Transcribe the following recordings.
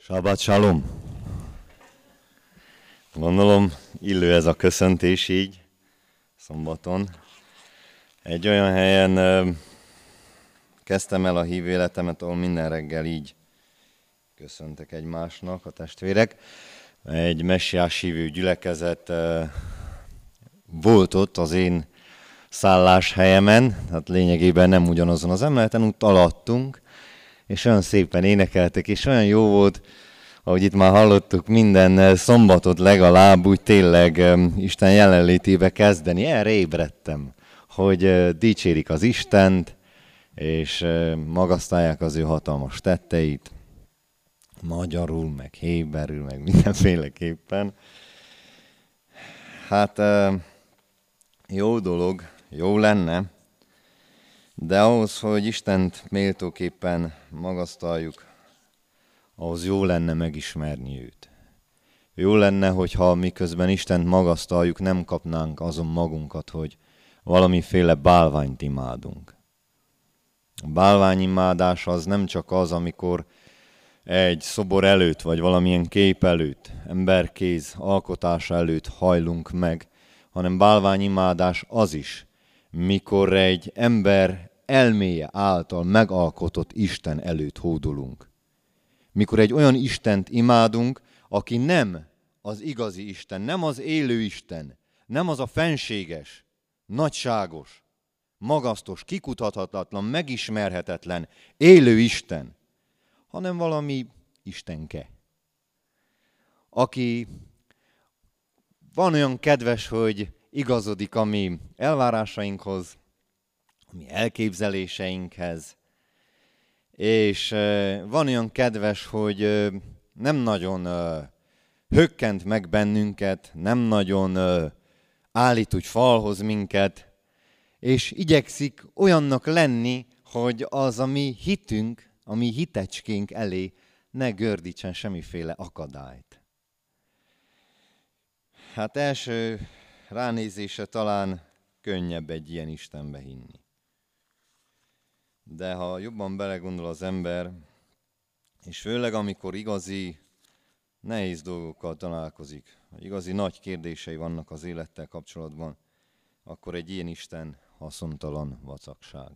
Sabbat shalom! Gondolom, illő ez a köszöntés így, szombaton. Egy olyan helyen kezdtem el a hívő életemet, ahol minden reggel így köszöntek egymásnak a testvérek. Egy messiás hívő gyülekezet volt ott az én szálláshelyemen, tehát lényegében nem ugyanazon az emeleten, ott alattunk, és olyan szépen énekeltek, és olyan jó volt, ahogy itt már hallottuk, minden szombatot legalább úgy tényleg Isten jelenlétébe kezdeni. Erre ébredtem, hogy dicsérik az Istent, és magasztalják az ő hatalmas tetteit, magyarul, meg héberül, meg mindenféleképpen. Hát jó dolog, jó lenne, de ahhoz, hogy Istent méltóképpen magasztaljuk, ahhoz jó lenne megismerni őt. Jó lenne, hogyha miközben Istent magasztaljuk, nem kapnánk azon magunkat, hogy valamiféle bálványt imádunk. A bálványimádás az nem csak az, amikor egy szobor előtt, vagy valamilyen kép előtt, emberkéz alkotása előtt hajlunk meg, hanem bálványimádás az is, mikor egy ember elméje által megalkotott Isten előtt hódolunk. Mikor egy olyan Istent imádunk, aki nem az igazi Isten, nem az élő Isten, nem az a fenséges, nagyságos, magasztos, kikutathatatlan, megismerhetetlen, élő Isten, hanem valami istenke, aki van olyan kedves, hogy igazodik a mi elvárásainkhoz, a mi elképzeléseinkhez, és van olyan kedves, hogy nem nagyon hökkent meg bennünket, nem nagyon állít úgy falhoz minket, és igyekszik olyannak lenni, hogy az a mi hitünk, a mi hitecskénk elé ne gördítsen semmiféle akadályt. Hát első ránézésre talán könnyebb egy ilyen Istenbe hinni. De ha jobban belegondol az ember, és főleg amikor igazi, nehéz dolgokkal találkozik, igazi nagy kérdései vannak az élettel kapcsolatban, akkor egy ilyen Isten haszontalan vacakság.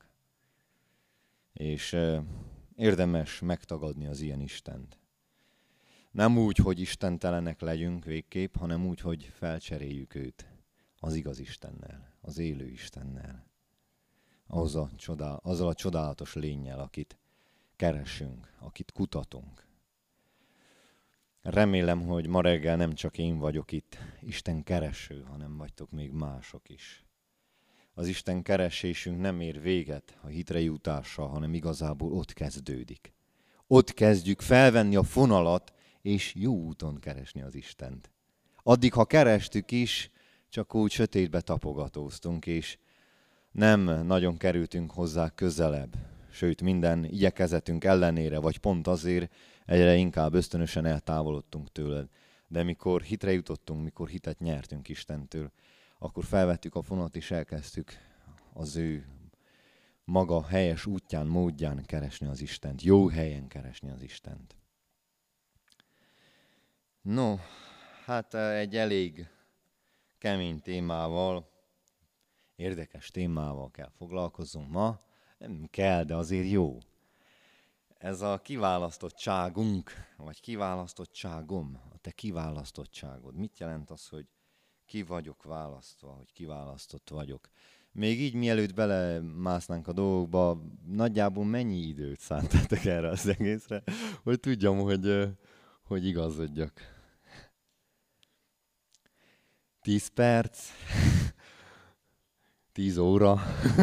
És érdemes megtagadni az ilyen Istent. Nem úgy, hogy istentelenek legyünk végképp, hanem úgy, hogy felcseréljük őt az igaz Istennel, az élő Istennel. Azzal a csodálatos lénnyel, akit keresünk, akit kutatunk. Remélem, hogy ma reggel nem csak én vagyok itt Isten kereső, hanem vagytok még mások is. Az Isten keresésünk nem ér véget a hitre jutással, hanem igazából ott kezdődik. Ott kezdjük felvenni a fonalat, és jó úton keresni az Istent. Addig, ha kerestük is, csak úgy sötétbe tapogatóztunk, és nem nagyon kerültünk hozzá közelebb. Sőt, minden igyekezetünk ellenére, vagy pont azért egyre inkább ösztönösen eltávolodtunk tőled. De mikor hitre jutottunk, mikor hitet nyertünk Istentől, akkor felvettük a fonalat, és elkezdtük az ő maga helyes útján, módján keresni az Istent. Jó helyen keresni az Istent. No, hát egy elég kemény témával, érdekes témával kell foglalkozzunk ma. Nem kell, de azért jó. Ez a kiválasztottságunk, vagy kiválasztottságom, a te kiválasztottságod. Mit jelent az, hogy ki vagyok választva, hogy kiválasztott vagyok? Még így, mielőtt belemásznánk a dolgokba, nagyjából mennyi időt szántatok erre az egészre, hogy tudjam, hogy igazodjak. 10 perc, 10 óra.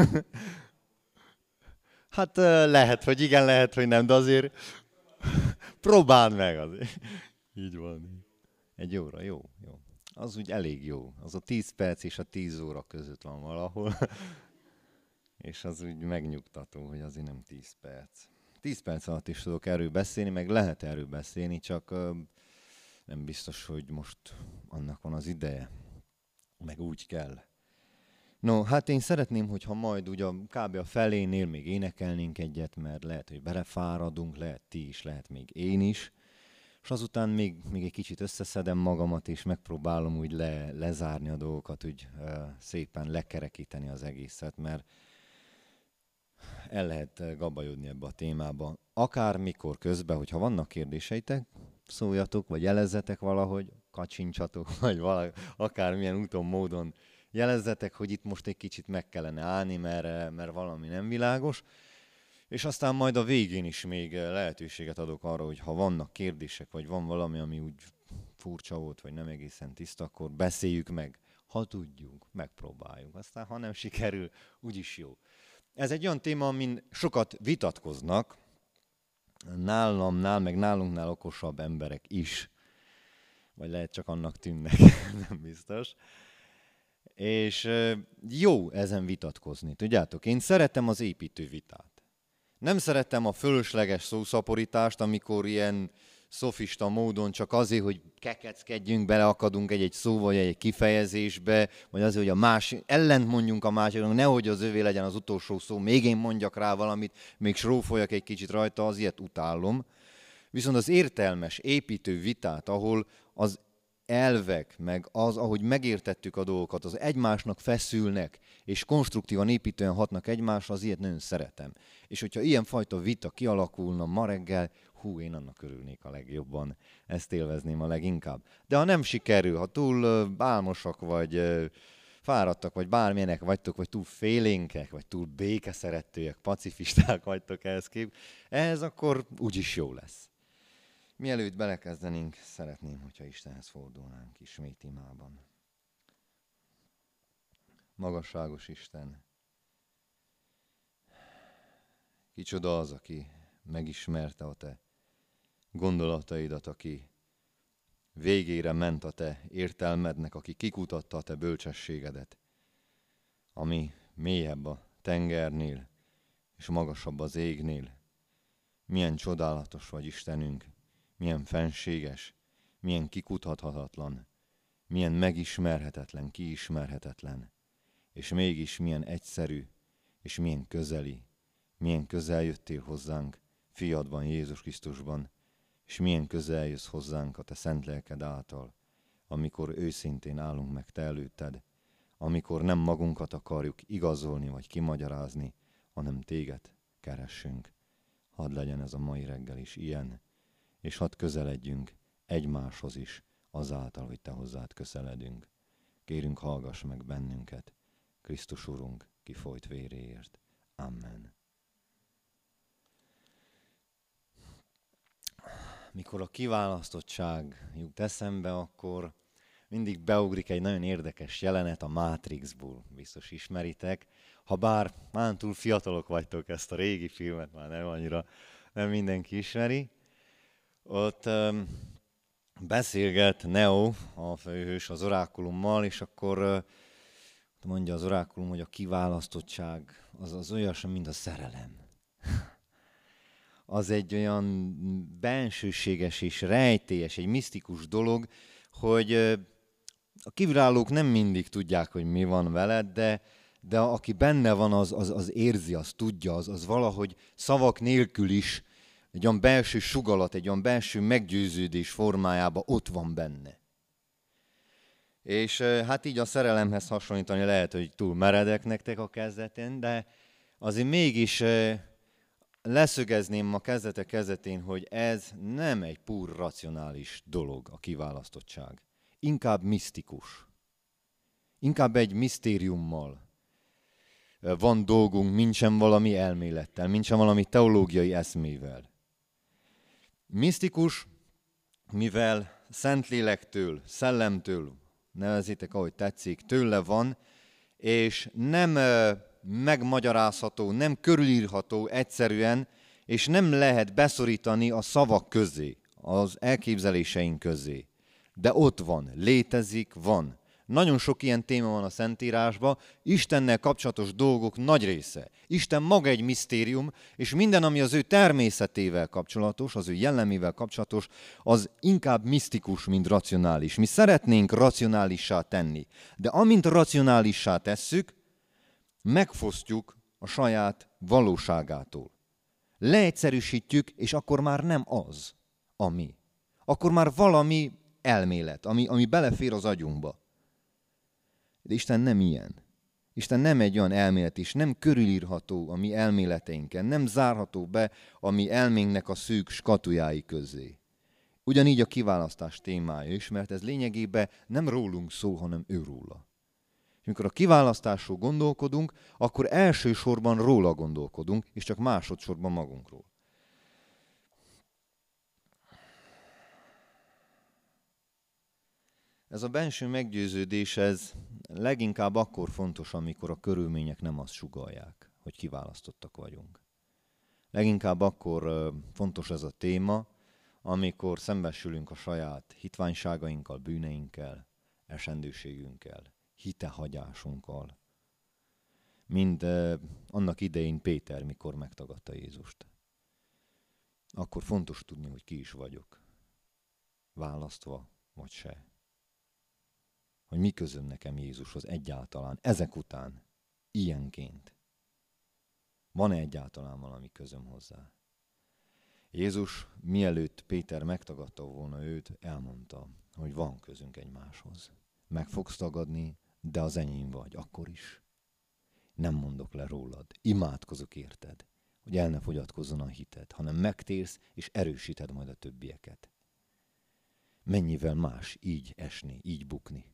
Hát lehet, hogy igen, lehet, hogy nem, de azért próbáld meg azért. Így van. 1 óra, jó. Az úgy elég jó. Az a 10 perc és a 10 óra között van valahol. És az úgy megnyugtató, hogy azért nem 10 perc. 10 perc alatt is tudok erről beszélni, meg lehet erről beszélni, csak nem biztos, hogy most annak van az ideje. Meg úgy kell. No, hát én szeretném, hogyha majd ugye kb. A felénél még énekelnénk egyet, mert lehet, hogy belefáradunk, lehet ti is, lehet még én is. és azután még egy kicsit összeszedem magamat, és megpróbálom úgy lezárni a dolgokat, úgy szépen lekerekíteni az egészet, mert el lehet gabajodni ebbe a témába. Akármikor közben, hogyha vannak kérdéseitek, szóljatok, vagy jelezzetek valahogy, kacsincsatok, vagy akármilyen úton, módon jelezzetek, hogy itt most egy kicsit meg kellene állni, mert valami nem világos. És aztán majd a végén is még lehetőséget adok arra, hogy ha vannak kérdések, vagy van valami, ami úgy furcsa volt, vagy nem egészen tiszta, akkor beszéljük meg. Ha tudjuk, megpróbáljuk. Aztán ha nem sikerül, úgyis jó. Ez egy olyan téma, amin sokat vitatkoznak, nálamnál, meg nálunknál okosabb emberek is. Vagy lehet csak annak tűnnek, nem biztos. És jó ezen vitatkozni, tudjátok? Én szeretem az építő vitát. Nem szeretem a fölösleges szószaporítást, amikor ilyen szofista módon csak azért, hogy kekeckedjünk, beleakadunk egy szó vagy egy kifejezésbe, vagy azért, hogy a másik, ellent mondjunk a másiknak, nehogy az övé legyen az utolsó szó, még én mondjak rá valamit, még srófoljak egy kicsit rajta, az ilyet utálom. Viszont az értelmes, építő vitát, ahol az elvek, meg az, ahogy megértettük a dolgokat, az egymásnak feszülnek, és konstruktívan, építően hatnak egymásra, az ilyet nagyon szeretem. És hogyha ilyenfajta vita kialakulna ma reggel, én annak örülnék a legjobban, ezt élvezném a leginkább. De ha nem sikerül, ha túl álmosak, vagy fáradtak, vagy bármilyenek vagytok, vagy túl félénkek, vagy túl békeszeretőek, pacifisták vagytok ehhez akkor úgyis jó lesz. Mielőtt belekezdenénk, szeretném, hogyha Istenhez fordulnánk ismét imában. Magasságos Isten, kicsoda az, aki megismerte a te gondolataidat, aki végére ment a te értelmednek, aki kikutatta a te bölcsességedet, ami mélyebb a tengernél, és magasabb az égnél. Milyen csodálatos vagy Istenünk, milyen fenséges, milyen kikutathatatlan, milyen megismerhetetlen, kiismerhetetlen, és mégis milyen egyszerű, és milyen közeli, milyen közel jöttél hozzánk fiadban, Jézus Krisztusban, és milyen közel jössz hozzánk a te szent lelked által, amikor őszintén állunk meg te előtted, amikor nem magunkat akarjuk igazolni vagy kimagyarázni, hanem téged keressünk. Hadd legyen ez a mai reggel is ilyen, és hadd közeledjünk egymáshoz is, azáltal, hogy te hozzád közeledünk. Kérünk, hallgass meg bennünket, Krisztus Urunk kifolyt véréért. Amen. Mikor a kiválasztottság jut eszembe, akkor mindig beugrik egy nagyon érdekes jelenet a Matrixból, biztos ismeritek. Habár már túl fiatalok vagytok, ezt a régi filmet már nem mindenki ismeri. Ott beszélget Neo, a főhős, az orákulummal, és akkor mondja az orákulum, hogy a kiválasztottság az olyasmi, mint a szerelem. Az egy olyan bensőséges és rejtélyes, egy misztikus dolog, hogy a kívülállók nem mindig tudják, hogy mi van veled, de aki benne van, az érzi, az tudja, az valahogy szavak nélkül is egy olyan belső sugalat, egy olyan belső meggyőződés formájában ott van benne. És hát így a szerelemhez hasonlítani lehet, hogy túl meredek nektek a kezdetén, de azért mégis leszögezném a kezdetek kezdetén, hogy ez nem egy pur racionális dolog, a kiválasztottság. Inkább misztikus. Inkább egy misztériummal van dolgunk, mintsem valami elmélettel, mintsem valami teológiai eszmével. Misztikus, mivel Szentlélektől, Szellemtől, nevezzétek ahogy tetszik, tőle van, és nem megmagyarázható, nem körülírható egyszerűen, és nem lehet beszorítani a szavak közé, az elképzeléseink közé. De ott van, létezik, van. Nagyon sok ilyen téma van a Szentírásban, Istennel kapcsolatos dolgok nagy része. Isten maga egy misztérium, és minden, ami az ő természetével kapcsolatos, az ő jellemével kapcsolatos, az inkább misztikus, mint racionális. Mi szeretnénk racionálissá tenni, de amint racionálissá tesszük, megfosztjuk a saját valóságától. Leegyszerűsítjük, és akkor már nem az, ami. akkor már valami elmélet, ami belefér az agyunkba. De Isten nem ilyen. Isten nem egy olyan elmélet is, nem körülírható a mi elméleteinken, nem zárható be a mi elménknek a szűk skatujái közé. Ugyanígy a kiválasztás témája is, mert ez lényegében nem rólunk szól, hanem őróla. És amikor a kiválasztásról gondolkodunk, akkor elsősorban róla gondolkodunk, és csak másodszorban magunkról. Ez a benső meggyőződés, ez leginkább akkor fontos, amikor a körülmények nem azt sugallják, hogy kiválasztottak vagyunk. Leginkább akkor fontos ez a téma, amikor szembesülünk a saját hitványságainkkal, bűneinkkel, esendőségünkkel, hitehagyásunkkal. Mind annak idején Péter, mikor megtagadta Jézust. Akkor fontos tudni, hogy ki is vagyok. Választva, vagy se. Hogy mi közöm nekem Jézushoz egyáltalán, ezek után, ilyenként. Van-e egyáltalán valami közöm hozzá? Jézus, mielőtt Péter megtagadta volna őt, elmondta, hogy van közünk egymáshoz. Meg fogsz tagadni, de az enyém vagy, akkor is. Nem mondok le rólad, imádkozok érted, hogy el ne fogyatkozzon a hited, hanem megtérsz és erősíted majd a többieket. Mennyivel más így esni, így bukni.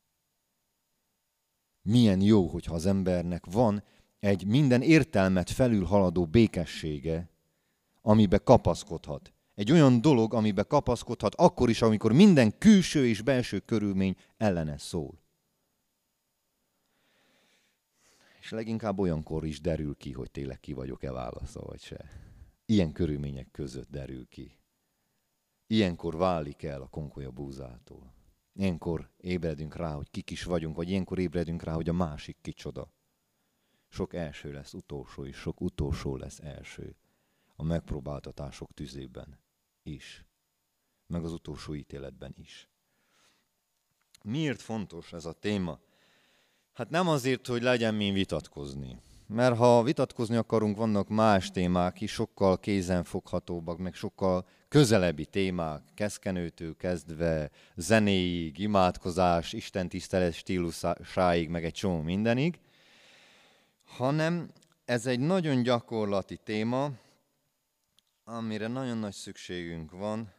Milyen jó, hogyha az embernek van egy minden értelmet felülhaladó békessége, amibe kapaszkodhat. Egy olyan dolog, amibe kapaszkodhat akkor is, amikor minden külső és belső körülmény ellene szól. És leginkább olyankor is derül ki, hogy tényleg ki vagyok-e válaszol, vagy se. Ilyen körülmények között derül ki. Ilyenkor válik el a konkolya búzától. Ilyenkor ébredünk rá, hogy kik is vagyunk, vagy ilyenkor ébredünk rá, hogy a másik kicsoda. Sok első lesz utolsó, és sok utolsó lesz első. A megpróbáltatások tüzében is. Meg az utolsó ítéletben is. Miért fontos ez a téma? Hát nem azért, hogy legyen min vitatkozni. Mert ha vitatkozni akarunk, vannak más témák is, sokkal kézenfoghatóbbak, meg sokkal közelebbi témák, keszkenőtől kezdve zenéig, imádkozás, istentisztelet stílusáig, meg egy csomó mindenig, hanem ez egy nagyon gyakorlati téma, amire nagyon nagy szükségünk van,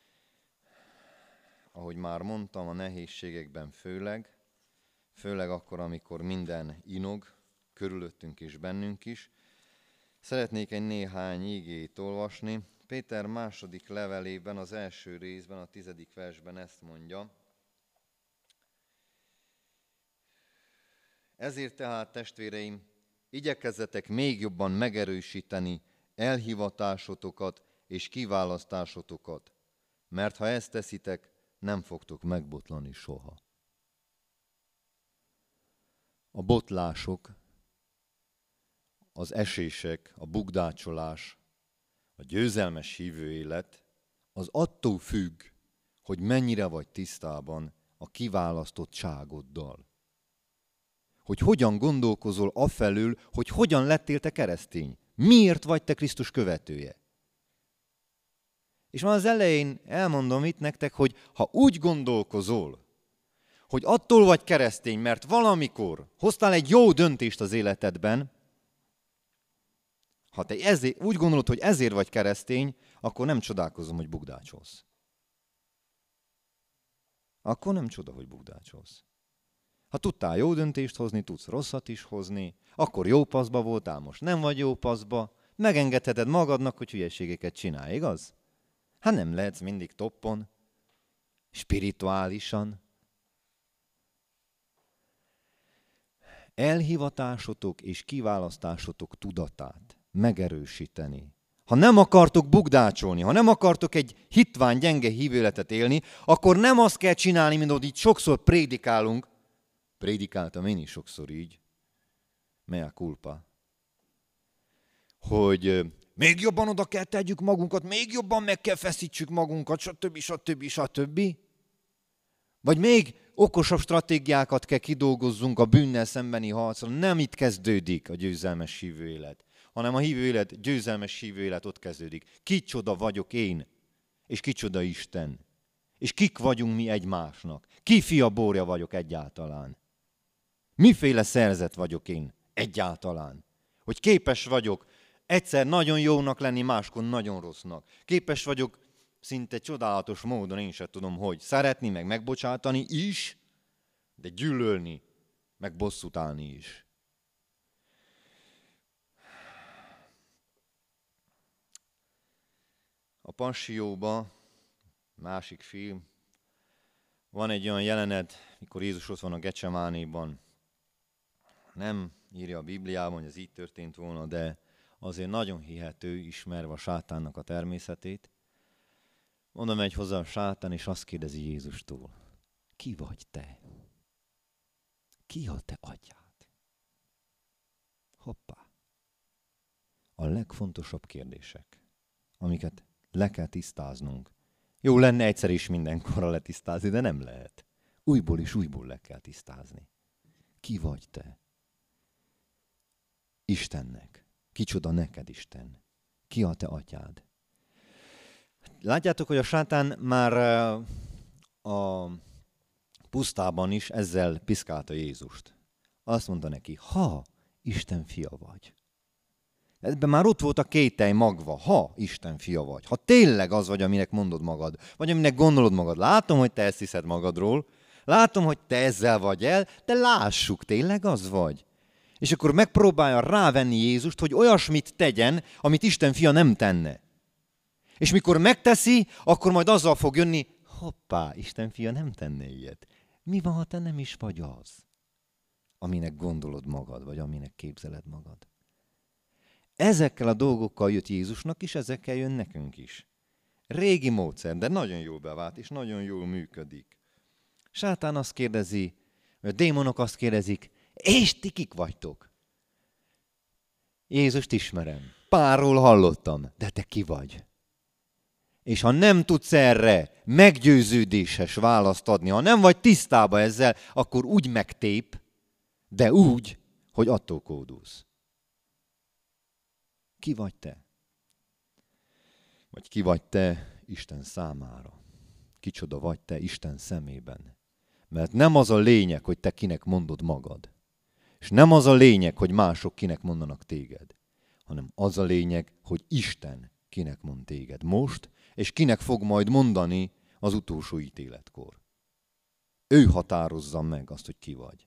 ahogy már mondtam, a nehézségekben főleg akkor, amikor minden inog, körülöttünk és bennünk is. Szeretnék egy néhány igét olvasni. Péter második levelében, az első részben, a 10. versben ezt mondja. Ezért tehát, testvéreim, igyekezzetek még jobban megerősíteni elhivatásotokat és kiválasztásotokat, mert ha ezt teszitek, nem fogtok megbotlani soha. A botlások, az esések, a bukdácsolás, a győzelmes hívő élet az attól függ, hogy mennyire vagy tisztában a kiválasztottságoddal. Hogy hogyan gondolkozol afelől, hogy hogyan lettél te keresztény. Miért vagy te Krisztus követője? És már az elején elmondom itt nektek, hogy ha úgy gondolkozol, hogy attól vagy keresztény, mert valamikor hoztál egy jó döntést az életedben, ha te úgy gondolod, hogy ezért vagy keresztény, akkor nem csodálkozom, hogy bukdácsolsz. Akkor nem csoda, hogy bukdácsolsz. Ha tudtál jó döntést hozni, tudsz rosszat is hozni, akkor jó paszba voltál, most nem vagy jó paszba, megengedheted magadnak, hogy hülyeségeket csinálj, igaz? Hát nem lehetsz mindig toppon, spirituálisan. Elhivatásotok és kiválasztásotok tudatát megerősíteni. Ha nem akartok bukdácsolni, ha nem akartok egy hitvány, gyenge hívőletet élni, akkor nem azt kell csinálni, mint ahogy itt sokszor prédikálunk. Prédikáltam én is sokszor így. Mea culpa. Hogy még jobban oda kell tegyük magunkat, még jobban meg kell feszítsük magunkat, stb. Vagy még okosabb stratégiákat kell kidolgozzunk a bűnnel szembeni harcra. Nem itt kezdődik a győzelmes hívő élet, hanem a hívő élet, győzelmes hívő élet ott kezdődik. Kicsoda vagyok én? És kicsoda Isten? És kik vagyunk mi egymásnak? Ki fia bórja vagyok egyáltalán? Miféle szerzet vagyok én egyáltalán? Hogy képes vagyok egyszer nagyon jónak lenni, máskor nagyon rossznak. Képes vagyok szinte csodálatos módon, én sem tudom, hogy szeretni, meg megbocsátani is, de gyűlölni, meg bosszút állni is. A Passióban, másik film, van egy olyan jelenet, mikor Jézus ott van a Gecsemánéban. Nem írja a Bibliában, hogy ez így történt volna, de azért nagyon hihető, ismerve a sátánnak a természetét. Oda megy hozzá a sátán, és azt kérdezi Jézustól: ki vagy te? Ki a te atyád? Hoppá! A legfontosabb kérdések, amiket le kell tisztáznunk. Jó lenne egyszer is mindenkorra letisztázni, de nem lehet. Újból és újból le kell tisztázni. Ki vagy te? Istennek. Kicsoda neked Isten? Ki a te atyád? Látjátok, hogy a sátán már a pusztában is ezzel piszkálta Jézust. Azt mondta neki: ha Isten fia vagy. Ebben már ott volt a kételj magva: ha Isten fia vagy, ha tényleg az vagy, aminek mondod magad, vagy aminek gondolod magad. Látom, hogy te ezt hiszed magadról, látom, hogy te ezzel vagy el, de lássuk, tényleg az vagy. És akkor megpróbálja rávenni Jézust, hogy olyasmit tegyen, amit Isten fia nem tenne. És mikor megteszi, akkor majd azzal fog jönni: hoppá, Isten fia nem tenne ilyet. Mi van, ha te nem is vagy az, aminek gondolod magad, vagy aminek képzeled magad? Ezekkel a dolgokkal jött Jézusnak is, ezekkel jön nekünk is. Régi módszer, de nagyon jól bevált, és nagyon jól működik. Sátán azt kérdezi, vagy a démonok azt kérdezik: és ti kik vagytok? Jézust ismerem, párról hallottam, de te ki vagy? És ha nem tudsz erre meggyőződéses választ adni, ha nem vagy tisztában ezzel, akkor úgy megtép, de úgy, hogy attól kódulsz. Ki vagy te? Vagy ki vagy te Isten számára? Kicsoda vagy te Isten szemében? Mert nem az a lényeg, hogy te kinek mondod magad. És nem az a lényeg, hogy mások kinek mondanak téged. Hanem az a lényeg, hogy Isten kinek mond téged most, és kinek fog majd mondani az utolsó ítéletkor. Ő határozza meg azt, hogy ki vagy.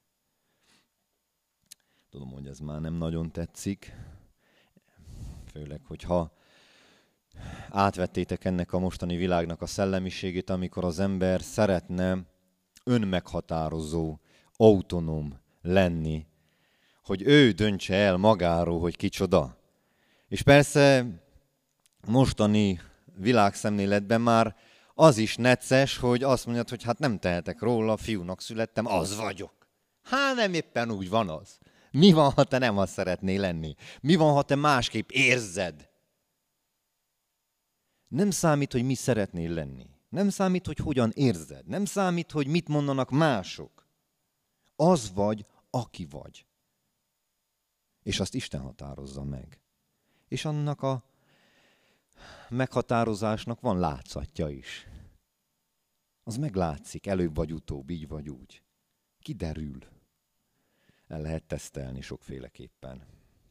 Tudom, hogy ez már nem nagyon tetszik, főleg, hogyha átvettétek ennek a mostani világnak a szellemiségét, amikor az ember szeretne önmeghatározó, autonóm lenni, hogy ő döntse el magáról, hogy kicsoda. És persze mostani világszemléletben már az is necces, hogy azt mondjad, hogy hát nem tehetek róla, fiúnak születtem, az vagyok. Hát nem éppen úgy van az. Mi van, ha te nem azt szeretnél lenni? Mi van, ha te másképp érzed? Nem számít, hogy mi szeretnél lenni. Nem számít, hogy hogyan érzed. Nem számít, hogy mit mondanak mások. Az vagy, aki vagy. És azt Isten határozza meg. És annak a meghatározásnak van látszatja is. Az meglátszik, előbb vagy utóbb, így vagy úgy. Kiderül. El lehet tesztelni sokféleképpen.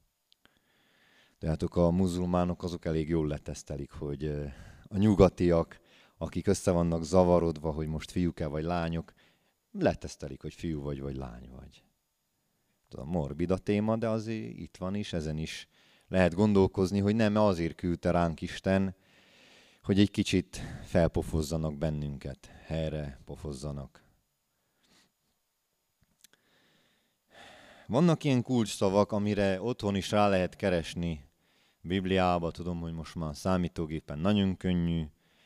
Tehát a muzulmánok azok elég jól letesztelik, hogy a nyugatiak, akik össze vannak zavarodva, hogy most fiúk-e vagy lányok, letesztelik, hogy fiú vagy lány vagy. Tudom, morbid a téma, de azért itt van is, ezen is lehet gondolkozni, hogy nem azért küldte ránk Isten, hogy egy kicsit felpofozzanak bennünket, helyre pofozzanak. Vannak ilyen kulcsszavak, amire otthon is rá lehet keresni Bibliába, tudom, hogy most már számítógépen nagyon könnyű.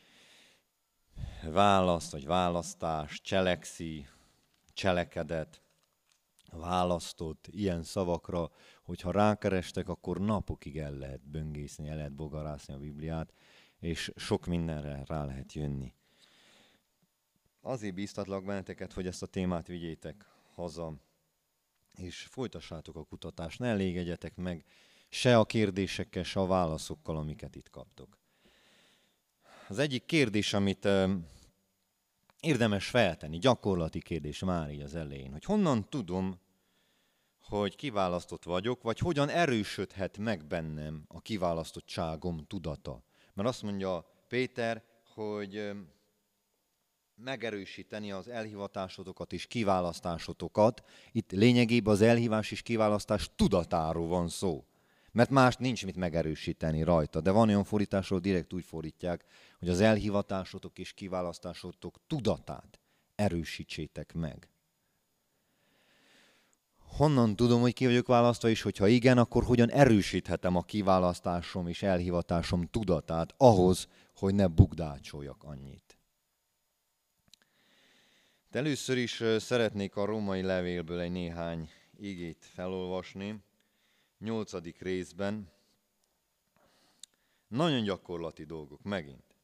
Választ vagy választás, cselekszi, cselekedet, választott, ilyen szavakra, hogyha rákerestek, akkor napokig el lehet böngészni, el lehet bogarászni a Bibliát, és sok mindenre rá lehet jönni. Azért bíztatlak benneteket, hogy ezt a témát vigyétek haza, és folytassátok a kutatást, ne elégedjetek meg se a kérdésekkel, se a válaszokkal, amiket itt kaptok. az egyik kérdés, amit érdemes feltenni, gyakorlati kérdés már így az elején, hogy honnan tudom, hogy kiválasztott vagyok, vagy hogyan erősödhet meg bennem a kiválasztottságom tudata. Mert azt mondja Péter, hogy megerősíteni az elhivatásotokat és kiválasztásotokat. Itt lényegében az elhívás és kiválasztás tudatáról van szó. Mert más nincs mit megerősíteni rajta. De van olyan fordításról, direkt úgy fordítják, hogy az elhivatásotok és kiválasztásotok tudatát erősítsétek meg. Honnan tudom, hogy ki vagyok választva, és hogyha igen, akkor hogyan erősíthetem a kiválasztásom és elhivatásom tudatát ahhoz, hogy ne bukdácsoljak annyit. De először is szeretnék a római levélből egy néhány igét felolvasni. 8. részben. Nagyon gyakorlati dolgok megint.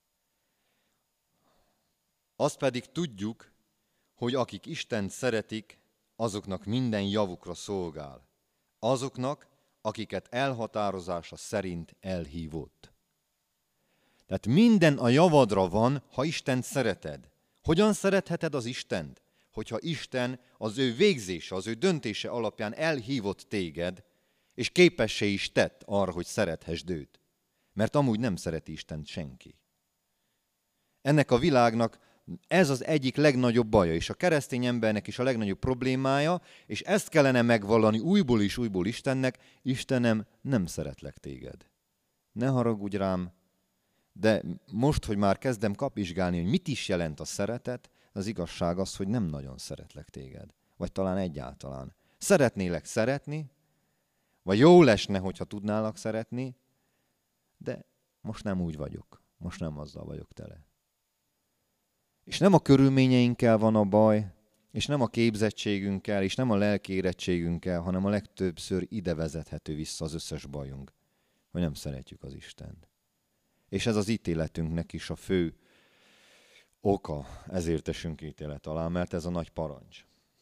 Azt pedig tudjuk, hogy akik Istent szeretik, azoknak minden javukra szolgál. Azoknak, akiket elhatározása szerint elhívott. Tehát minden a javadra van, ha Istent szereted. Hogyan szeretheted az Istent? Hogyha Isten az ő végzése, az ő döntése alapján elhívott téged, és képessé is tett arra, hogy szerethessd őt. Mert amúgy nem szereti Istent senki. Ennek a világnak ez az egyik legnagyobb baja, és a keresztény embernek is a legnagyobb problémája, és ezt kellene megvallani újból és újból Istennek: Istenem, nem szeretlek téged. Ne haragudj rám, de most, hogy már kezdem kapizsgálni, hogy mit is jelent a szeretet, az igazság az, hogy nem nagyon szeretlek téged. Vagy talán egyáltalán. Szeretnélek szeretni, vagy jó lesne, hogyha tudnálak szeretni, de most nem úgy vagyok. Most nem azzal vagyok tele. És nem a körülményeinkkel van a baj, és nem a képzettségünkkel, és nem a lelki érettségünkkel, hanem a legtöbbször ide vezethető vissza az összes bajunk, hogy nem szeretjük az Istent. És ez az ítéletünknek is a fő oka, ezért esünk ítélet alá, mert ez a nagy parancs.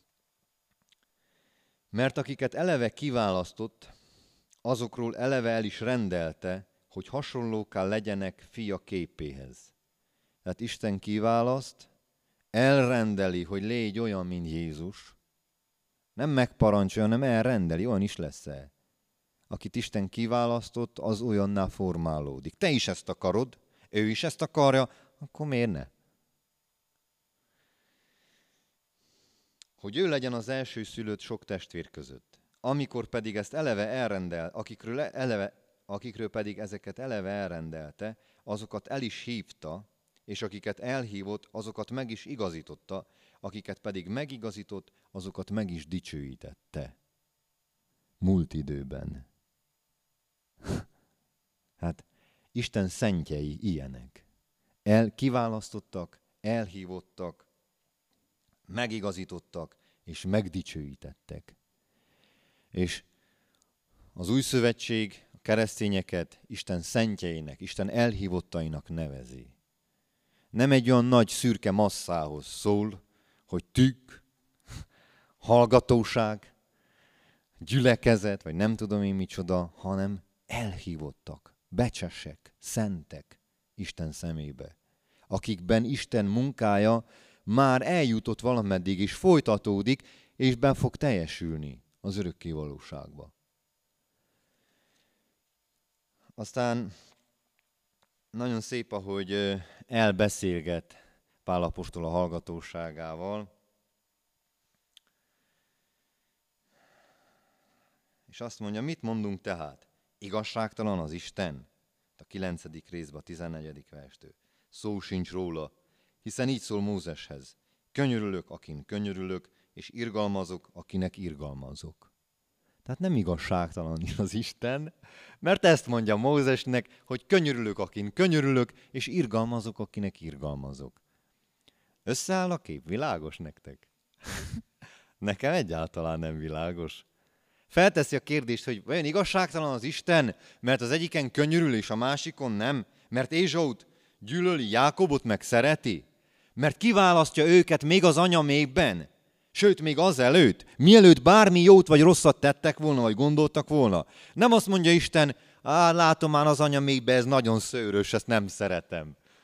Mert akiket eleve kiválasztott, azokról eleve el is rendelte, hogy hasonlókká legyenek fia képéhez. Tehát Isten kiválaszt, elrendeli, hogy légy olyan, mint Jézus. Nem megparancsolja, hanem elrendeli, olyan is lesz-e. Akit Isten kiválasztott, az olyanná formálódik. Te is ezt akarod, ő is ezt akarja, akkor miért ne? Hogy ő legyen az első szülött sok testvér között. Amikor pedig ezt eleve elrendel, akikről pedig ezeket eleve elrendelte, azokat el is hívta, és akiket elhívott, azokat meg is igazította, akiket pedig megigazított, azokat meg is dicsőítette. Múlt időben. Hát Isten szentjei ilyenek. Kiválasztottak, elhívottak, megigazítottak, és megdicsőítettek. És az új szövetség a keresztényeket Isten szentjeinek, Isten elhívottainak nevezi. Nem egy olyan nagy szürke masszához szól, hogy tükk, hallgatóság, gyülekezet, vagy nem tudom én micsoda, hanem elhívottak, becsesek, szentek Isten szemébe, akikben Isten munkája már eljutott valameddig, és folytatódik, és be fog teljesülni az örökké valóságba. Aztán nagyon szép, ahogy elbeszélget Pál apostol a hallgatóságával, és azt mondja, mit mondunk tehát? Igazságtalan az Isten? A 9. részben, a 14. verstől. Szó sincs róla, hiszen így szól Mózeshez. Könyörülök, akin könyörülök, és irgalmazok, akinek irgalmazok. Tehát nem igazságtalan az Isten, mert ezt mondja Mózesnek, hogy könyörülök, akin könyörülök, és irgalmazok, akinek irgalmazok. Összeáll a kép? Világos nektek? Nekem egyáltalán nem világos. Felteszi a kérdést, hogy vajon igazságtalan az Isten, mert az egyiken könyörül, és a másikon nem? Mert Ézsaut gyűlöli, Jákobot meg szereti? Mert kiválasztja őket még az anyamékben? Sőt, még azelőtt, mielőtt bármi jót vagy rosszat tettek volna, vagy gondoltak volna. Nem azt mondja Isten, látom már az anyamékben, ez nagyon szőrös, ezt nem szeretem.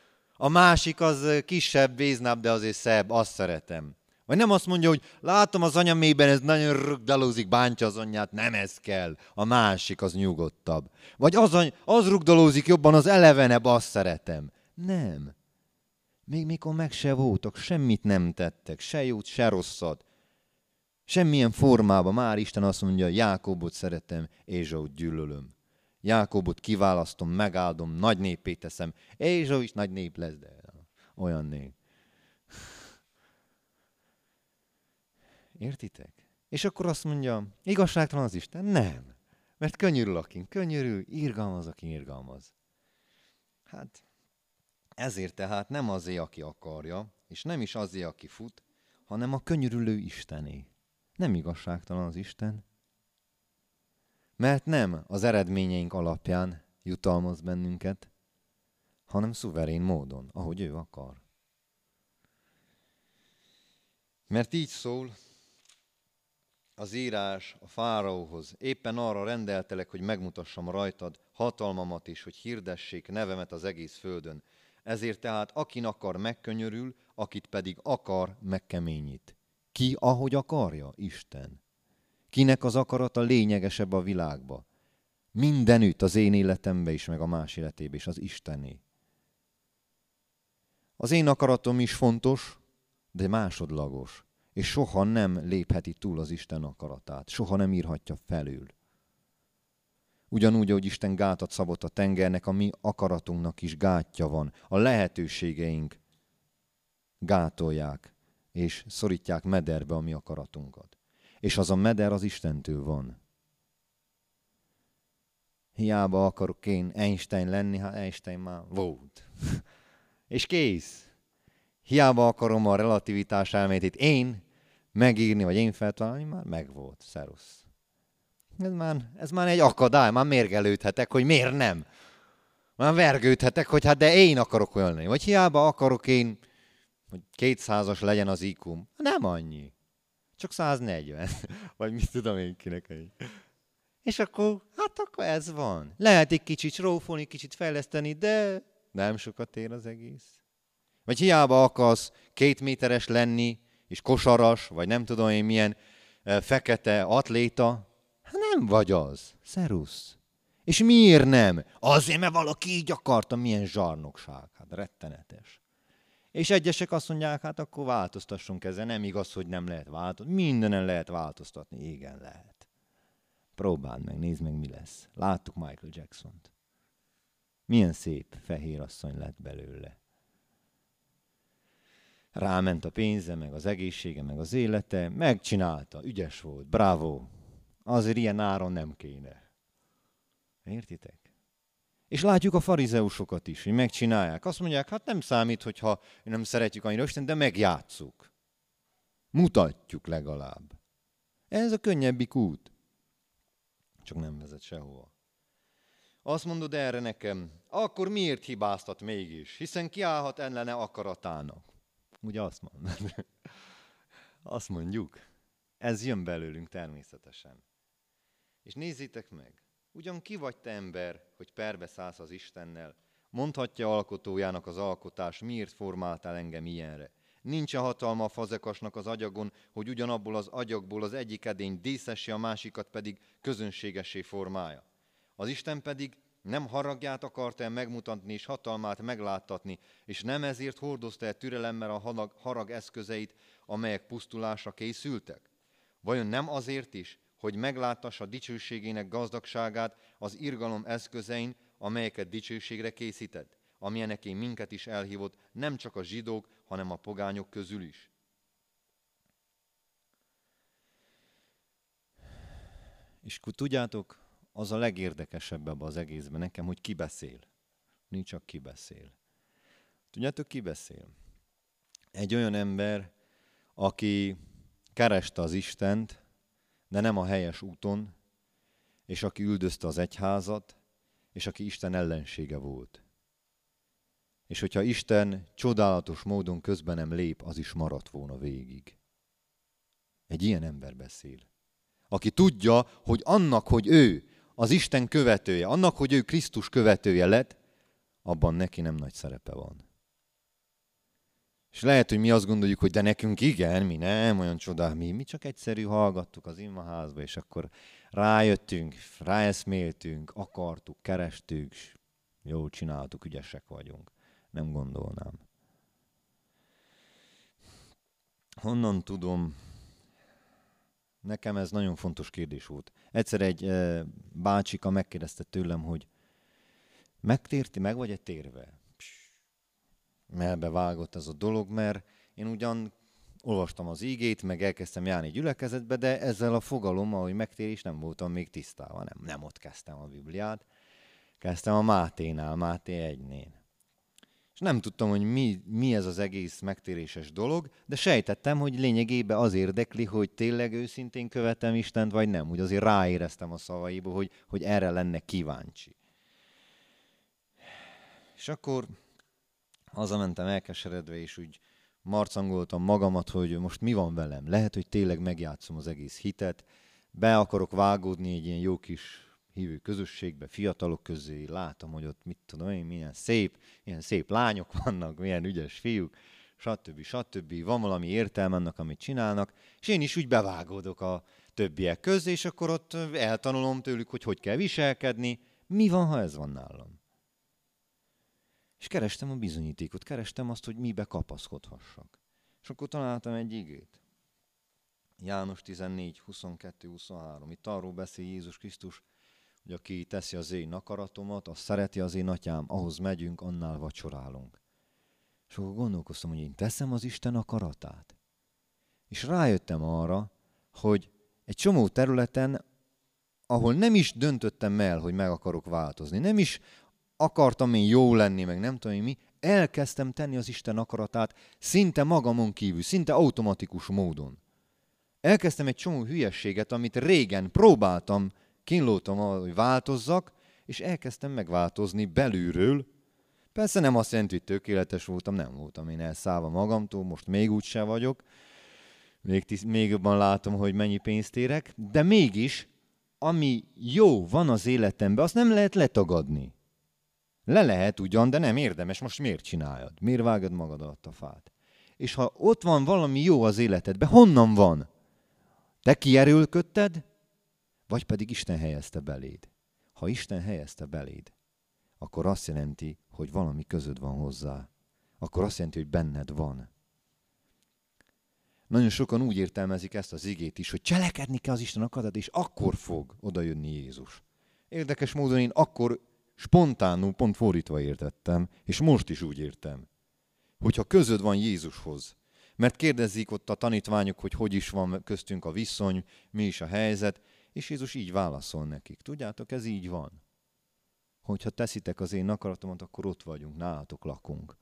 A másik az kisebb, véznább, de azért szebb, azt szeretem. Vagy nem azt mondja, hogy látom az anyamében, ez nagyon rugdalózik, bántja az anyját, nem ez kell. A másik az nyugodtabb. Vagy az rugdalózik jobban, az elevenebb, azt szeretem. Nem. Még mikor meg se voltak, semmit nem tettek, se jót, se rosszat. Semmilyen formában már Isten azt mondja, Jákobot szeretem, Ézsaut gyűlölöm. Jákobot kiválasztom, megáldom, nagy népé teszem. Ézsau is nagy nép lesz, de olyan nép. Értitek? És akkor azt mondja, igazságtalan az Isten? Nem. Mert könyörül, akin könyörül, irgalmaz, akin irgalmaz. Hát ezért tehát nem azért, aki akarja, és nem is azért, aki fut, hanem a könyörülő Istené. Nem igazságtalan az Isten. Mert nem az eredményeink alapján jutalmaz bennünket, hanem szuverén módon, ahogy ő akar. Mert így szól az írás a fáraóhoz, éppen arra rendeltelek, hogy megmutassam rajtad hatalmamat is, hogy hirdessék nevemet az egész földön. Ezért tehát akin akar, megkönyörül, akit pedig akar, megkeményít. Ki ahogy akarja? Isten. Kinek az akarata lényegesebb a világba? Mindenütt, az én életembe is, meg a más életébe is, az Istené. Az én akaratom is fontos, de másodlagos, és soha nem lépheti túl az Isten akaratát, soha nem írhatja felül. Ugyanúgy, ahogy Isten gátat szabott a tengernek, a mi akaratunknak is gátja van. A lehetőségeink gátolják, és szorítják mederbe a mi akaratunkat. És az a meder az Istentől van. Hiába akarok én Einstein lenni, hát Einstein már volt. És kész. Hiába akarom a relativitás elméletét én megírni, vagy én feltalálni, már megvolt. Szerusz. Ez már egy akadály, már mérgelődhetek, hogy miért nem. Már vergődhetek, hogy hát de én akarok olyan lenni. Vagy hiába akarok én, hogy 200-as legyen az IQ-m. Nem annyi. Csak 140. Vagy mit tudom én kinek. És akkor, hát akkor ez van. Lehet egy kicsit rófolni, kicsit fejleszteni, de nem sokat ér az egész. Vagy hiába akarsz 2 méteres lenni, és kosaras, vagy nem tudom én milyen fekete atléta, hát nem vagy az. Szerusz. És miért nem? Azért, mert valaki így akarta, milyen zsarnokság. Hát rettenetes. És egyesek azt mondják, hát akkor változtassunk ezen. Nem igaz, hogy nem lehet változtatni. Mindenen lehet változtatni. Igen, lehet. Próbáld meg, nézd meg, mi lesz. Láttuk Michael Jacksont. Milyen szép fehér asszony lett belőle. Ráment a pénze, meg az egészsége, meg az élete. Megcsinálta, ügyes volt, bravo. Azért ilyen áron nem kéne. Értitek? És látjuk a farizeusokat is, hogy megcsinálják. Azt mondják, hát nem számít, hogyha nem szeretjük annyira Isten, de megjátsszuk. Mutatjuk legalább. Ez a könnyebbik út. Csak nem vezet sehova. Azt mondod erre nekem, akkor miért hibáztat mégis? Hiszen kiállhat ellene akaratának. Ugye azt mondod? Azt mondjuk. Ez jön belőlünk természetesen. És nézzétek meg, ugyan ki vagy te ember, hogy perbe szállsz az Istennel? Mondhatja alkotójának az alkotás, miért formáltál engem ilyenre? Nincs a hatalma a fazekasnak az agyagon, hogy ugyanabból az agyagból az egyik edény díszessé, a másikat pedig közönségessé formálja. Az Isten pedig nem haragját akarta megmutatni és hatalmát megláttatni, és nem ezért hordozta el türelemmel a harag eszközeit, amelyek pusztulásra készültek? Vajon nem azért is, hogy megláttassa dicsőségének gazdagságát az irgalom eszközein, amelyeket dicsőségre készített, amilyeneké minket is elhívott, nem csak a zsidók, hanem a pogányok közül is? És tudjátok, az a legérdekesebb ebben az egészben nekem, hogy ki beszél. Nincs csak ki beszél. Tudjátok, ki beszél? Egy olyan ember, aki kereste az Istent, de nem a helyes úton, és aki üldözte az egyházat, és aki Isten ellensége volt. És hogyha Isten csodálatos módon közben nem lép, az is maradt volna végig. Egy ilyen ember beszél. Aki tudja, hogy annak, hogy ő az Isten követője, annak, hogy ő Krisztus követője lett, abban neki nem nagy szerepe van. És lehet, hogy mi azt gondoljuk, hogy de nekünk igen, mi nem, olyan csodál, mi csak egyszerű hallgattuk az imaházba, és akkor rájöttünk, ráeszméltünk, akartuk, kerestük, és jól csináltuk, ügyesek vagyunk. Nem gondolnám. Honnan tudom? Nekem ez nagyon fontos kérdés volt. Egyszer egy bácsika megkérdezte tőlem, hogy megtérti, meg vagy-e térve? Melbe vágott ez a dolog, mert én ugyan olvastam az ígét, meg elkezdtem járni gyülekezetbe, de ezzel a fogalommal, hogy megtérés, nem voltam még tisztában. Nem ott kezdtem a Bibliát. Kezdtem a Máténál, Máté 1-nél. És nem tudtam, hogy mi ez az egész megtéréses dolog, de sejtettem, hogy lényegében az érdekli, hogy tényleg őszintén követem Istent, vagy nem. Úgy azért ráéreztem a szavaiból, hogy erre lenne kíváncsi. És akkor hazamentem elkeseredve, és úgy marcangoltam magamat, hogy most mi van velem. Lehet, hogy tényleg megjátszom az egész hitet, be akarok vágódni egy ilyen jó kis hívő közösségbe, fiatalok közé, látom, hogy ott mit tudom én, milyen szép lányok vannak, milyen ügyes fiúk, stb. Van valami értelme annak, amit csinálnak, és én is úgy bevágódok a többiek közé, és akkor ott eltanulom tőlük, hogy kell viselkedni. Mi van, ha ez van nálam? És kerestem a bizonyítékot, kerestem azt, hogy mibe kapaszkodhassak. És akkor találtam egy igét. János 14, 22, 23. Itt arról beszél Jézus Krisztus, hogy aki teszi az én akaratomat, az szereti az én atyám, ahhoz megyünk, annál vacsorálunk. És akkor gondolkoztam, hogy én teszem az Isten akaratát. És rájöttem arra, hogy egy csomó területen, ahol nem is döntöttem el, hogy meg akarok változni, nem is akartam én jó lenni, meg nem tudom én mi, elkezdtem tenni az Isten akaratát szinte magamon kívül, szinte automatikus módon. Elkezdtem egy csomó hülyességet, amit régen próbáltam, kínlódtam, hogy változzak, és elkezdtem megváltozni belülről. Persze nem azt jelenti, hogy tökéletes voltam, nem voltam én elszállva magamtól, most még úgyse vagyok, még jobban látom, hogy mennyi pénzt érek, de mégis, ami jó van az életemben, azt nem lehet letagadni. Le lehet ugyan, de nem érdemes. Most miért csináljad? Miért vágod magad alatt a fát? És ha ott van valami jó az életedben, honnan van? Te kierőlködted, vagy pedig Isten helyezte beléd? Ha Isten helyezte beléd, akkor azt jelenti, hogy valami közöd van hozzá. Akkor azt jelenti, hogy benned van. Nagyon sokan úgy értelmezik ezt az igét is, hogy cselekedni kell az Isten akarat, és akkor fog odajönni Jézus. Érdekes módon én akkor spontánul pont fordítva értettem, és most is úgy értem, hogyha közöd van Jézushoz. Mert kérdezik ott a tanítványok, hogy is van köztünk a viszony, mi is a helyzet, és Jézus így válaszol nekik. Tudjátok, ez így van. Hogyha teszitek az én akaratomat, akkor ott vagyunk, nálatok lakunk.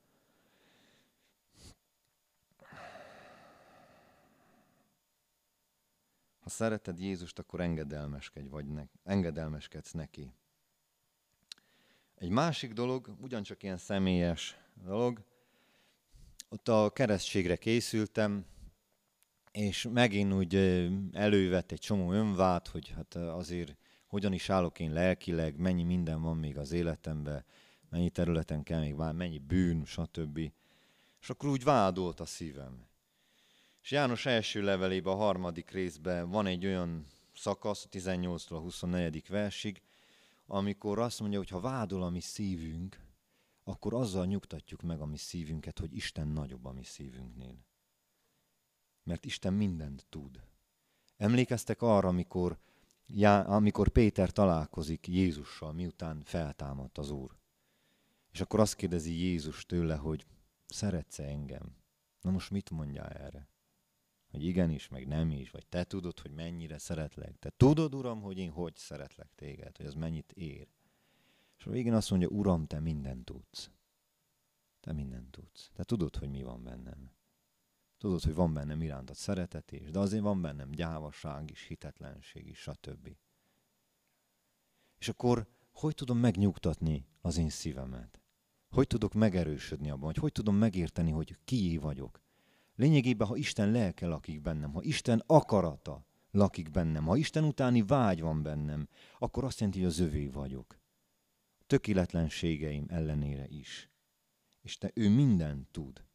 Ha szereted Jézust, akkor engedelmeskedsz neki. Egy másik dolog, ugyancsak ilyen személyes dolog, ott a keresztségre készültem, és megint úgy elővett egy csomó önvád, hogy hát azért hogyan is állok én lelkileg, mennyi minden van még az életemben, mennyi területen kell még válni, mennyi bűn, stb. És akkor úgy vádolt a szívem. És János első levelében, a 3. részben van egy olyan szakasz, 18-tól a 24. versig, amikor azt mondja, hogy ha vádol a mi szívünk, akkor azzal nyugtatjuk meg a mi szívünket, hogy Isten nagyobb a mi szívünknél. Mert Isten mindent tud. Emlékeztek arra, amikor Péter találkozik Jézussal, miután feltámadt az Úr. És akkor azt kérdezi Jézus tőle, hogy szeretsz-e engem? Na most mit mondjál erre? Hogy igenis, meg nem is, vagy te tudod, hogy mennyire szeretlek. Te tudod, Uram, hogy én hogy szeretlek téged, hogy ez mennyit ér. És a végén azt mondja, Uram, te mindent tudsz. Te mindent tudsz. Te tudod, hogy mi van bennem. Tudod, hogy van bennem irántad szeretetés, de azért van bennem gyávaság is, hitetlenség is, stb. És akkor hogy tudom megnyugtatni az én szívemet? Hogy tudok megerősödni abban, hogy tudom megérteni, hogy kié vagyok? Lényegében, ha Isten lelke lakik bennem, ha Isten akarata lakik bennem, ha Isten utáni vágy van bennem, akkor azt jelenti, hogy az övé vagyok. Tökéletlenségeim ellenére is. És ő mindent tud.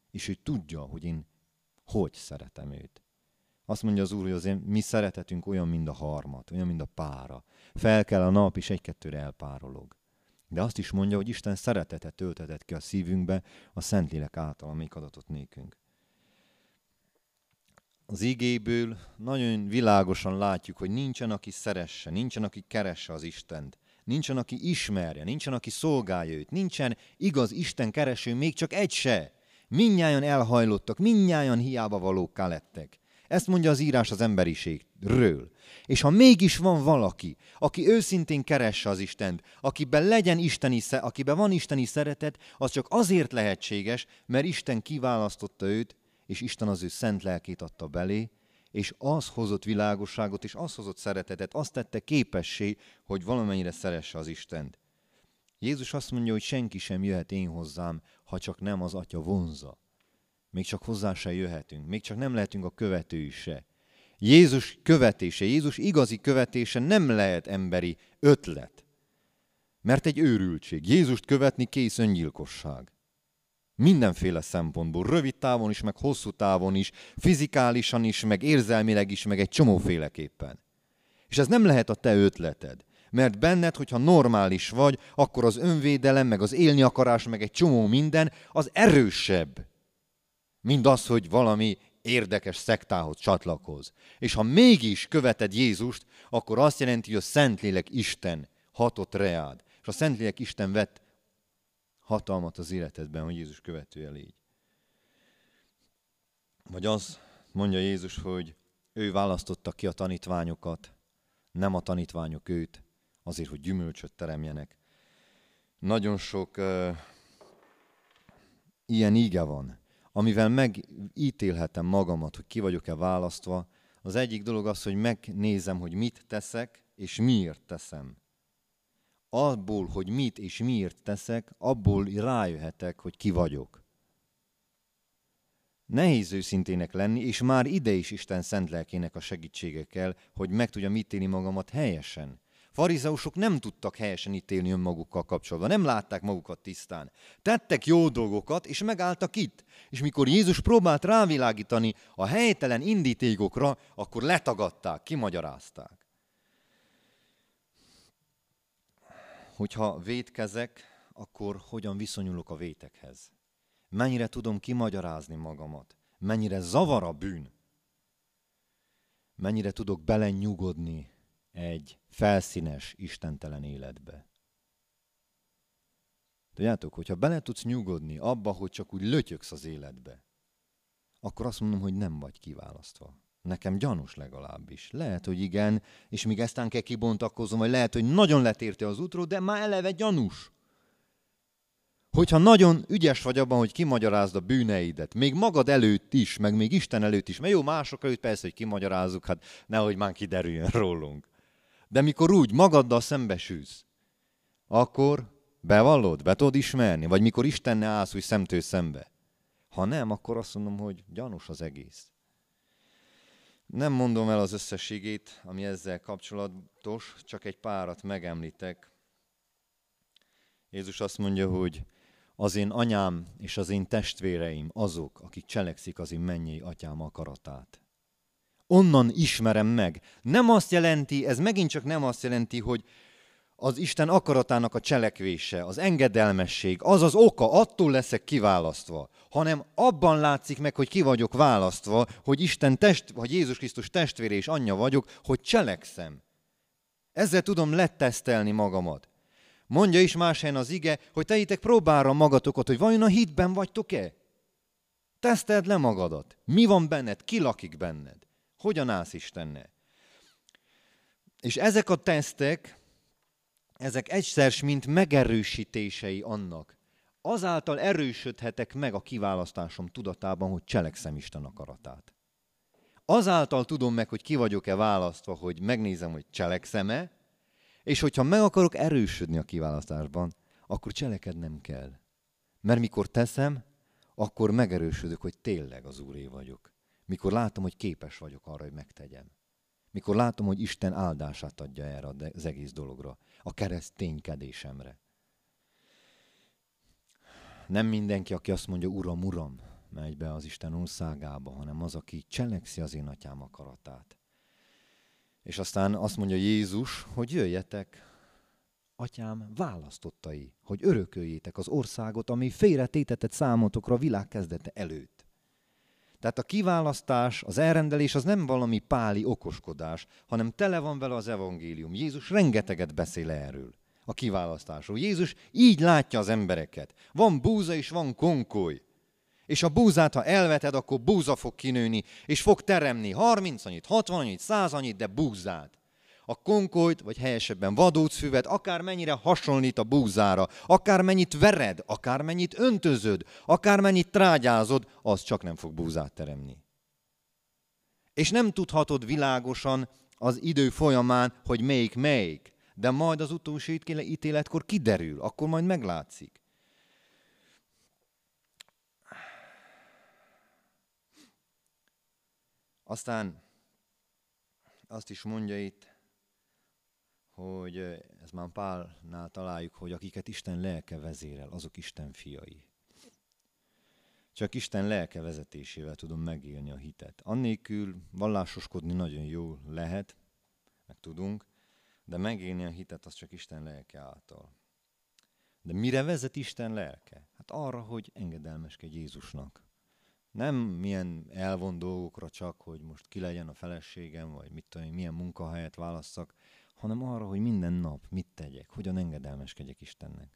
És ő tudja, hogy én hogy szeretem őt. Azt mondja az Úr, hogy azért mi szeretetünk olyan, mint a harmat, olyan, mint a pára. Fel kell a nap, és egy-kettőre elpárolog. De azt is mondja, hogy Isten szeretetet töltetett ki a szívünkbe a Szentlélek által, amelyik adatott nékünk. Az igéből nagyon világosan látjuk, hogy nincsen, aki szeresse, nincsen, aki keresse az Istent. Nincsen, aki ismerje, nincsen, aki szolgálja őt. Nincsen igaz Isten kereső, még csak egy se. Mindnyájan elhajlottak, mindnyájan hiába valókká lettek. Ezt mondja az írás az emberiségről. És ha mégis van valaki, aki őszintén keresse az Istent, akiben van isteni szeretet, az csak azért lehetséges, mert Isten kiválasztotta őt, és Isten az ő szent lelkét adta belé, és az hozott világosságot, és az hozott szeretetet, azt tette képessé, hogy valamennyire szeresse az Istent. Jézus azt mondja, hogy senki sem jöhet én hozzám, ha csak nem az Atya vonzza. Még csak hozzá se jöhetünk, még csak nem lehetünk a követői se. Jézus követése, Jézus igazi követése nem lehet emberi ötlet, mert egy őrültség. Jézust követni kész öngyilkosság. Mindenféle szempontból, rövid távon is, meg hosszú távon is, fizikálisan is, meg érzelmileg is, meg egy csomóféleképpen. És ez nem lehet a te ötleted. Mert benned, hogyha normális vagy, akkor az önvédelem, meg az élni akarás, meg egy csomó minden, az erősebb, mint az, hogy valami érdekes szektához csatlakoz. És ha mégis követed Jézust, akkor azt jelenti, hogy a Szentlélek Isten hatott reád. És a Szentlélek Isten vett hatalmat az életedben, hogy Jézus követője légy. Vagy az mondja Jézus, hogy ő választotta ki a tanítványokat, nem a tanítványok őt, azért, hogy gyümölcsöt teremjenek. Nagyon sok ilyen íge van, amivel megítélhetem magamat, hogy ki vagyok-e választva. Az egyik dolog az, hogy megnézem, hogy mit teszek, és miért teszem. Abból, hogy mit és miért teszek, abból rájöhetek, hogy ki vagyok. Nehéz őszintének lenni, és már ide is Isten szent lelkének a segítsége kell, hogy meg tudjam ítélni magamat helyesen. Farizeusok nem tudtak helyesen ítélni önmagukkal kapcsolatban, nem látták magukat tisztán. Tettek jó dolgokat, és megálltak itt. És mikor Jézus próbált rávilágítani a helytelen indítékokra, akkor letagadták, kimagyarázták. Hogyha vétkezek, akkor hogyan viszonyulok a vétekhez? Mennyire tudom kimagyarázni magamat? Mennyire zavar a bűn? Mennyire tudok belenyugodni egy felszínes, istentelen életbe? Tudjátok, hogyha bele tudsz nyugodni abba, hogy csak úgy lötyögsz az életbe, akkor azt mondom, hogy nem vagy kiválasztva. Nekem gyanús legalábbis. Lehet, hogy igen, és még eztán kell kibontakozom, vagy lehet, hogy nagyon letérte az útról, de már eleve gyanús. Hogyha nagyon ügyes vagy abban, hogy kimagyarázd a bűneidet, még magad előtt is, meg még Isten előtt is, mert jó, mások előtt persze, hogy kimagyarázzuk, hát nehogy már kiderüljön rólunk. De mikor úgy magaddal szembesülsz, akkor bevallod, be tudod ismerni, vagy mikor Istennel állsz úgy szemtől szembe. Ha nem, akkor azt mondom, hogy gyanús az egész. Nem mondom el az összességét, ami ezzel kapcsolatos, csak egy párat megemlítek. Jézus azt mondja, hogy az én anyám és az én testvéreim azok, akik cselekszik az én mennyei atyám akaratát. Onnan ismerem meg. Nem azt jelenti, ez megint csak nem azt jelenti, hogy az Isten akaratának a cselekvése, az engedelmesség, az az oka, attól leszek kiválasztva, hanem abban látszik meg, hogy ki vagyok választva, hogy vagy Jézus Krisztus testvére és anyja vagyok, hogy cselekszem. Ezzel tudom letesztelni magamat. Mondja is más helyen az ige, hogy tegyétek próbára magatokat, hogy vajon a hitben vagytok-e? Teszteld le magadat. Mi van benned? Ki lakik benned? Hogyan állsz Istennel? És ezek a tesztek, ezek egyszer mint megerősítései annak. Azáltal erősödhetek meg a kiválasztásom tudatában, hogy cselekszem Isten akaratát. Azáltal tudom meg, hogy ki vagyok-e választva, hogy megnézem, hogy cselekszem-e, és hogyha meg akarok erősödni a kiválasztásban, akkor cselekednem kell. Mert mikor teszem, akkor megerősödök, hogy tényleg az Úré vagyok. Mikor látom, hogy képes vagyok arra, hogy megtegyem. Mikor látom, hogy Isten áldását adja erre az egész dologra, a kereszténykedésemre. Nem mindenki, aki azt mondja, Uram, Uram, megy be az Isten országába, hanem az, aki cselekszi az én atyám akaratát. És aztán azt mondja Jézus, hogy jöjjetek, atyám választottai, hogy örököljétek az országot, ami félretétetett számotokra a világ kezdete előtt. Tehát a kiválasztás, az elrendelés az nem valami páli okoskodás, hanem tele van vele az evangélium. Jézus rengeteget beszél erről, a kiválasztásról. Jézus így látja az embereket. Van búza és van konkoly. És a búzát, ha elveted, akkor búza fog kinőni, és fog teremni 30 annyit, 60 annyit, 100 annyit, de búzát. A konkolyt, vagy helyesebben vadócfüvet, akármennyire hasonlít a búzára, akármennyit vered, akármennyit öntözöd, akármennyit trágyázod, az csak nem fog búzát teremni. És nem tudhatod világosan az idő folyamán, hogy melyik, de majd az utolsó ítéletkor kiderül, akkor majd meglátszik. Aztán azt is mondja itt, hogy ez már Pálnál találjuk, hogy akiket Isten lelke vezérel, azok Isten fiai. Csak Isten lelke vezetésével tudom megélni a hitet. Annélkül vallásoskodni nagyon jól lehet, meg tudunk, de megélni a hitet az csak Isten lelke által. De mire vezet Isten lelke? Hát arra, hogy engedelmeskedj Jézusnak. Nem milyen elvont dolgokra csak, hogy most ki legyen a feleségem, vagy mit tudom, milyen munkahelyet válasszak, hanem arra, hogy minden nap mit tegyek, hogyan engedelmeskedjek Istennek.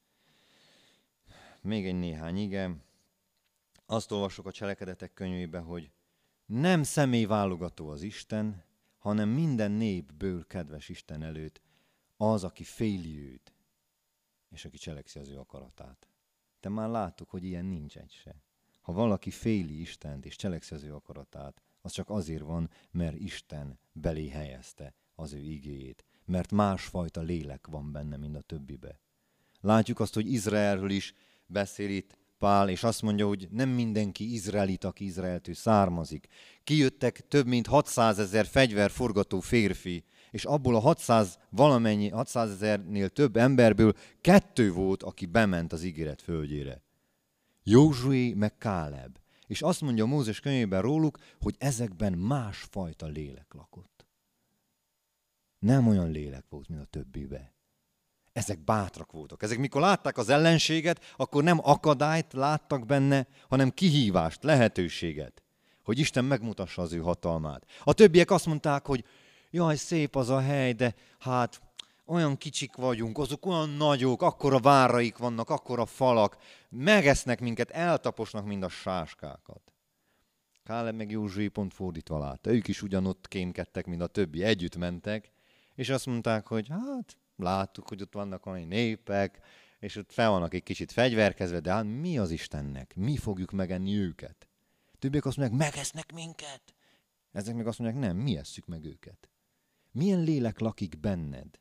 Még egy néhány ige. Azt olvasok a Cselekedetek könyvében, hogy nem személyválogató az Isten, hanem minden népből kedves Isten előtt az, aki féli őt, és aki cselekszi az ő akaratát. De már láttuk, hogy ilyen nincs egy se. Ha valaki féli Istent és cselekszi az ő akaratát, az csak azért van, mert Isten belé helyezte az ő igéjét, mert másfajta lélek van benne, mint a többibe. Látjuk azt, hogy Izraelről is beszél itt Pál, és azt mondja, hogy nem mindenki izraelit, aki Izraeltől származik. Kijöttek több mint 600 000 fegyverforgató férfi, és abból a 600 000-nél több emberből 2 volt, aki bement az ígéret földjére. Józsué meg Káleb. És azt mondja Mózes könyvében róluk, hogy ezekben másfajta lélek lakott. Nem olyan lélek volt, mint a többibe. Ezek bátrak voltak. Ezek mikor látták az ellenséget, akkor nem akadályt láttak benne, hanem kihívást, lehetőséget, hogy Isten megmutassa az ő hatalmát. A többiek azt mondták, hogy jaj, szép az a hely, de hát olyan kicsik vagyunk, azok olyan nagyok, akkora váraik vannak, akkora falak, megesznek minket, eltaposnak mind a sáskákat. Káleb meg Józsué pont fordítva látta. Ők is ugyanott kémkedtek, mint a többi, együtt mentek, és azt mondták, hogy hát láttuk, hogy ott vannak olyan népek, és ott fel vannak egy kicsit fegyverkezve, de hát mi az Istennek? Mi fogjuk megenni őket? Többiek azt mondják, megesznek minket. Ezek meg azt mondják, nem, mi esszük meg őket. Milyen lélek lakik benned?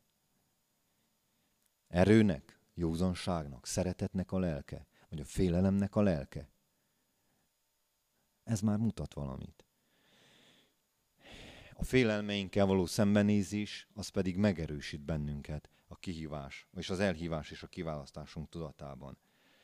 Erőnek, józanságnak, szeretetnek a lelke, vagy a félelemnek a lelke? Ez már mutat valamit. A félelmeinkkel való szembenézés, az pedig megerősít bennünket a kihívás, és az elhívás és a kiválasztásunk tudatában.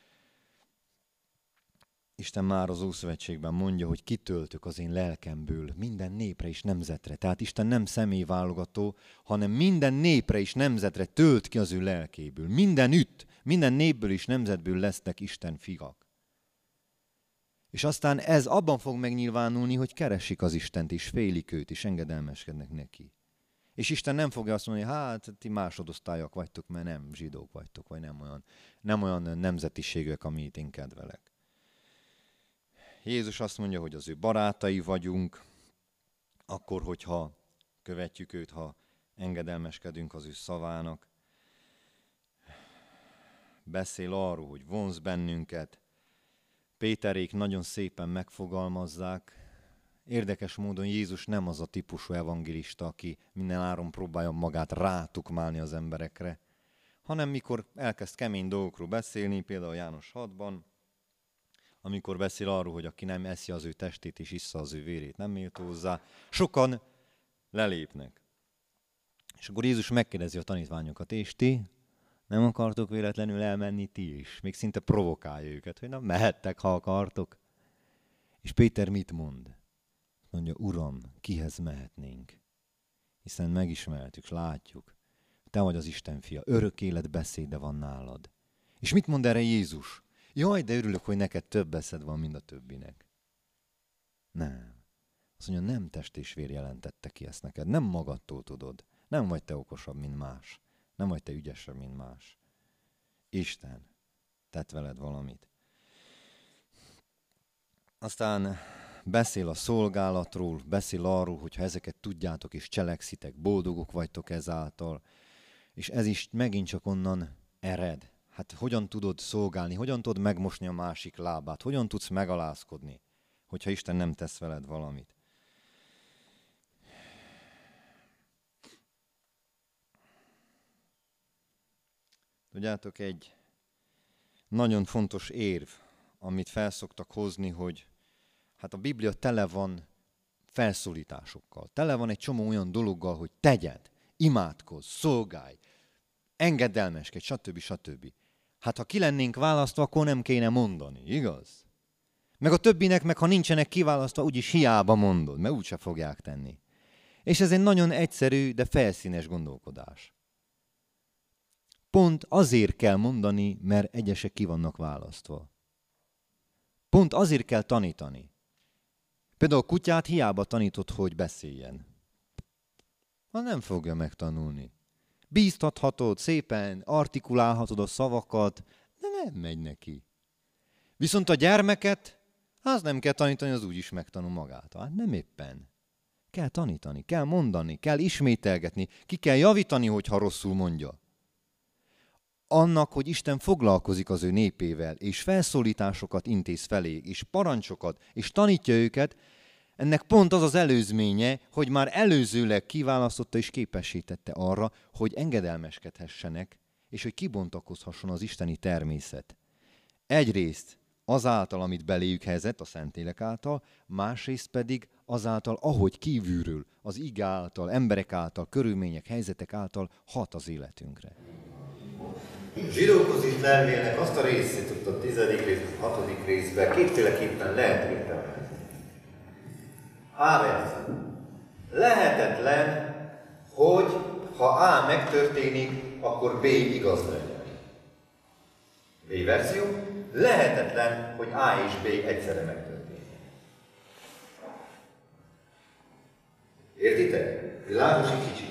Isten már az Ószövetségben mondja, hogy kitöltök az én lelkemből minden népre és nemzetre. Tehát Isten nem személyválogató, hanem minden népre és nemzetre tölt ki az ő lelkéből. Minden népből és nemzetből lesznek Isten fiak. És aztán ez abban fog megnyilvánulni, hogy keresik az Istent, és félik őt, és engedelmeskednek neki. És Isten nem fogja azt mondani, hát ti másodosztályak vagytok, mert nem zsidók vagytok, vagy nem olyan nemzetiségek, amit én kedvelek. Jézus azt mondja, hogy az ő barátai vagyunk, akkor, hogyha követjük őt, ha engedelmeskedünk az ő szavának. Beszél arról, hogy vonz bennünket. Péterék nagyon szépen megfogalmazzák. Érdekes módon Jézus nem az a típusú evangélista, aki minden áron próbálja magát rátukmálni az emberekre, hanem mikor elkezd kemény dolgokról beszélni, például János 6-ban, amikor beszél arról, hogy aki nem eszi az ő testét és issza az ő vérét, nem méltó hozzá, sokan lelépnek. És akkor Jézus megkérdezi a tanítványokat, és ti nem akartok véletlenül elmenni ti is? Még szinte provokálja őket, hogy na mehettek, ha akartok. És Péter mit mond? Mondja, Uram, kihez mehetnénk? Hiszen megismertük, látjuk. Te vagy az Isten fia, örök élet beszéde van nálad. És mit mond erre Jézus? Jaj, de örülök, hogy neked több eszed van, mint a többinek. Nem. Azt mondja, nem test és vér jelentette ki ezt neked. Nem magadtól tudod. Nem vagy te okosabb, mint más. Nem vagy te ügyesebb, mint más. Isten tett veled valamit. Aztán beszél a szolgálatról, beszél arról, hogy ha ezeket tudjátok és cselekszitek, boldogok vagytok ezáltal. És ez is megint csak onnan ered. Hát hogyan tudod szolgálni, hogyan tudod megmosni a másik lábát, hogyan tudsz megalázkodni, hogyha Isten nem tesz veled valamit. Tudjátok, egy nagyon fontos érv, amit felszoktak hozni, hogy hát a Biblia tele van felszólításokkal. Tele van egy csomó olyan dologgal, hogy tegyed, imádkozz, szolgálj, engedelmeskedj, stb. Stb. Hát ha ki lennénk választva, akkor nem kéne mondani, igaz? Meg a többinek, meg ha nincsenek kiválasztva, úgyis hiába mondod, mert úgyse fogják tenni. És ez egy nagyon egyszerű, de felszínes gondolkodás. Pont azért kell mondani, mert egyesek ki vannak választva. Pont azért kell tanítani. Például a kutyát hiába tanítod, hogy beszéljen. Ha nem fogja megtanulni. Bíztathatod, szépen artikulálhatod a szavakat, de nem megy neki. Viszont a gyermeket, az nem kell tanítani, az úgyis megtanul magától. Hát nem éppen. Kell tanítani, kell mondani, kell ismételgetni, ki kell javítani, hogyha rosszul mondja. Annak, hogy Isten foglalkozik az ő népével, és felszólításokat intéz felé, és parancsokat, és tanítja őket, ennek pont az az előzménye, hogy már előzőleg kiválasztotta és képesítette arra, hogy engedelmeskedhessenek, és hogy kibontakozhasson az isteni természet. Egyrészt azáltal, amit beléjük helyezett, a Szentlélek által, másrészt pedig azáltal, ahogy kívülről, az ige által, emberek által, körülmények, helyzetek által hat az életünkre. Zsidókhoz írt levélnek azt a részét tudta a 10. rész, 6. részben kétféleképpen lehet értelmezni. Ámen. Lehetetlen, hogy ha A megtörténik, akkor B igaz legyen. B verzió. Lehetetlen, hogy A és B egyszerre megtörténik. Értitek? Világos egy kicsit.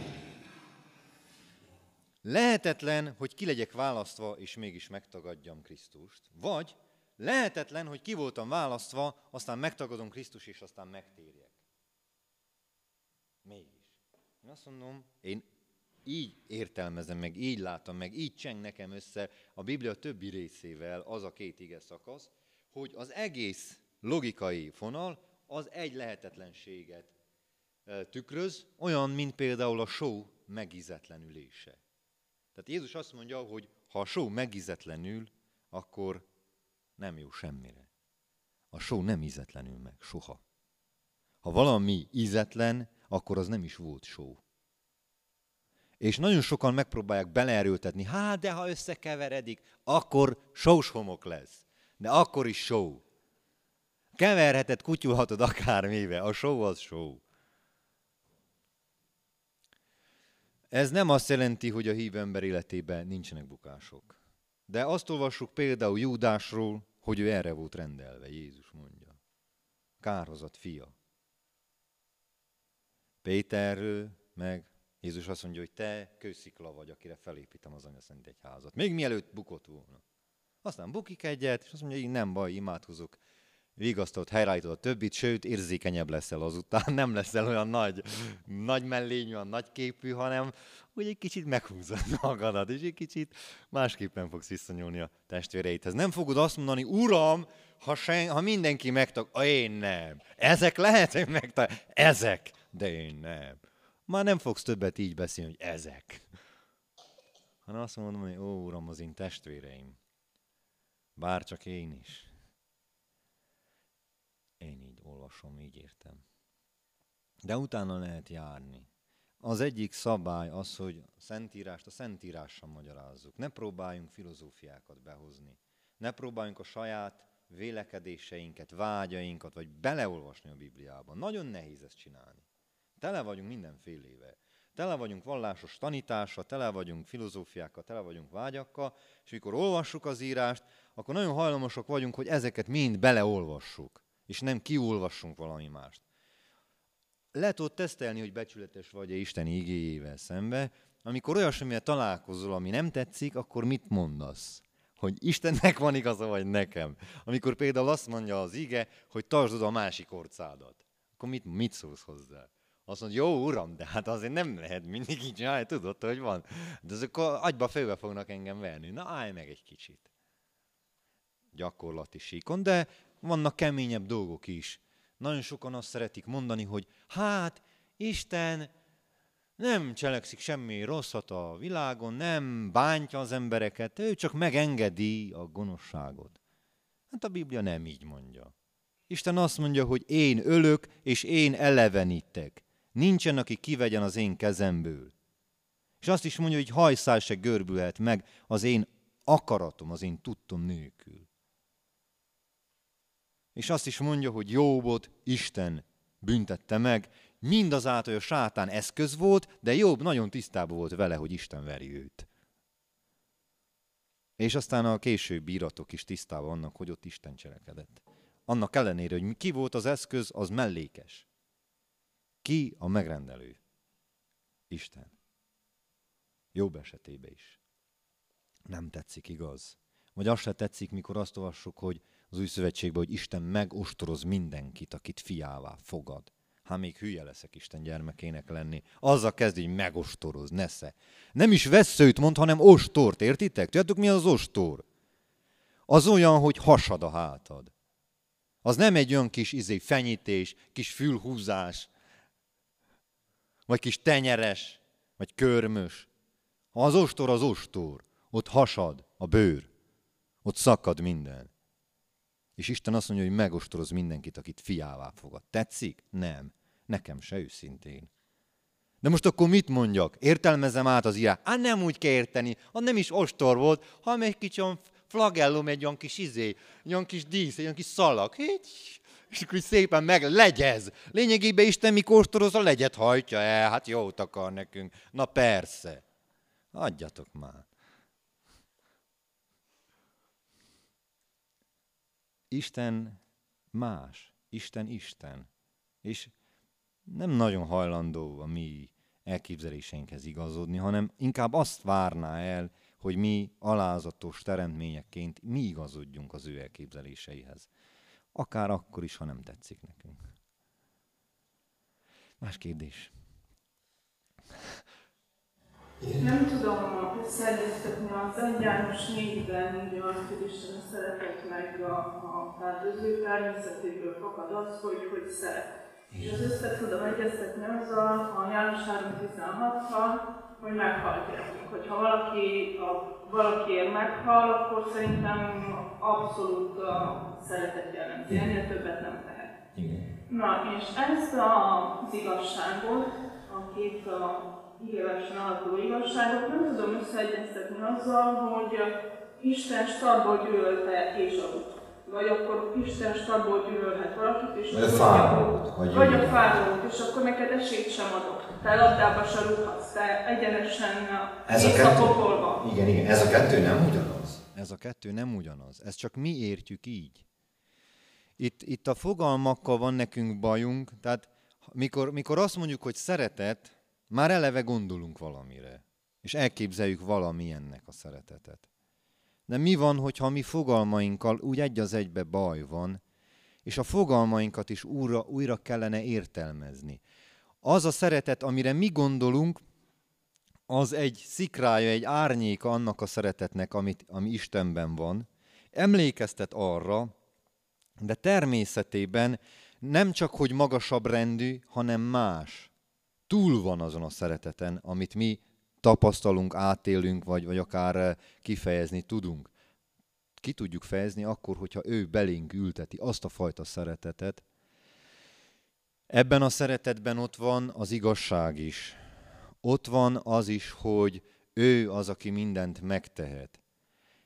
Lehetetlen, hogy ki legyek választva, és mégis megtagadjam Krisztust. Vagy lehetetlen, hogy ki voltam választva, aztán megtagadom Krisztust, és aztán megtérjek. Mégis. Én azt mondom, én így értelmezem meg, így látom meg, így cseng nekem össze a Biblia többi részével az a két ige szakasz, hogy az egész logikai fonal az egy lehetetlenséget tükröz, olyan, mint például a só megízetlenülése. Tehát Jézus azt mondja, hogy ha a só megízetlenül, akkor nem jó semmire. A só nem ízetlenül meg, soha. Ha valami ízetlen, akkor az nem is volt só. És nagyon sokan megpróbálják beleerőltetni, hát de ha összekeveredik, akkor sós homok lesz. De akkor is só. Keverheted, kutyulhatod akármivel, a só az só. Ez nem azt jelenti, hogy a hívő ember életében nincsenek bukások. De azt olvassuk például Júdásról, hogy ő erre volt rendelve, Jézus mondja. Kárhozat fia. Péterről meg Jézus azt mondja, hogy te kőszikla vagy, akire felépítem az Anyaszent Egyházat. Még mielőtt bukott volna. Aztán bukik egyet, és azt mondja, hogy nem baj, imádkozok, vigasztalod, helyreállítod a többit, sőt, érzékenyebb leszel azután, nem leszel olyan nagy mellényű, olyan nagy képű, hanem úgy egy kicsit meghúzod magadat, és egy kicsit másképpen fogsz visszanyúlni a testvéreidhez. Nem fogod azt mondani, Uram, ha mindenki megtag, én nem. Ezek lehet, hogy megtag, ezek, de én nem. Már nem fogsz többet így beszélni, hogy ezek. Hanem azt mondom, hogy ó, Uram, az én testvéreim, bárcsak én is. Én így olvasom, így értem. De utána lehet járni. Az egyik szabály az, hogy a Szentírást a Szentírással magyarázzuk. Ne próbáljunk filozófiákat behozni. Ne próbáljunk a saját vélekedéseinket, vágyainkat, vagy beleolvasni a Bibliában. Nagyon nehéz ezt csinálni. Tele vagyunk mindenfélével. Tele vagyunk vallásos tanítással, tele vagyunk filozófiákkal, tele vagyunk vágyakkal, és amikor olvassuk az írást, akkor nagyon hajlamosak vagyunk, hogy ezeket mind beleolvassuk, és nem kiolvassunk valami mást. Le tudod tesztelni, hogy becsületes vagy-e Isten igéjével szembe, amikor olyasmivel találkozol, ami nem tetszik, akkor mit mondasz? Hogy Istennek van igaza, vagy nekem? Amikor például azt mondja az ige, hogy tartsd oda a másik orcádat, akkor mit szólsz hozzá? Azt mondja, jó uram, de hát azért nem lehet mindig így csinálni, tudod, hogy van. De azok agyba főbe fognak engem verni. Na állj meg egy kicsit. Gyakorlati síkon, de vannak keményebb dolgok is. Nagyon sokan azt szeretik mondani, hogy hát Isten nem cselekszik semmi rosszat a világon, nem bántja az embereket, ő csak megengedi a gonoszságot. Hát a Biblia nem így mondja. Isten azt mondja, hogy én ölök, és én elevenítek. Nincsen, aki kivegyen az én kezemből. És azt is mondja, hogy hajszál se görbülhet meg az én akaratom, az én tudtom nélkül. És azt is mondja, hogy Jóbot Isten büntette meg, mindazáltal, hogy a sátán eszköz volt, de Jobb nagyon tisztában volt vele, hogy Isten veri őt. És aztán a későbbi iratok is tisztában vannak, hogy ott Isten cselekedett. Annak ellenére, hogy ki volt az eszköz, az mellékes. Ki a megrendelő? Isten. Jobb esetében is. Nem tetszik, igaz? Vagy azt se tetszik, mikor azt olvassuk, hogy az Új Szövetségben, hogy Isten megostoroz mindenkit, akit fiává fogad. Hát még hülye leszek Isten gyermekének lenni. Azzal kezd, hogy megostoroz, nesze. Nem is vesszőt mond, hanem ostort, értitek? Tudjátok, mi az ostor? Az olyan, hogy hasad a hátad. Az nem egy olyan kis fenyítés, kis fülhúzás, vagy kis tenyeres, vagy körmös. Ha az ostor, ott hasad a bőr, ott szakad minden. És Isten azt mondja, hogy megostoroz mindenkit, akit fiává fogad. Tetszik? Nem. Nekem se őszintén. De most akkor mit mondjak? Értelmezem át az írát. Nem úgy kell érteni, nem is ostor volt, hanem egy kicsi flagellum, egy olyan kis olyan kis dísz, egy olyan kis szalag. És akkor szépen legyez. Lényegében Isten mikor ostoroz, a legyet hajtja el. Hát jót akar nekünk. Na persze. Adjatok már. Isten más. Isten. És nem nagyon hajlandó a mi elképzeléseinkhez igazodni, hanem inkább azt várná el, hogy mi alázatos teremtményekként mi igazodjunk az ő elképzeléseihez. Akár akkor is, ha nem tetszik nekünk. Más kérdés. Nem tudom összeegyeztetni az 1 János 4-ben mondja azt, hogy Isten szeretett meg tehát az ő természetéből fakad az, hogy szeret. És az össze tudom egyeztetni azzal a János 3:16-tal, hogy meghalt értünk. Hogyha valakiért meghal, akkor szerintem abszolút szeretet jelenti. Ennél többet nem tehet. Na, és ezt az igazságot, a két igéversen alapuló igazságot nem tudom összeegyeztetni azzal, hogy Isten startból gyűlölte Ézsaut. Vagy akkor Isten startból gyűlölhet valakit, és vagy a fáraót, és akkor neked esélyt sem adok. Te labdába se rúghatsz, te egyenesen mész a pokolba. Igen, ez a kettő nem ugyanaz. Ez a kettő nem ugyanaz. Ezt csak mi értjük így. Itt a fogalmakkal van nekünk bajunk, tehát mikor azt mondjuk, hogy szeretet, már eleve gondolunk valamire, és elképzeljük valamilyennek a szeretetet. De mi van, hogyha mi fogalmainkkal úgy egy az egybe baj van, és a fogalmainkat is újra kellene értelmezni. Az a szeretet, amire mi gondolunk, az egy szikrája, egy árnyéka annak a szeretetnek, ami Istenben van. Emlékeztet arra, de természetében nem csak, hogy magasabb rendű, hanem más. Túl van azon a szereteten, amit mi tapasztalunk, átélünk, vagy akár kifejezni tudunk. Ki tudjuk fejezni akkor, hogyha ő belénk ülteti azt a fajta szeretetet. Ebben a szeretetben ott van az igazság is. Ott van az is, hogy ő az, aki mindent megtehet.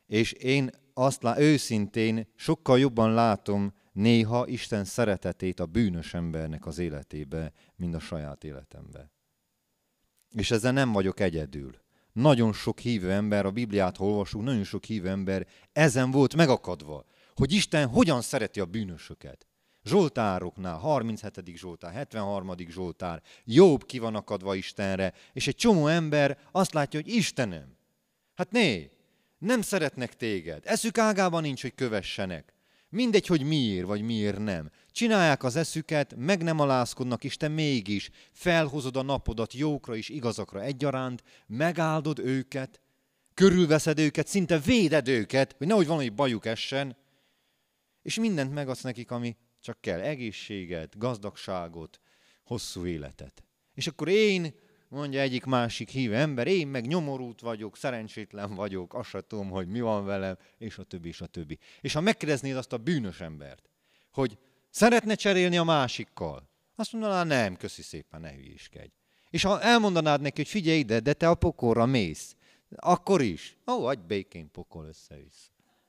És én őszintén sokkal jobban látom néha Isten szeretetét a bűnös embernek az életébe, mint a saját életembe. És ezzel nem vagyok egyedül. Nagyon sok hívő ember, a Bibliát olvasunk, nagyon sok hívő ember ezen volt megakadva, hogy Isten hogyan szereti a bűnösöket. Zsoltároknál, 37. Zsoltár, 73. Zsoltár, Jobb ki van akadva Istenre, és egy csomó ember azt látja, hogy Istenem, hát nem szeretnek téged, eszük ágában nincs, hogy kövessenek. Mindegy, hogy miért vagy miért nem. Csinálják az eszüket, meg nem alázkodnak, Isten mégis felhozod a napodat jókra és igazakra egyaránt, megáldod őket, körülveszed őket, szinte véded őket, hogy nehogy valami bajuk essen, és mindent megadsz nekik, ami csak kell, egészséget, gazdagságot, hosszú életet. És akkor mondja egyik másik hívő ember, én meg nyomorult vagyok, szerencsétlen vagyok, azt sem tudom, hogy mi van velem, és a többi, és a többi. És ha megkérdeznéd azt a bűnös embert, hogy szeretne cserélni a másikkal, azt mondaná, nem, köszi szépen, ne hülyéskedj. És ha elmondanád neki, hogy figyelj ide, de te a pokolra mész, akkor is, adj békén, pokol össze-vissza.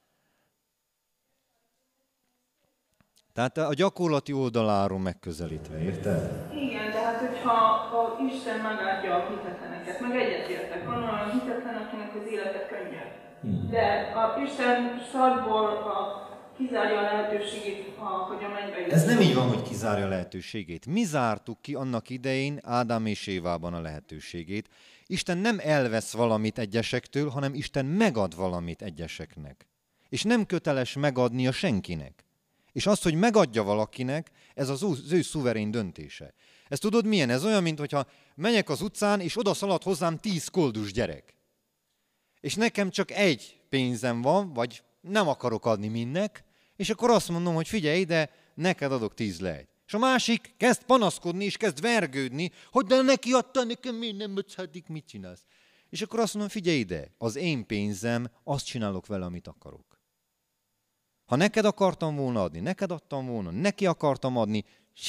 Tehát a gyakorlati oldaláról megközelítve, érted? Igen, de hát hogyha Isten megáldja a hitetleneket, meg egyetértek, van olyan hitetlen, akinek az élete könnyebb. De a Isten sarkból kizárja a lehetőségét, hogy a mennybe. Ez nem így van, hogy kizárja a lehetőségét. Mi zártuk ki annak idején Ádám és Évában a lehetőségét. Isten nem elvesz valamit egyesektől, hanem Isten megad valamit egyeseknek. És nem köteles megadnia senkinek. És az, hogy megadja valakinek, ez az ő szuverén döntése. Ezt tudod milyen? Ez olyan, mintha megyek az utcán, és odaszalad hozzám 10 koldus gyerek. És nekem csak egy pénzem van, vagy nem akarok adni mindnek, és akkor azt mondom, hogy figyelj, de neked adok 10 lejt. És a másik kezd panaszkodni, és kezd vergődni, hogy de neki adta, nekem miért nem adhatik, mit csinálsz? És akkor azt mondom, figyelj ide, az én pénzem, azt csinálok vele, amit akarok. Ha neked akartam volna adni, neked adtam volna, neki akartam adni,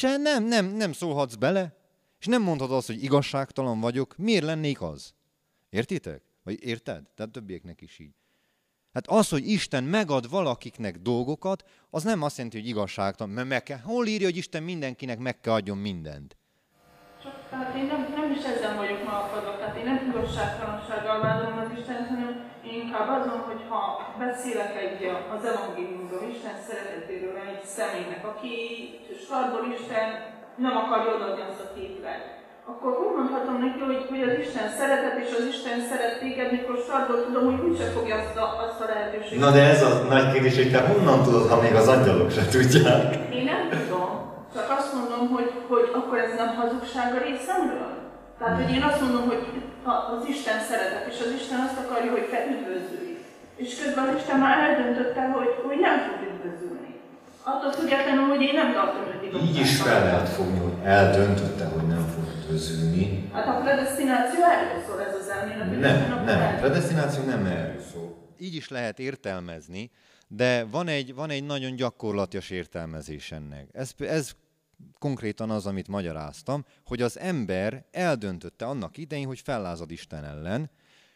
nem szólhatsz bele, és nem mondhatod azt, hogy igazságtalan vagyok, miért lennék az? Értitek? Vagy érted? Tehát többieknek is így. Hát az, hogy Isten megad valakiknek dolgokat, az nem azt jelenti, hogy igazságtalan, mert hol írja, hogy Isten mindenkinek meg kell adjon mindent? Csak tehát én nem is ezzel vagyok megakadva, tehát én nem igazságtalansággal vádolom az Istent, hanem inkább azon, hogy ha beszélek az evangéliumról, Isten szeretetéről egy személynek, aki sarkból Isten nem akarja odaadni azt a képlet, akkor úgy mondhatom neki, hogy az Isten szeretet és az Isten szeret téged, mikor sarkból tudom, hogy úgyse fogja azt a lehetőséget. Na de ez a nagy kérdés, hogy te honnan tudod, ha még az angyalok se tudják? Én nem tudom, csak azt mondom, hogy akkor ez nem hazugság a részemről. Tehát, hogy én azt mondom, hogy az Isten szeretet, és az Isten azt akarja, hogy te üdvözülj. És közben az Isten már eldöntötte, hogy nem fog üdvözülni. Attól függetlenül, hogy én nem tartom őt igazságtalannak. Így is fel lehet fogni, hogy eldöntötte, hogy nem fog üdvözülni. Hát a predesztináció erről szól ez az elmélet. Nem, a predesztináció nem erről szól. Így is lehet értelmezni, de van egy nagyon gyakorlatias értelmezés ennek. Ez konkrétan az, amit magyaráztam, hogy az ember eldöntötte annak idején, hogy fellázad Isten ellen.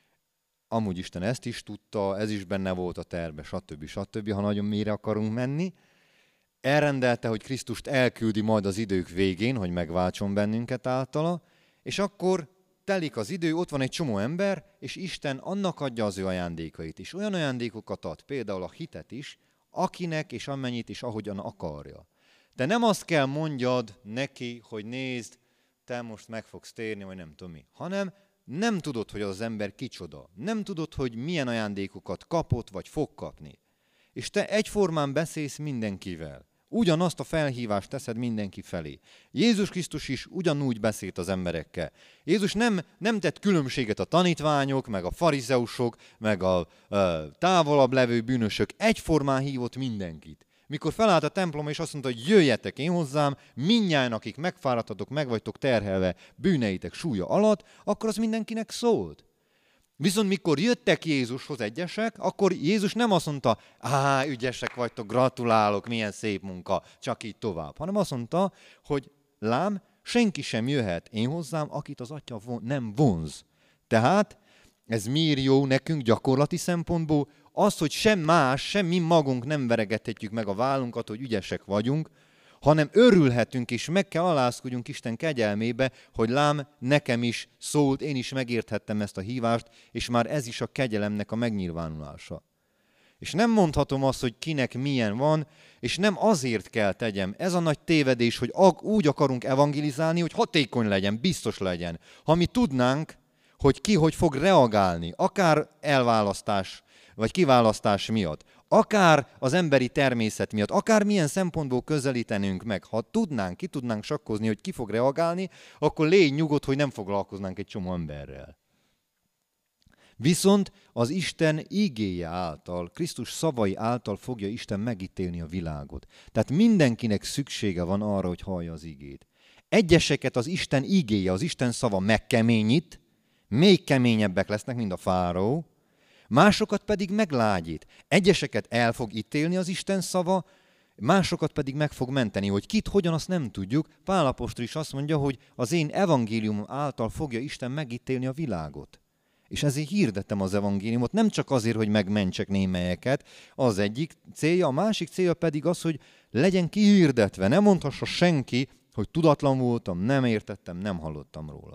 Amúgy Isten ezt is tudta, ez is benne volt a tervbe, stb., ha nagyon mélyre akarunk menni. Elrendelte, hogy Krisztust elküldi majd az idők végén, hogy megváltson bennünket általa, és akkor telik az idő, ott van egy csomó ember, és Isten annak adja az ő ajándékait is. Olyan ajándékokat ad, például a hitet is, akinek és amennyit is ahogyan akarja. De nem azt kell mondjad neki, hogy nézd, te most meg fogsz térni, vagy nem tudom mi, hanem nem tudod, hogy az ember kicsoda. Nem tudod, hogy milyen ajándékokat kapott, vagy fog kapni. És te egyformán beszélsz mindenkivel. Ugyanazt a felhívást teszed mindenki felé. Jézus Krisztus is ugyanúgy beszélt az emberekkel. Jézus nem tett különbséget a tanítványok, meg a farizeusok, meg a távolabb levő bűnösök. Egyformán hívott mindenkit. Mikor felállt a templom, és azt mondta, hogy jöjjetek én hozzám, mindnyájan, akik megfáradtatok, meg vagytok terhelve bűneitek súlya alatt, akkor az mindenkinek szólt. Viszont mikor jöttek Jézushoz egyesek, akkor Jézus nem azt mondta, ügyesek vagytok, gratulálok, milyen szép munka, csak így tovább. Hanem azt mondta, hogy lám, senki sem jöhet én hozzám, akit az Atya nem vonz. Tehát Ez miért jó nekünk gyakorlati szempontból? Az, hogy sem más, sem mi magunk nem veregethetjük meg a vállunkat, hogy ügyesek vagyunk, hanem örülhetünk és meg kell alázkodjunk Isten kegyelmébe, hogy lám, nekem is szólt, én is megérthettem ezt a hívást, és már ez is a kegyelemnek a megnyilvánulása. És nem mondhatom azt, hogy kinek milyen van, és nem azért kell tegyem. Ez a nagy tévedés, hogy úgy akarunk evangelizálni, hogy hatékony legyen, biztos legyen. Ha mi tudnánk, hogy ki hogy fog reagálni, akár elválasztás, vagy kiválasztás miatt, akár az emberi természet miatt, akár milyen szempontból közelítenünk meg, ha tudnánk, ki tudnánk sakkozni, hogy ki fog reagálni, akkor légy nyugodt, hogy nem foglalkoznánk egy csomó emberrel. Viszont az Isten igéje által, Krisztus szavai által fogja Isten megítélni a világot. Tehát mindenkinek szüksége van arra, hogy hallja az igét. Egyeseket az Isten igéje, az Isten szava megkeményít, még keményebbek lesznek, mint a fáraó, másokat pedig meglágyít. Egyeseket el fog ítélni az Isten szava, másokat pedig meg fog menteni. Hogy kit, hogyan, azt nem tudjuk. Pál apostol is azt mondja, hogy az én evangéliumom által fogja Isten megítélni a világot. És ezért hirdettem az evangéliumot, nem csak azért, hogy megmentsek némelyeket, az egyik célja, a másik célja pedig az, hogy legyen kihirdetve. Ne mondhassa senki, hogy tudatlan voltam, nem értettem, nem hallottam róla.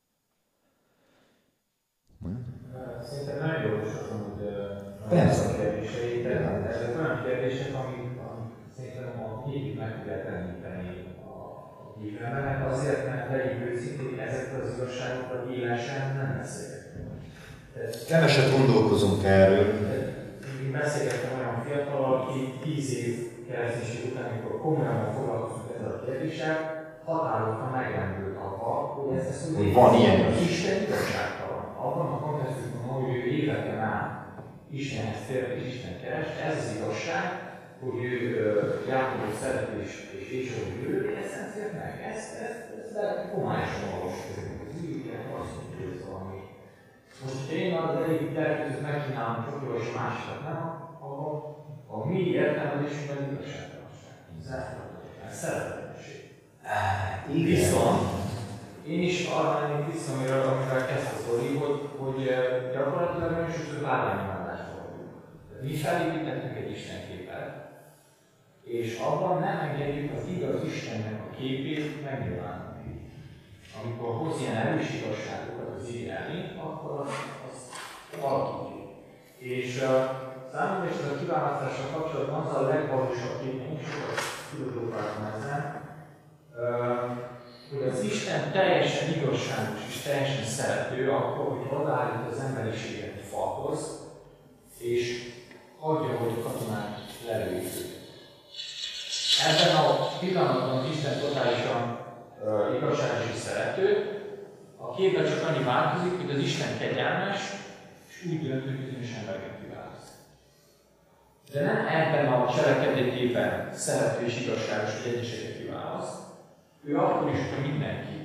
Szerintem nagyon jósak amúgy Persze. a kérdései, de ezek olyan kérdések, amik szerintem a hívig meg tudják említeni a hívő embernek, azért, mert legyünk őszintén, ezekről az igazságokról élesen nem beszélek. Keveset gondolkozunk erről. Én beszélgettem olyan fiatal, aki 10 év kereszténység után, amikor komolyan foglalkozunk ezzel a kérdéssel, határozottan megrendült abba, hogy ez hogy van ilyen. Az Isten igazságtalan. Abban a kontextusban, hogy ő éveken át Istenhez tér és Isten keres, ez az igazság, hogy ő Jákobot szeret és Ézsaut gyűlöli, ezt nem szélt meg. Ezt homályosan olvasok ezeket az ügyeket, azt mondja, hogy ez valami. Most, hogyha én az egyik tervezőt megcsinálom csokival és a másikat nem, akkor a mi értelmezésünkben igazságtalanság. Ez szeretetlenség. Viszont én is arra lennék vissza, amivel kezdte a sztori, hogy gyakorlatilag nagyon sokszor lábányimádásra vagyunk. Mi felépítettünk egy istenképet, és abban nem engedjük az igaz Istennek a képét megnyilvánulni. Amikor hoz ilyen erős igazságokat az ige elé, akkor azt alakítjuk. És számomra is ez a kiválasztással kapcsolatban az a legvalósabb kép, én sokat tudok ezen, hogy az Isten teljesen igazságos és teljesen szerető akkor, hogy odaállít az emberiséget egy falhoz, és hagyja, hogy a katonák lelőjék őket. Ebben a pillanatban az Isten totálisan igazságos és szerető, a képben csak annyi változik, hogy az Isten kegyelmes, és úgy dönt, hogy bizonyos embereket kiválaszt. De nem ebben a cselekedetében szerető és igazságos, hogy egyeseket kiválaszt, ő akkor is, hogy mindenki.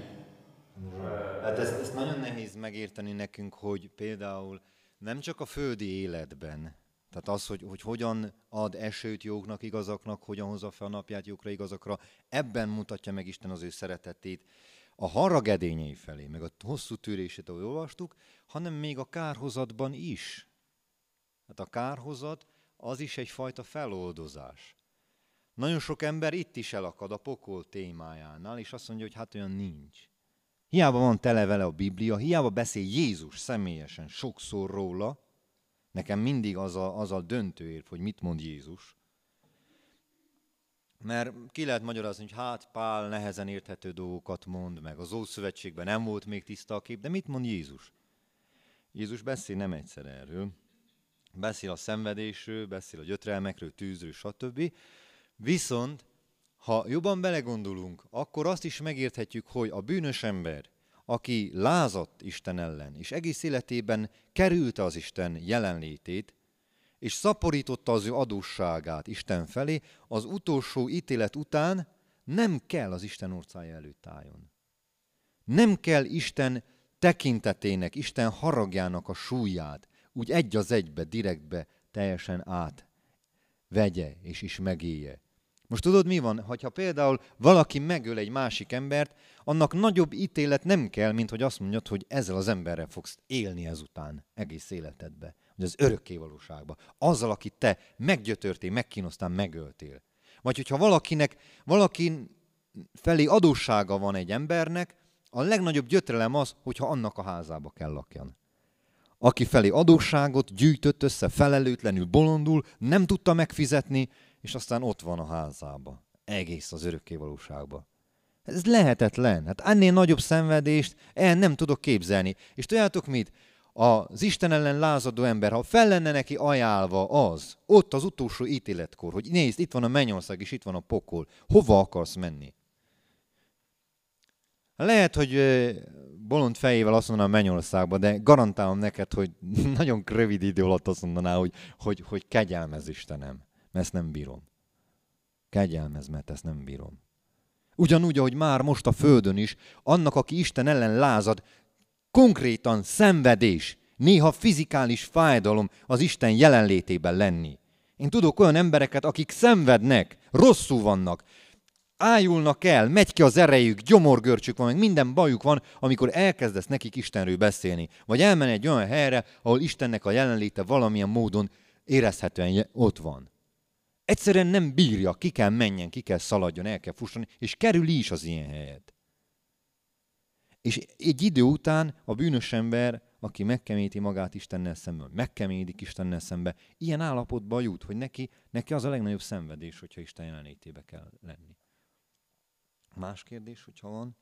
Hát ezt nagyon nehéz megérteni nekünk, hogy például nem csak a földi életben, tehát az, hogy hogyan ad esőt jóknak, igazaknak, hogyan hozza fel a napját jókra, igazakra, ebben mutatja meg Isten az ő szeretetét a harag edényei felé, meg a hosszú tűrését, ahogy olvastuk, hanem még a kárhozatban is. Hát a kárhozat az is egyfajta feloldozás. Nagyon sok ember itt is elakad a pokol témájánál, és azt mondja, hogy hát olyan nincs. Hiába van tele vele a Biblia, hiába beszél Jézus személyesen sokszor róla, nekem mindig az a döntő érv, hogy mit mond Jézus. Mert ki lehet magyarázni, hogy hát Pál nehezen érthető dolgokat mond, meg az Ószövetségben nem volt még tiszta a kép, de mit mond Jézus? Jézus beszél nem egyszer erről. Beszél a szenvedésről, beszél a gyötrelmekről, tűzről, stb. Viszont, ha jobban belegondolunk, akkor azt is megérthetjük, hogy a bűnös ember, aki lázadt Isten ellen, és egész életében kerülte az Isten jelenlétét, és szaporította az ő adósságát Isten felé, az utolsó ítélet után nem kell az Isten orcája előtt álljon. Nem kell Isten tekintetének, Isten haragjának a súlyát úgy egy az egybe, direktbe teljesen átvegye és is megélje. Most tudod, mi van? Ha például valaki megöl egy másik embert, annak nagyobb ítélet nem kell, mint hogy azt mondjad, hogy ezzel az emberrel fogsz élni ezután, egész életedbe, vagy az örökkévalóságba. Azzal, akit te meggyötörtél, megkínoztál, megöltél. Vagy hogyha valaki felé adóssága van egy embernek, a legnagyobb gyötrelem az, hogyha annak a házába kell lakjan. Aki felé adósságot gyűjtött össze, felelőtlenül, bolondul, nem tudta megfizetni, és aztán ott van a házába. Egész az örökkévalóságba. Ez lehetetlen. Hát ennél nagyobb szenvedést el nem tudok képzelni. És tudjátok mit? Az Isten ellen lázadó ember, ha fel lenne neki ajánlva az, ott az utolsó ítéletkor, hogy nézd, itt van a mennyország és itt van a pokol, hova akarsz menni? Lehet, hogy bolond fejével azt mondaná a mennyországba, de garantálom neked, hogy nagyon rövid idő alatt azt mondaná, hogy kegyelmez Istenem, mert ezt nem bírom. Kegyelmez, mert ezt nem bírom. Ugyanúgy, ahogy már most a földön is, annak, aki Isten ellen lázad, konkrétan szenvedés, néha fizikális fájdalom az Isten jelenlétében lenni. Én tudok olyan embereket, akik szenvednek, rosszul vannak, ájulnak el, megy ki az erejük, gyomorgörcsük van, meg minden bajuk van, amikor elkezdesz nekik Istenről beszélni. Vagy elmenj egy olyan helyre, ahol Istennek a jelenléte valamilyen módon érezhetően ott van. Egyszerűen nem bírja, ki kell menjen, ki kell szaladjon, el kell fussani, és kerül is az ilyen helyet. És egy idő után a bűnös ember, aki megkeményíti magát Istennel szemben, megkeményítik Istennel szembe, ilyen állapotba jut, hogy neki az a legnagyobb szenvedés, hogyha Isten jelenlétébe kell lenni. Más kérdés, hogyha van?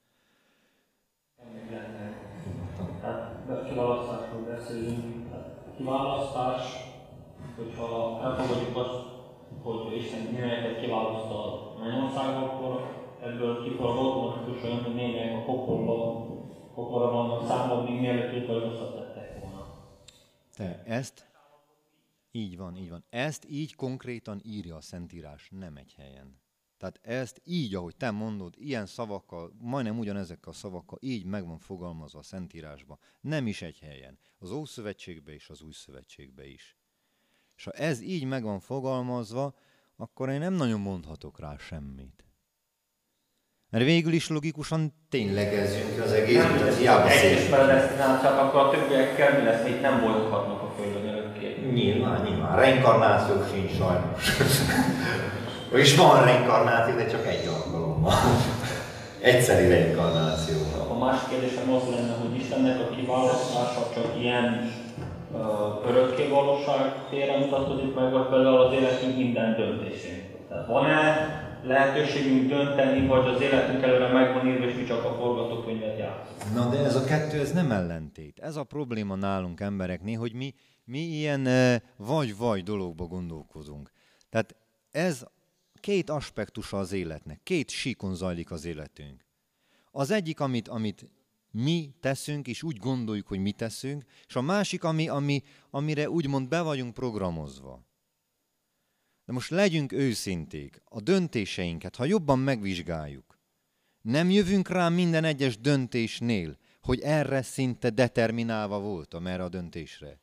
Hát kiválasztásról beszélünk. Kiválasztás, hogyha elfogadjuk azt, hogy Isten némelyeket kiválaszt a mennyországba, akkor ebből kifog automatikusan, hogy némelyek a pokolra vannak számon, még mielőtt ők rosszat tettek volna. Te ezt, így van. Ezt így konkrétan írja a Szentírás, nem egy helyen. Tehát ezt így, ahogy te mondod, ilyen szavakkal, majdnem ugyanezekkel a szavakkal, így meg van fogalmazva a Szentírásban. Nem is egy helyen. Az Ószövetségben és az Új Szövetségben is. És ha ez így meg van fogalmazva, akkor én nem nagyon mondhatok rá semmit. Mert végül is logikusan Ténylegezzünk az egész, mint hiába egy ismeretdesztinációt, akkor a többiekkel mi lesz, még nem volhatnak a Földön örökké. Nyilván. Reinkarnáció sincs sajnos. És van reinkarnáció, de csak egy alkalommal. Egyszeri reinkarnáció. A másik kérdésem az lenne, hogy Istennek a kiválasztása csak ilyen örökké valóság térre mutatkozik meg, vagy például az életünk minden döntésén. Tehát van-e lehetőségünk dönteni, vagy az életünk előre megvan írva, és mi csak a forgatókönyvet játszunk? Na de ez a kettő, ez nem ellentét. Ez a probléma nálunk embereknél, hogy mi ilyen vagy-vagy dologba gondolkozunk. Tehát ez két aspektusa az életnek, két síkon zajlik az életünk. Az egyik, amit mi teszünk, és úgy gondoljuk, hogy mi teszünk, és a másik, amire úgymond be vagyunk programozva. De most legyünk őszinték, a döntéseinket, ha jobban megvizsgáljuk, nem jövünk rá minden egyes döntésnél, hogy erre szinte determinálva voltam erre a döntésre.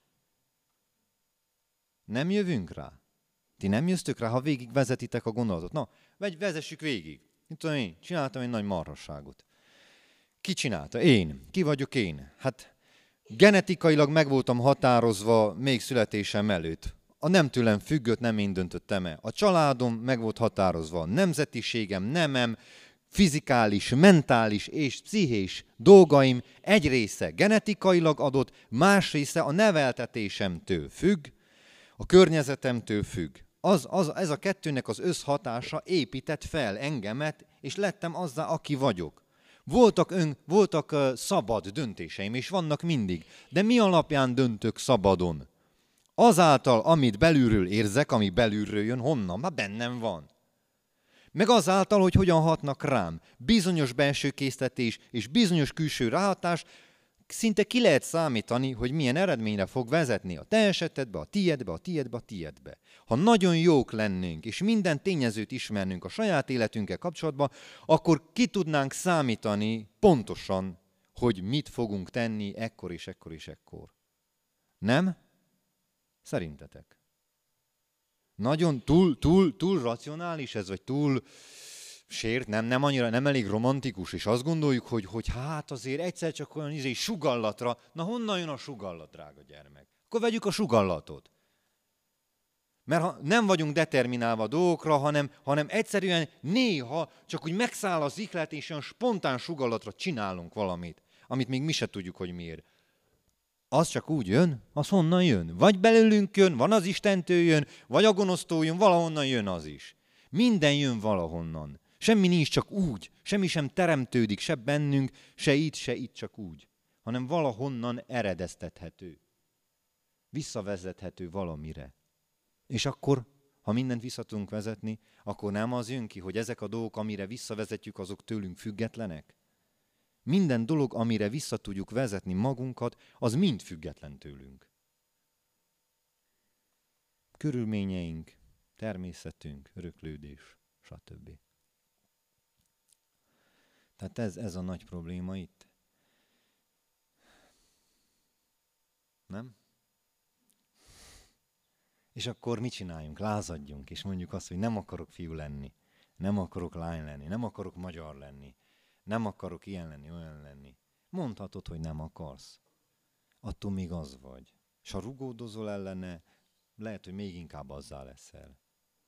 Nem jövünk rá. Ti nem jöztök rá, ha végig vezetitek a gondolatot. Na, vezessük végig. Mit tudom én, csináltam egy nagy marhasságot. Ki csinálta? Én. Ki vagyok én? Hát genetikailag meg voltam határozva még születésem előtt. A nem tőlem függött, nem én döntöttem el. A családom meg volt határozva. Nemzetiségem, nemem, fizikális, mentális és pszichés dolgaim egy része genetikailag adott, más része a neveltetésemtől függ, a környezetemtől függ. Ez a kettőnek az összhatása épített fel engemet, és lettem azzá, aki vagyok. Voltak szabad döntéseim, és vannak mindig. De mi alapján döntök szabadon? Azáltal, amit belülről érzek, ami belülről jön, honnan? Már bennem van. Meg azáltal, hogy hogyan hatnak rám. Bizonyos belső késztetés és bizonyos külső ráhatás, szinte ki lehet számítani, hogy milyen eredményre fog vezetni a te esetedbe, a tiedbe, a tiedbe, a tiedbe. Ha nagyon jók lennénk, és minden tényezőt ismernünk a saját életünkkel kapcsolatban, akkor ki tudnánk számítani pontosan, hogy mit fogunk tenni ekkor és ekkor és ekkor. Nem? Szerintetek? Nagyon túl racionális ez, vagy túl sért, nem annyira, nem elég romantikus, és azt gondoljuk, hogy hát azért egyszer csak olyan sugallatra, na honnan jön a sugallat, drága gyermek? Akkor vegyük a sugallatot. Mert ha nem vagyunk determinálva a dolgokra, hanem egyszerűen néha csak úgy megszáll az ihlet, és olyan spontán sugallatra csinálunk valamit, amit még mi se tudjuk, hogy miért. Az csak úgy jön, az honnan jön? Vagy belőlünk jön, van az Istentől jön, vagy a gonosztól jön, valahonnan jön az is. Minden jön valahonnan. Semmi nincs csak úgy, semmi sem teremtődik, se bennünk, se itt csak úgy, hanem valahonnan eredeztethető. Visszavezethető valamire. És akkor, ha mindent vissza tudunk vezetni, akkor nem az jön ki, hogy ezek a dolgok, amire visszavezetjük, azok tőlünk függetlenek? Minden dolog, amire vissza tudjuk vezetni magunkat, az mind független tőlünk. Körülményeink, természetünk, öröklődés, stb. Tehát ez a nagy probléma itt. Nem? És akkor mit csináljunk? Lázadjunk, és mondjuk azt, hogy nem akarok fiú lenni, nem akarok lány lenni, nem akarok magyar lenni, nem akarok ilyen lenni, olyan lenni. Mondhatod, hogy nem akarsz. Attól még az vagy. És ha rugódozol ellene, lehet, hogy még inkább azzá leszel.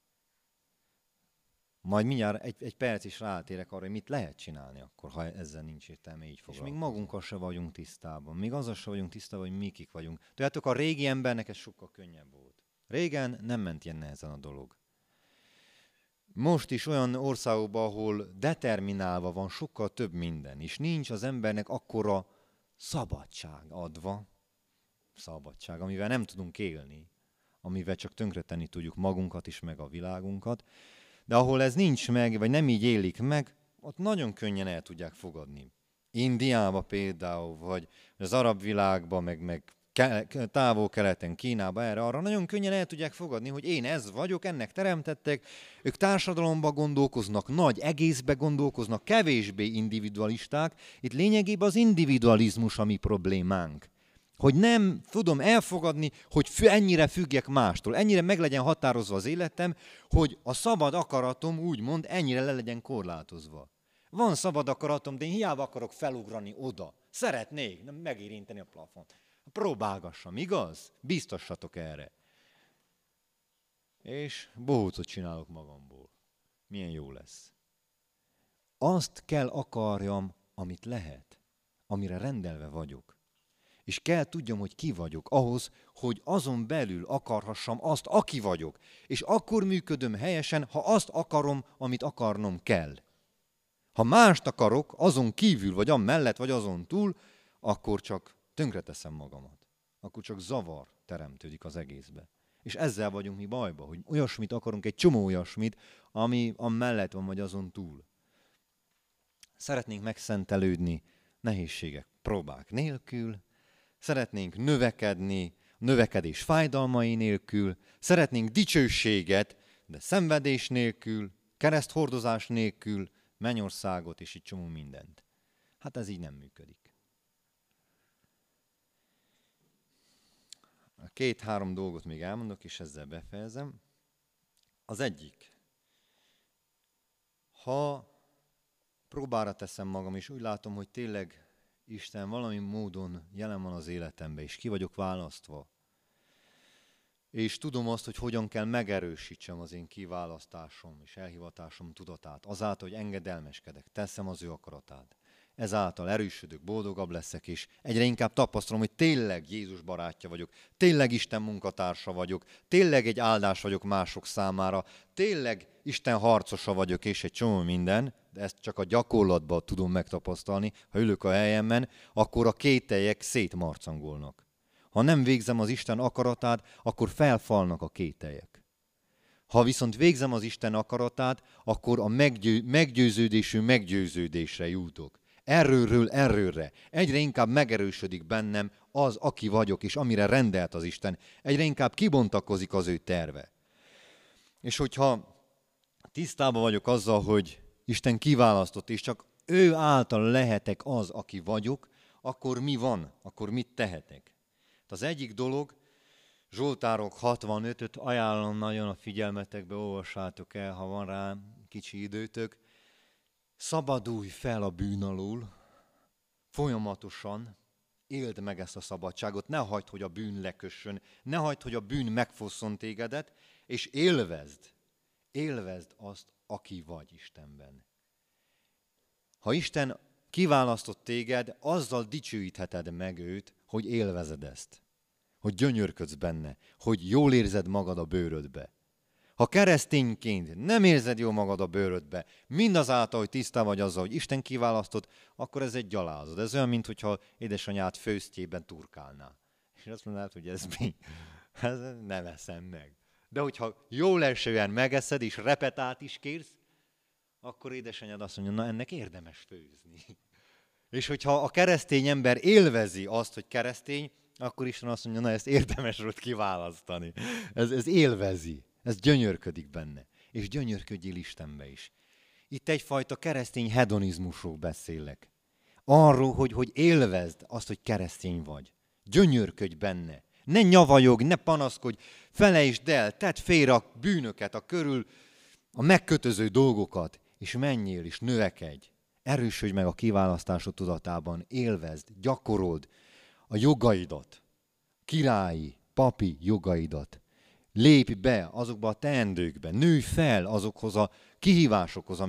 Majd mindjárt egy perc is rátérek arra, hogy mit lehet csinálni akkor, ha ezzel nincs értelme, így foglalkozni. És még magunkkal se vagyunk tisztában. Még azzal se vagyunk tisztában, hogy mi kik vagyunk. Tudjátok, a régi embernek ez sokkal könnyebb volt. Régen nem ment ilyen nehezen a dolog. Most is olyan országokban, ahol determinálva van sokkal több minden, és nincs az embernek akkora szabadság adva, amivel nem tudunk élni, amivel csak tönkretenni tudjuk magunkat is, meg a világunkat, de ahol ez nincs meg, vagy nem így élik meg, ott nagyon könnyen el tudják fogadni. Indiában például, vagy az arab világban, meg távol-keleten, Kínában, arra nagyon könnyen el tudják fogadni, hogy én ez vagyok, ennek teremtettek, ők társadalomban gondolkoznak, nagy egészbe gondolkoznak, kevésbé individualisták. Itt lényegében az individualizmus a mi problémánk. Hogy nem tudom elfogadni, hogy ennyire függjek mástól, ennyire meg legyen határozva az életem, hogy a szabad akaratom úgymond ennyire le legyen korlátozva. Van szabad akaratom, de én hiába akarok felugrani oda. Szeretnék megérinteni a plafont. Próbálgassam, igaz? Biztassatok erre. És bohócot csinálok magamból. Milyen jó lesz. Azt kell akarjam, amit lehet, amire rendelve vagyok. És kell tudjam, hogy ki vagyok, ahhoz, hogy azon belül akarhassam azt, aki vagyok. És akkor működöm helyesen, ha azt akarom, amit akarnom kell. Ha mást akarok, azon kívül, vagy amellett, vagy azon túl, akkor csak tönkreteszem magamat. Akkor csak zavar teremtődik az egészbe. És ezzel vagyunk mi bajba, hogy olyasmit akarunk, egy csomó olyasmit, ami amellett van, vagy azon túl. Szeretnénk megszentelődni nehézségek, próbák nélkül, szeretnénk növekedni, növekedés fájdalmai nélkül, szeretnénk dicsőséget, de szenvedés nélkül, kereszthordozás nélkül, mennyországot és egy csomó mindent. Hát ez így nem működik. 2-3 dolgot még elmondok, és ezzel befejezem. Az egyik, ha próbára teszem magam, és úgy látom, hogy tényleg Isten valami módon jelen van az életemben, és ki vagyok választva, és tudom azt, hogy hogyan kell megerősítsem az én kiválasztásom és elhivatásom tudatát, azáltal, hogy engedelmeskedek, teszem az ő akaratát. Ezáltal erősödök, boldogabb leszek, és egyre inkább tapasztalom, hogy tényleg Jézus barátja vagyok, tényleg Isten munkatársa vagyok, tényleg egy áldás vagyok mások számára, tényleg Isten harcosa vagyok, és egy csomó minden, de ezt csak a gyakorlatban tudom megtapasztalni. Ha ülök a helyemben, akkor a kételyek szétmarcangolnak. Ha nem végzem az Isten akaratát, akkor felfalnak a kételyek. Ha viszont végzem az Isten akaratát, akkor a meggyőződésű meggyőződésre jutok. Erőről erőre. Egyre inkább megerősödik bennem az, aki vagyok, és amire rendelt az Isten. Egyre inkább kibontakozik az ő terve. És hogyha tisztában vagyok azzal, hogy Isten kiválasztott, és csak ő által lehetek az, aki vagyok, akkor mi van? Akkor mit tehetek? Az egyik dolog, Zsoltárok 65-öt ajánlom nagyon a figyelmetekbe, olvassátok el, ha van rá kicsi időtök. Szabadulj fel a bűn alól, folyamatosan éld meg ezt a szabadságot, ne hagyd, hogy a bűn lekössön, ne hagyd, hogy a bűn megfosszon tégedet, és élvezd azt, aki vagy Istenben. Ha Isten kiválasztott téged, azzal dicsőítheted meg őt, hogy élvezed ezt, hogy gyönyörködsz benne, hogy jól érzed magad a bőrödbe. Ha keresztényként nem érzed jól magad a bőrödbe, mindazáltal, hogy tisztá vagy azzal, hogy Isten kiválasztott, akkor ez egy gyalázat. Ez olyan, mintha édesanyád főztjében turkálná. És azt mondanád, hogy ez mi? Nem eszem meg. De hogyha jól elsően megeszed, és repetát is kérsz, akkor édesanyád azt mondja, na ennek érdemes főzni. És hogyha a keresztény ember élvezi azt, hogy keresztény, akkor Isten azt mondja, na ezt érdemes volt kiválasztani. Ez élvezi, ez gyönyörködik benne. És gyönyörködjél Istenbe is. Itt egyfajta keresztény hedonizmusról beszélek. Arról, hogy élvezd azt, hogy keresztény vagy. Gyönyörködj benne. Ne nyavajog, ne panaszkodj, felejtsd el, tedd félre a bűnöket, a megkötöző dolgokat, és menjél és növekedj. Erősödj meg a kiválasztásod tudatában, élvezd, gyakorold a jogaidat, királyi, papi jogaidat. Lépj be azokba a teendőkbe, nőj fel azokhoz a kihívásokhoz,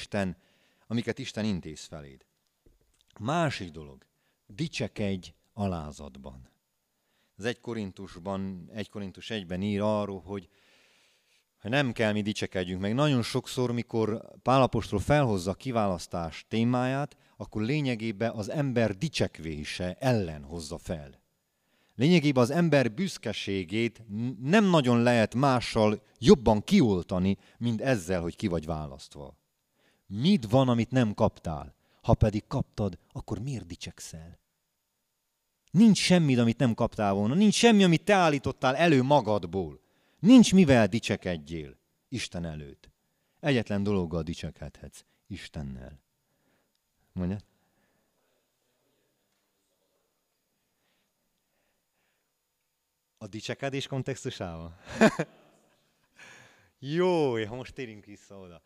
amiket Isten intéz feléd. Másik dolog, dicsekedj alázatban. Az 1 Korintus 1-ben ír arról, hogy nem kell mi dicsekedjünk meg. Nagyon sokszor, mikor Pál apostol felhozza a kiválasztás témáját, akkor lényegében az ember dicsekvése ellen hozza fel. Lényegében az ember büszkeségét nem nagyon lehet mással jobban kioltani, mint ezzel, hogy ki vagy választva. Mit van, amit nem kaptál? Ha pedig kaptad, akkor miért dicsekszel? Nincs semmi, amit nem kaptál volna. Nincs semmi, amit te állítottál elő magadból. Nincs mivel dicsekedjél Isten előtt. Egyetlen dologgal dicsekedhetsz, Istennel. Mondjad? A dicsekedés kontextusával? Jó, most térjünk vissza oda.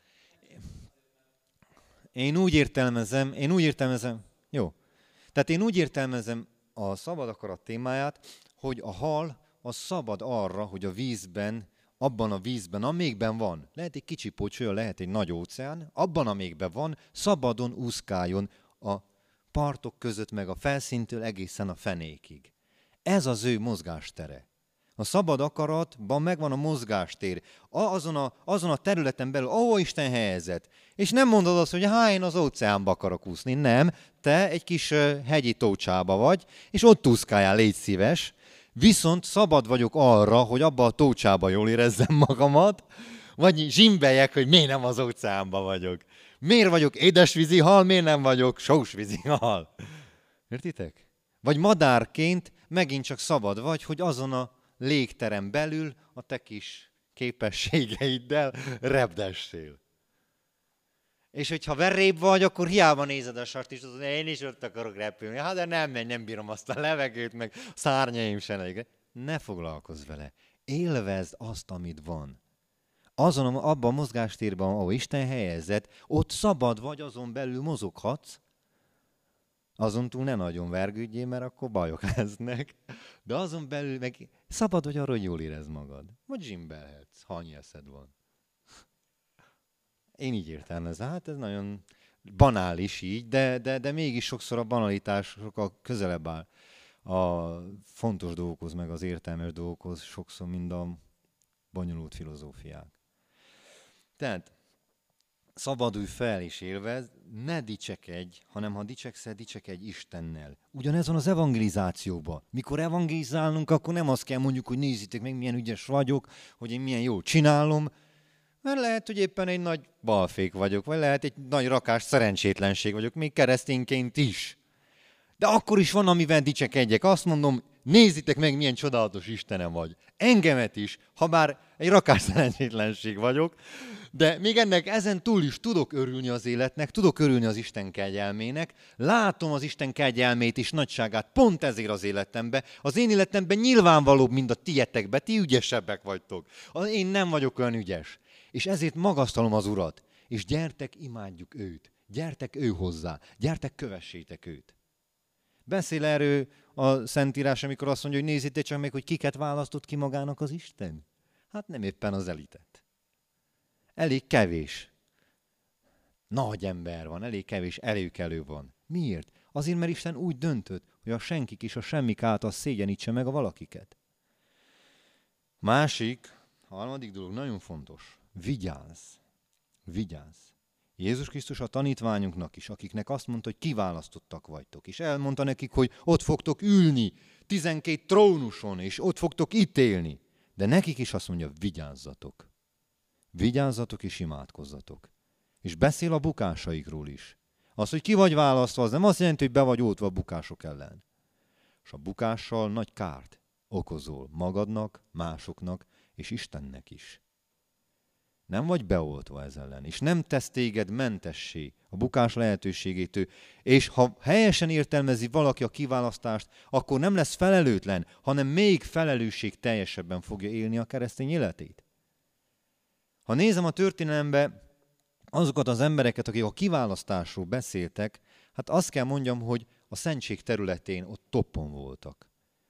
Én úgy értelmezem, jó. Tehát én úgy értelmezem a szabad akarat témáját, hogy a hal az szabad arra, hogy a vízben, abban a vízben, amelyikben van, lehet egy kicsi pocsolya, lehet egy nagy óceán, abban, amelyikben van, szabadon úszkáljon a partok között, meg a felszíntől egészen a fenékig. Ez az ő mozgástere. A szabad akaratban megvan a mozgástér. Azon a területen belül, ahol Isten helyezett. És nem mondod azt, hogy én az óceánba akarok úszni. Nem, te egy kis hegyi tócsába vagy, és ott úszkáljál, légy szíves. Viszont szabad vagyok arra, hogy abba a tócsába jól érezzem magamat, vagy zsimbeljek, hogy miért nem az óceánba vagyok. Miért vagyok édesvízi hal, miért nem vagyok sósvízi hal. Értitek? Vagy madárként megint csak szabad vagy, hogy azon a légterem belül a te kis képességeiddel repdessél. És hogyha verrébb vagy, akkor hiába nézed a sart, és azon, én is ott akarok repülni. Hát de nem megy, nem bírom azt a levegőt, meg szárnyaim sem elég. Ne foglalkozz vele. Élvezd azt, amit van. Abban a mozgástérben, ahol Isten helyezett, ott szabad vagy, azon belül mozoghatsz. Azon túl ne nagyon vergődjél, mert akkor bajok lesznek. De azon belül meg szabad vagy arra, hogy jól érezd magad. Vagy zsimbelhetsz, ha annyi eszed van. Én így értelmezem. Hát ez nagyon banális így, de mégis sokszor a banalitás sokkal közelebb áll a fontos dolgokhoz, meg az értelmes dolgokhoz, sokszor mind a bonyolult filozófiák. Tehát szabadulj fel és élvezd, ne dicsekedj, hanem ha dicsekszel, dicsekedj Istennel. Ugyanez van az evangelizációban. Mikor evangelizálunk, akkor nem azt kell mondjuk, hogy nézzétek meg, milyen ügyes vagyok, hogy én milyen jól csinálom, mert lehet, hogy éppen egy nagy balfék vagyok, vagy lehet egy nagy rakás szerencsétlenség vagyok, még keresztényként is. De akkor is van, amivel dicsekedjek. Azt mondom, nézzétek meg, milyen csodálatos Istenem vagy. Engemet is, ha bár egy rakás szerencsétlenség vagyok, de még ennek ezen túl is tudok örülni az életnek, tudok örülni az Isten kegyelmének, látom az Isten kegyelmét és nagyságát pont ezért az életemben. Az én életemben nyilvánvalóbb, mint a tietekbe, ti ügyesebbek vagytok. Én nem vagyok olyan ügyes. És ezért magasztalom az Urat. És gyertek, imádjuk őt. Gyertek ő hozzá. Gyertek, kövessétek őt. Beszél erről a Szentírás, amikor azt mondja, hogy nézzétek csak meg, hogy kiket választott ki magának az Isten. Hát nem éppen az elitet. Elég kevés nagy ember van, elég kevés előkelő van. Miért? Azért, mert Isten úgy döntött, hogy a senkik és a semmik által szégyenítse meg a valakiket. Harmadik dolog, nagyon fontos. Vigyázz. Vigyázz. Jézus Krisztus a tanítványunknak is, akiknek azt mondta, hogy kiválasztottak vagytok. És elmondta nekik, hogy ott fogtok ülni, 12 trónuson, és ott fogtok ítélni. De nekik is azt mondja, vigyázzatok. Vigyázzatok és imádkozzatok. És beszél a bukásaikról is. Az, hogy ki vagy választva, az nem azt jelenti, hogy be vagy oltva a bukások ellen. És a bukással nagy kárt okozol magadnak, másoknak és Istennek is. Nem vagy beoltva ez ellen, és nem tesz téged mentessé a bukás lehetőségétől, és ha helyesen értelmezi valaki a kiválasztást, akkor nem lesz felelőtlen, hanem még felelősségteljesebben fogja élni a keresztény életét. Ha nézem a történelembe azokat az embereket, akik a kiválasztásról beszéltek, hát azt kell mondjam, hogy a szentség területén ott toppon voltak.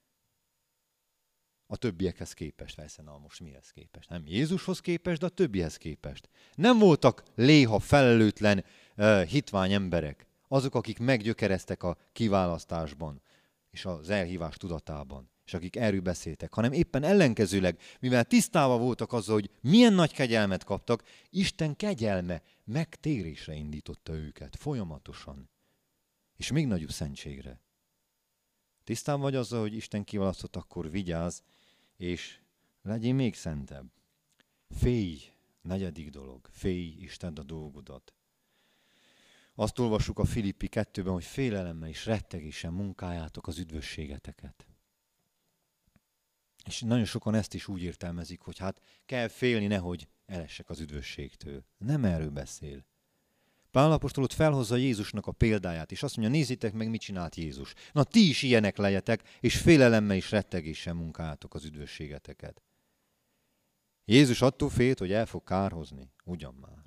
A többiekhez képest, persze, most mihez képest? Nem Jézushoz képest, de a többihez képest. Nem voltak léha, felelőtlen, hitvány emberek. Azok, akik meggyökereztek a kiválasztásban és az elhívás tudatában, és akik erről beszéltek, hanem éppen ellenkezőleg, mivel tisztában voltak azzal, hogy milyen nagy kegyelmet kaptak, Isten kegyelme megtérésre indította őket folyamatosan, és még nagyobb szentségre. Tisztában vagy azzal, hogy Isten kiválasztott, akkor vigyázz, és legyél még szentebb. Félj, negyedik dolog, félj és tedd a dolgodat. Azt olvassuk a Filippi 2-ben, hogy félelemmel és rettegéssel munkáljátok az üdvösségeteket. És nagyon sokan ezt is úgy értelmezik, hogy hát kell félni, nehogy elessek az üdvösségtől. Nem erről beszél. Pál apostol ott felhozza Jézusnak a példáját, és azt mondja, nézzétek meg, mit csinált Jézus. Na ti is ilyenek legyetek, és félelemmel és rettegéssel munkáljátok az üdvösségeteket. Jézus attól félt, hogy el fog kárhozni. Ugyan már.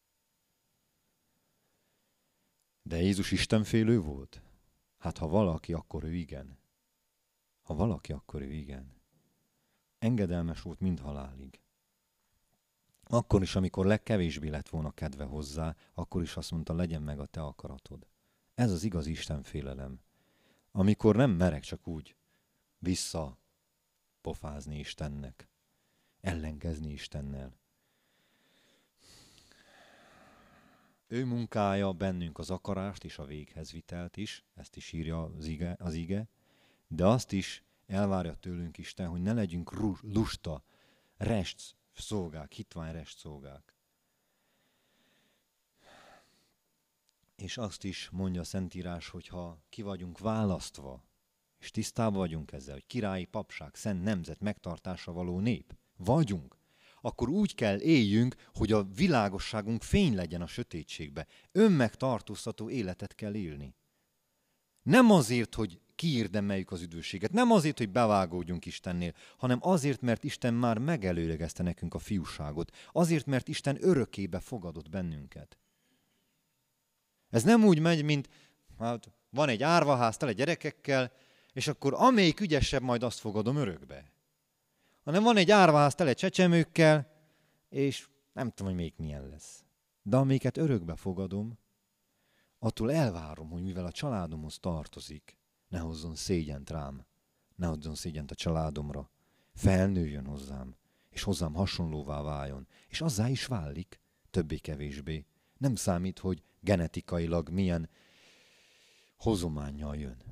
De Jézus istenfélő volt? Hát ha valaki, akkor ő igen. Ha valaki, akkor ő igen. Engedelmes volt mind halálig. Akkor is, amikor legkevésbé lett volna kedve hozzá, akkor is azt mondta, legyen meg a te akaratod. Ez az igazi istenfélelem. Amikor nem merek csak úgy visszapofázni Istennek, ellenkezni Istennel. Ő munkálja bennünk az akarást és a véghezvitelt is, ezt is írja az ige, de azt is elvárja tőlünk Isten, hogy ne legyünk lusta, rest szolgák, hitvány rest szolgák. És azt is mondja a Szentírás, hogy ha ki vagyunk választva, és tisztában vagyunk ezzel, hogy királyi papság, szent nemzet megtartásra való nép vagyunk, akkor úgy kell éljünk, hogy a világosságunk fény legyen a sötétségbe. Önmegtartóztató életet kell élni. Nem azért, hogy kiérdemeljük az üdvösséget, nem azért, hogy bevágódjunk Istennél, hanem azért, mert Isten már megelőlegezte nekünk a fiúságot. Azért, mert Isten örökkébe fogadott bennünket. Ez nem úgy megy, mint hát van egy árvaház tele gyerekekkel, és akkor amelyik ügyesebb, majd azt fogadom örökbe. Hanem van egy árvaház tele csecsemőkkel, és nem tudom, hogy még milyen lesz. De amelyiket örökbe fogadom, attól elvárom, hogy mivel a családomhoz tartozik, ne hozzon szégyent rám, ne hozzon szégyent a családomra, felnőjön hozzám, és hozzám hasonlóvá váljon, és azzá is válik, többé-kevésbé. Nem számít, hogy genetikailag milyen hozománnyal jön.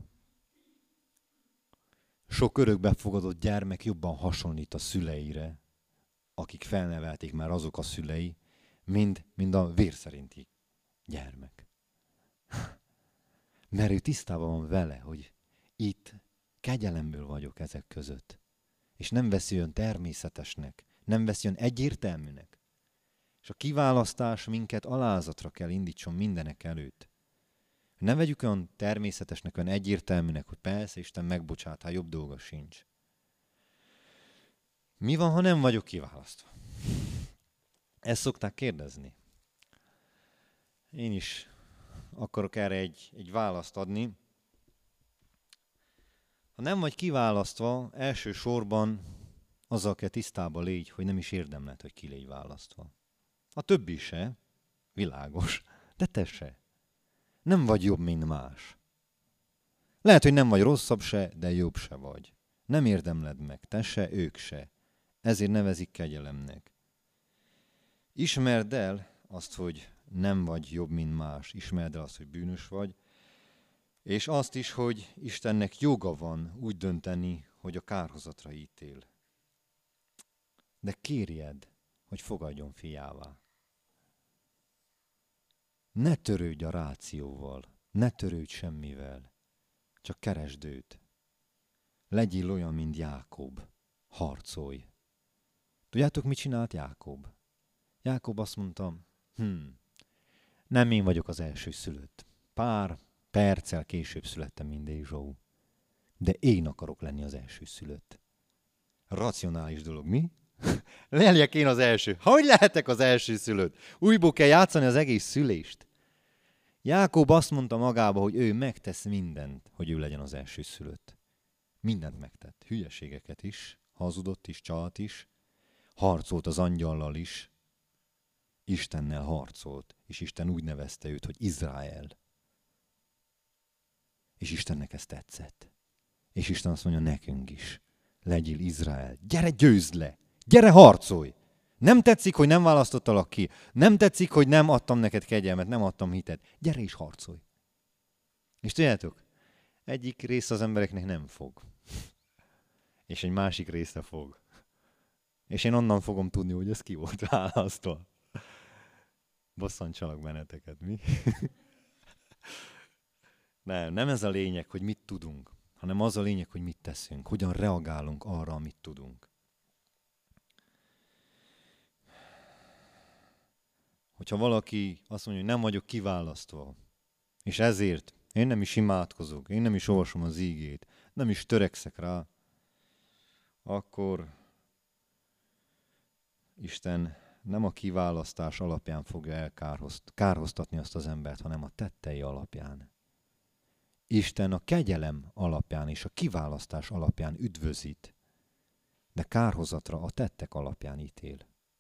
Sok örökbefogadott gyermek jobban hasonlít a szüleire, akik felnevelték már azok a szülei, mint a vérszerinti gyermek. Mert ő tisztában van vele, hogy itt kegyelemből vagyok ezek között. És nem veszi olyan természetesnek, nem veszi olyan egyértelműnek. És a kiválasztás minket alázatra kell indítson mindenek előtt. Ne vegyük olyan természetesnek, olyan egyértelműnek, hogy persze Isten megbocsát, hát jobb dolga sincs. Mi van, ha nem vagyok kiválasztva? Ezt szokták kérdezni. Én is akarok erre egy választ adni. Ha nem vagy kiválasztva, elsősorban azzal kell tisztába légy, hogy nem is érdemled, hogy ki légy választva. A többi se, világos, de te se. Nem vagy jobb, mint más. Lehet, hogy nem vagy rosszabb se, de jobb se vagy. Nem érdemled meg, te se, ők se. Ezért nevezik kegyelemnek. Ismerd el azt, hogy nem vagy jobb, mint más. Ismerd el azt, hogy bűnös vagy. És azt is, hogy Istennek joga van úgy dönteni, hogy a kárhozatra ítél. De kérjed, hogy fogadjon fiává. Ne törődj a rációval, ne törődj semmivel, csak keresd őt. Legyél olyan, mint Jákob, harcolj. Tudjátok, mit csinált Jákob? Jákob azt mondta, nem én vagyok az első szülött. Pár perccel később születtem, mint Ézsau. De én akarok lenni az első szülött. Racionális dolog, mi? Legyek én az első. Hogy lehetek az első szülött? Újból kell játszani az egész szülést. Jákob azt mondta magába, hogy ő megtesz mindent, hogy ő legyen az első szülött. Mindent megtett. Hülyeségeket is, hazudott is, csalt is, harcolt az angyallal is, Istennel harcolt, és Isten úgy nevezte őt, hogy Izrael. És Istennek ez tetszett. És Isten azt mondja nekünk is, legyél Izrael, gyere győzd le, gyere harcolj! Nem tetszik, hogy nem választottalak ki, nem tetszik, hogy nem adtam neked kegyelmet, nem adtam hitet, gyere is harcolj! És tudjátok, egyik része az embereknek nem fog. És egy másik része fog. És én onnan fogom tudni, hogy ez ki volt választva. Bosszantsalak benneteket, mi? Nem ez a lényeg, hogy mit tudunk, hanem az a lényeg, hogy mit teszünk, hogyan reagálunk arra, amit tudunk. Hogyha valaki azt mondja, hogy nem vagyok kiválasztva, és ezért én nem is imádkozok, én nem is olvasom az ígét, nem is törekszek rá, akkor Isten nem a kiválasztás alapján fogja kárhoztatni azt az embert, hanem a tettei alapján. Isten a kegyelem alapján és a kiválasztás alapján üdvözít, de kárhozatra a tettek alapján ítél.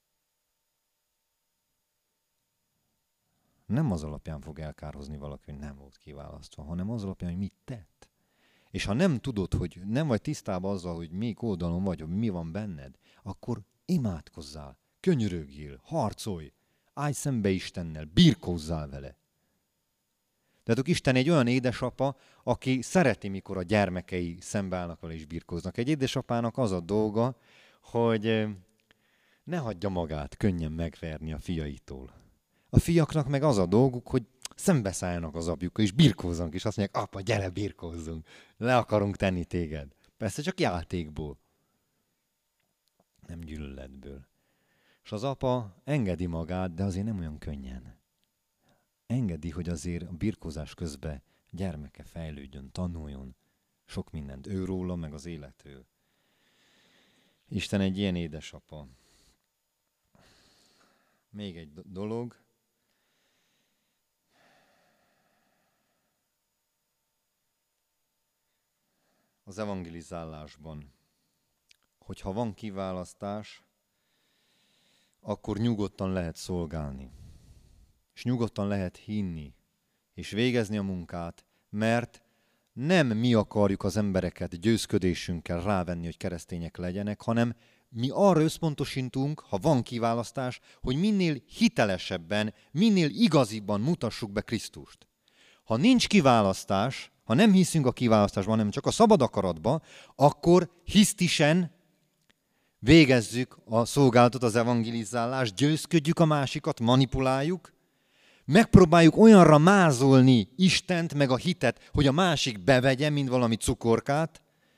Nem az alapján fog elkárhozni valaki, hogy nem volt kiválasztva, hanem az alapján, hogy mit tett. És ha nem tudod, hogy nem vagy tisztában azzal, hogy melyik oldalon vagy, hogy mi van benned, akkor imádkozzál, könyörögjél, harcolj, állj szembe Istennel, birkózzál vele. Tehát Isten egy olyan édesapa, aki szereti, mikor a gyermekei szembeállnak vele és birkóznak. Egy édesapának az a dolga, hogy ne hagyja magát könnyen megverni a fiaitól. A fiaknak meg az a dolguk, hogy szembeszálljanak az apjukkal, és birkózzanak, és azt mondják, apa, gyere, birkózzunk, le akarunk tenni téged. Persze csak játékból, nem gyűlöletből. És az apa engedi magát, de azért nem olyan könnyen. Engedi, hogy azért a birkózás közben gyermeke fejlődjön, tanuljon sok mindent őróla, meg az életről. Isten egy ilyen édesapa. Még egy dolog. Az evangelizálásban, hogyha van kiválasztás, akkor nyugodtan lehet szolgálni. És nyugodtan lehet hinni, és végezni a munkát, mert nem mi akarjuk az embereket győzködésünkkel rávenni, hogy keresztények legyenek, hanem mi arra összpontosítunk, ha van kiválasztás, hogy minél hitelesebben, minél igazibban mutassuk be Krisztust. Ha nincs kiválasztás, ha nem hiszünk a kiválasztásban, hanem csak a szabad akaratban, akkor hisztisen végezzük a szolgálatot, az evangelizálást, győzködjük a másikat, manipuláljuk, megpróbáljuk olyanra mázolni Istent, meg a hitet, hogy a másik bevegye, mint valami cukorkát,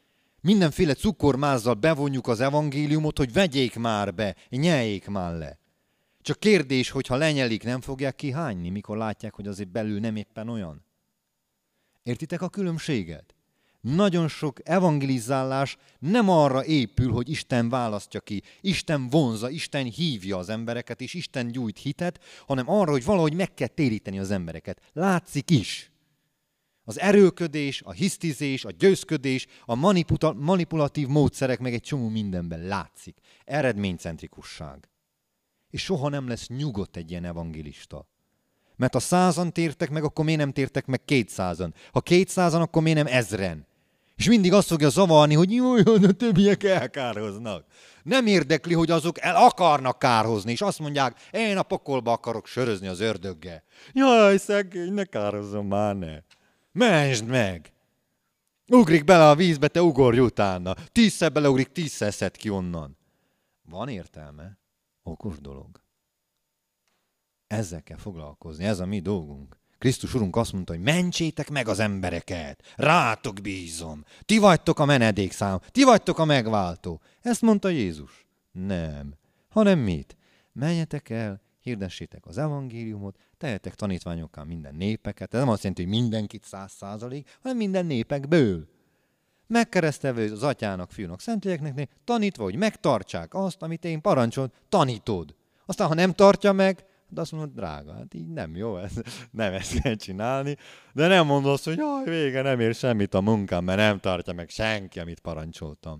mindenféle cukormázzal bevonjuk az evangéliumot, hogy vegyék már be, nyeljék már le. Csak kérdés, hogy ha lenyelik, nem fogják kihányni, mikor látják, hogy azért belül nem éppen olyan. Értitek a különbséget? Nagyon sok evangelizálás nem arra épül, hogy Isten választja ki, Isten vonza, Isten hívja az embereket, és Isten gyújt hitet, hanem arra, hogy valahogy meg kell téríteni az embereket. Látszik is. Az erőlködés, a hisztizés, a győzködés, a manipulatív módszerek meg egy csomó mindenben látszik. Eredménycentrikusság. És soha nem lesz nyugodt egy ilyen evangélista. Mert ha 100-an tértek meg, akkor miért nem tértek meg 200-an? Ha 200-an, akkor miért nem 1000-en? És mindig azt fogja zavarni, hogy jó, a többiek elkárhoznak. Nem érdekli, hogy azok el akarnak kárhozni, és azt mondják, én a pokolba akarok sörözni az ördöggel. Jaj, szegény, ne kárhozzon már, ne. Mentsd meg! Ugrik bele a vízbe, te ugorj utána. 10-szer beleugrik, 10-szer szed ki onnan. Van értelme? Okos dolog. Ezzel kell foglalkozni, ez a mi dolgunk. Krisztus Urunk azt mondta, hogy mentsétek meg az embereket, rátok bízom, ti vagytok a menedékszám, ti vagytok a megváltó. Ezt mondta Jézus. Nem, hanem mit? Menjetek el, hirdessétek az evangéliumot, tehetek tanítványokká minden népeket, ez nem azt jelenti, hogy mindenkit 100%, hanem minden népekből. Megkeresztelve az Atyának, Fiúnak, Szentléleknek, tanítva, hogy megtartsák azt, amit én parancsolom, tanítod. Aztán, ha nem tartja meg, de azt mondod, drága, hát így nem jó, nem ezt kell csinálni, de nem mondod azt, hogy jaj, vége, nem ér semmit a munkám, mert nem tartja meg senki, amit parancsoltam.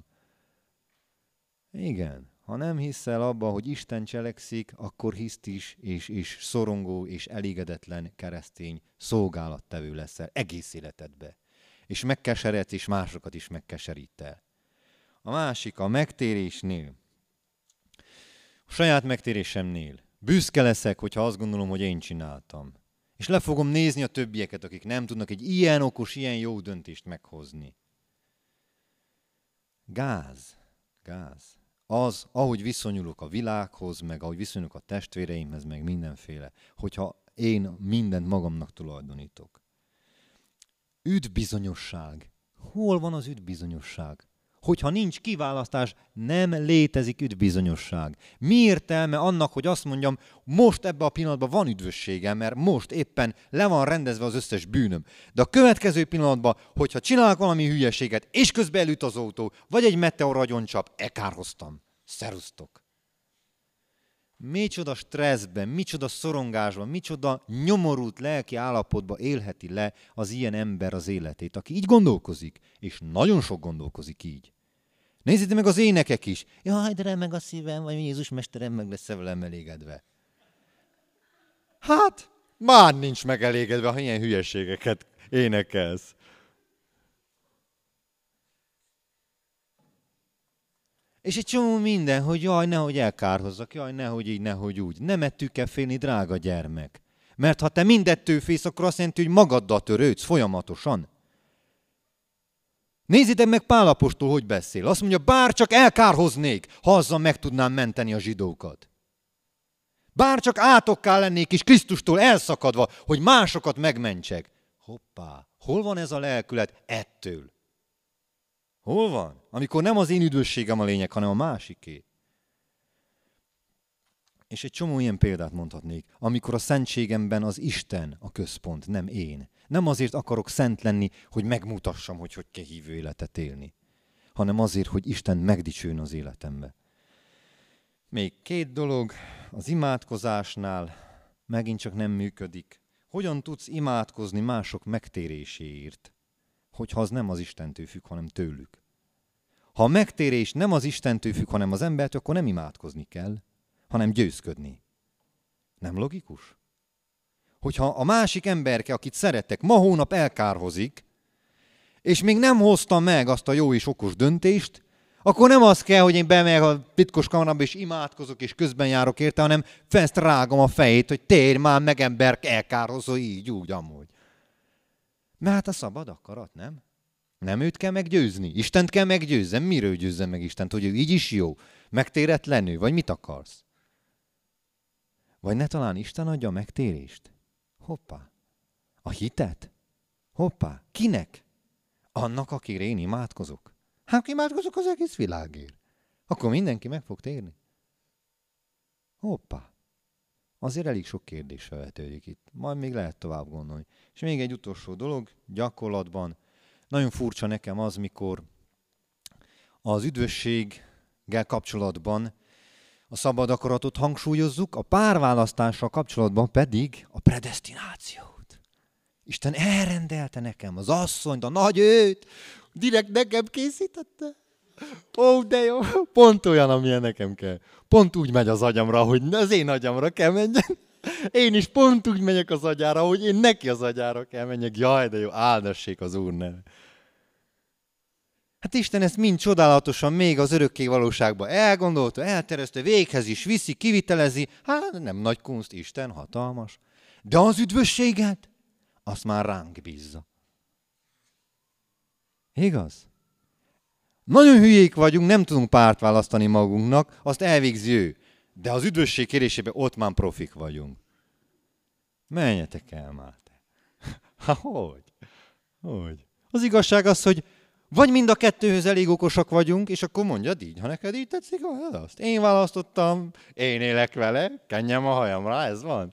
Igen, ha nem hiszel abba, hogy Isten cselekszik, akkor hisztis és szorongó és elégedetlen keresztény szolgálattevő leszel egész életedbe. És megkeseredsz, és másokat is megkeserítel. A másik a megtérésnél, a saját megtérésemnél büszke leszek, hogyha azt gondolom, hogy én csináltam. És le fogom nézni a többieket, akik nem tudnak egy ilyen okos, ilyen jó döntést meghozni. Gáz. Az, ahogy viszonyulok a világhoz, meg ahogy viszonyulok a testvéreimhez, meg mindenféle, hogyha én mindent magamnak tulajdonítok. Üdvbizonyosság. Hol van az üdvbizonyosság? Hogyha nincs kiválasztás, nem létezik üdvbizonyosság. Mi értelme annak, hogy azt mondjam, most ebben a pillanatban van üdvösségem, mert most éppen le van rendezve az összes bűnöm. De a következő pillanatban, hogyha csinálok valami hülyeséget, és közben elüt az autó, vagy egy meteor agyoncsap, elkárhoztam. Szerusztok! Micsoda stresszben, micsoda szorongásban, micsoda nyomorult lelki állapotban élheti le az ilyen ember az életét, aki így gondolkozik, és nagyon sok gondolkozik így. Nézzétek meg az énekek is. Jaj, de remeg a szívem, vagy Jézus mesterem, meg lesz velem elégedve. Hát, már nincs megelégedve, ha ilyen hülyeségeket énekelsz. És egy csomó minden, hogy jaj, nehogy elkárhozzak, jaj, nehogy így, nehogy úgy. Nem ettől kell félni, drága gyermek. Mert ha te mindettől félsz, akkor azt jelenti, hogy magaddal törődsz folyamatosan. Nézzétek meg Pál apostol, hogy beszél. Azt mondja, bár csak elkárhoznék, ha azzal meg tudnám menteni a zsidókat. Bár csak átokká lennék is Krisztustól elszakadva, hogy másokat megmentsek. Hoppá, hol van ez a lelkület ettől? Hol van? Amikor nem az én üdvösségem a lényeg, hanem a másiké. És egy csomó ilyen példát mondhatnék, amikor a szentségemben az Isten a központ, nem én. Nem azért akarok szent lenni, hogy megmutassam, hogy kell hívő életet élni, hanem azért, hogy Isten megdicsőjön az életembe. Még 2 dolog, az imádkozásnál megint csak nem működik. Hogyan tudsz imádkozni mások megtéréséért, hogyha az nem az Istentől függ, hanem tőlük? Ha a megtérés nem az Istentől függ, hanem az embertől, akkor nem imádkozni kell, hanem győzködni. Nem logikus? Hogyha a másik emberke, akit szeretek, ma hónap elkárhozik, és még nem hozta meg azt a jó és okos döntést, akkor nem az kell, hogy én bemegyek a titkos kamarába és imádkozok, és közben járok érte, hanem fest rágom a fejét, hogy térj már meg, ember, elkárhozó így, úgy, amúgy. Mert hát a szabad akarat, nem? Nem őt kell meggyőzni. Istent kell meggyőzzem. Miről győzzem meg Istent? Hogy ő így is jó? Megtéretlenül? Vagy mit akarsz? Vagy ne talán Isten adja a megtérést? Hoppá. A hitet? Hoppá. Kinek? Annak, akire én imádkozok. Hát imádkozok az egész világért. Akkor mindenki meg fog térni. Hoppá. Azért elég sok kérdés felvetődik itt. Majd még lehet tovább gondolni. És még egy utolsó dolog, gyakorlatban. Nagyon furcsa nekem az, mikor az üdvösséggel kapcsolatban a szabad akaratot hangsúlyozzuk, a párválasztással kapcsolatban pedig a predesztinációt. Isten elrendelte nekem az asszonyt, a nagy őt, direkt nekem készítette. Ó, de jó, pont olyan, amilyen nekem kell. Pont úgy megy az agyamra, hogy az én agyamra kell menjen. Én is pont úgy megyek az agyára, hogy én neki az agyára kell menjek. Jaj, de jó, áldassék az Úr neve. Hát Isten ezt mind csodálatosan még az örökké valóságban elgondolta, eltervezte, véghez is viszi, kivitelezi. Hát nem nagy kunst, Isten hatalmas. De az üdvösséget, azt már ránk bízza. Igaz? Nagyon hülyék vagyunk, nem tudunk párt választani magunknak, azt elvégzi ő. De az üdvösség kérésében ott már profik vagyunk. Menjetek el már te. Hogy? Az igazság az, hogy vagy mind a kettőhöz elég okosak vagyunk, és akkor mondjad így, ha neked így tetszik, azt. Én választottam, én élek vele, kenjem a hajamra, ez van.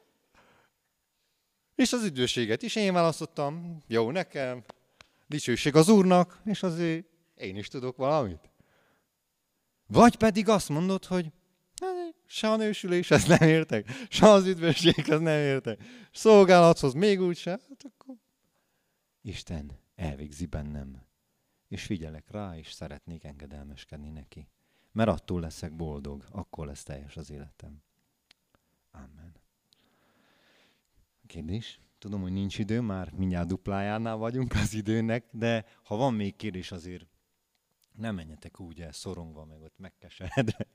És az üdvösséget is én választottam, jó nekem, dicsőség az Úrnak, és azért én is tudok valamit. Vagy pedig azt mondod, hogy se a nősüléshez nem értek, se az üdvösséghez nem értek, szolgálathoz még úgyse, hát akkor Isten elvégzi bennem. És figyelek rá, és szeretnék engedelmeskedni neki. Mert attól leszek boldog, akkor lesz teljes az életem. Amen. Kérdés? Tudom, hogy nincs idő, már mindjárt duplájánál vagyunk az időnek, de ha van még kérdés, azért nem menjetek úgy el szorongva, meg ott megkeseredve.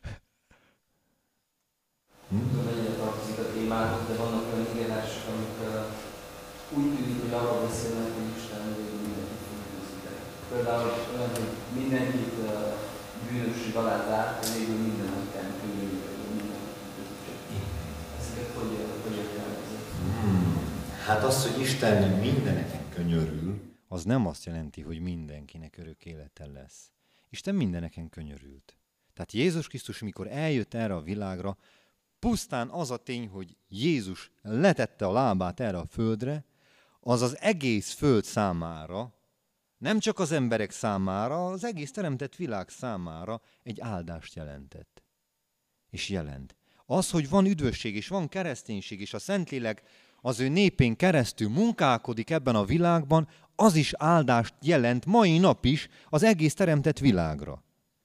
Tudom, mennyire tartozik a témához, de vannak olyan írások, amik úgy tűnik, hogy arra beszélnek, hogy Isten mindenkit üdvözítek. Például olyan, hogy mindenkit bűnössé alá zárt, hogy végül minden után kívül, hogy mindenkit üdvözítek. Ezeket hogy értelmezik? Hát az, hogy Isten mindeneken könyörül, Az nem azt jelenti, hogy mindenkinek örök élete lesz. Isten mindeneken könyörült. Tehát Jézus Krisztus, mikor eljött erre a világra, pusztán az a tény, hogy Jézus letette a lábát erre a földre, az az egész föld számára, nem csak az emberek számára, az egész teremtett világ számára egy áldást jelentett. És jelent. Az, hogy van üdvösség és van kereszténység, és a Szentlélek az ő népén keresztül munkálkodik ebben a világban, az is áldást jelent mai nap is az egész teremtett világra.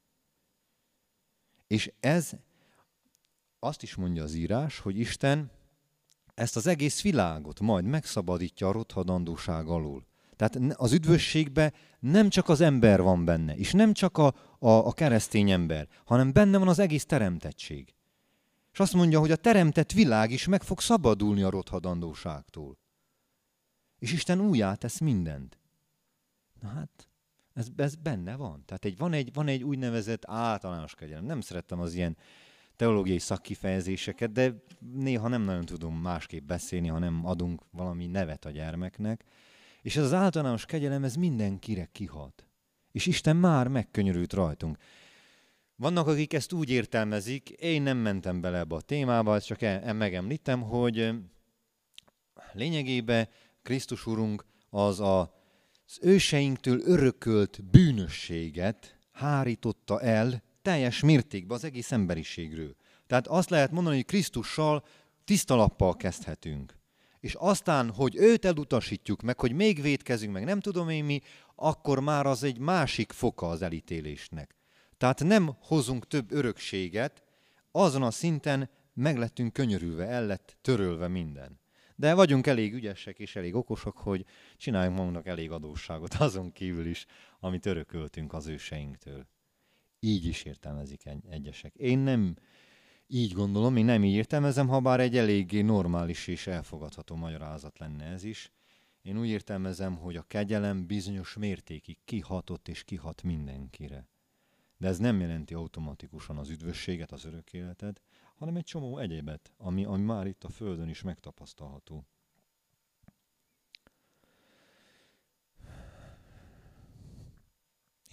És ez azt is mondja az írás, hogy Isten ezt az egész világot majd megszabadítja a rothadandóság alól. Tehát az üdvösségben nem csak az ember van benne, és nem csak a keresztény ember, hanem benne van az egész teremtettség. És azt mondja, hogy a teremtett világ is meg fog szabadulni a rothadandóságtól. És Isten újjá tesz mindent. Na hát, ez benne van. Tehát van egy úgynevezett általános kegyelem. Nem szerettem az ilyen teológiai szakkifejezéseket, de néha nem nagyon tudom másképp beszélni, hanem adunk valami nevet a gyermeknek. És ez az általános kegyelem, ez mindenkire kihat. És Isten már megkönyörült rajtunk. Vannak, akik ezt úgy értelmezik, én nem mentem bele ebbe a témába, csak megemlítem, hogy lényegében Krisztus Urunk az őseinktől örökölt bűnösséget hárította el teljes mértékben az egész emberiségről. Tehát azt lehet mondani, hogy Krisztussal tiszta lappal kezdhetünk. És aztán, hogy őt elutasítjuk meg, hogy még vétkezünk meg, nem tudom én mi, akkor már az egy másik foka az elítélésnek. Tehát nem hozunk több örökséget, azon a szinten meg lettünk könyörülve, el lett törölve minden. De vagyunk elég ügyesek és elég okosak, hogy csináljunk magunknak elég adósságot azon kívül is, amit örököltünk az őseinktől. Így is értelmezik egyesek. Én nem így gondolom, én nem így értelmezem, ha bár egy eléggé normális és elfogadható magyarázat lenne ez is. Én úgy értelmezem, hogy a kegyelem bizonyos mértékig kihatott és kihat mindenkire. De ez nem jelenti automatikusan az üdvösséget, az örök életet, hanem egy csomó egyébet, ami már itt a Földön is megtapasztalható.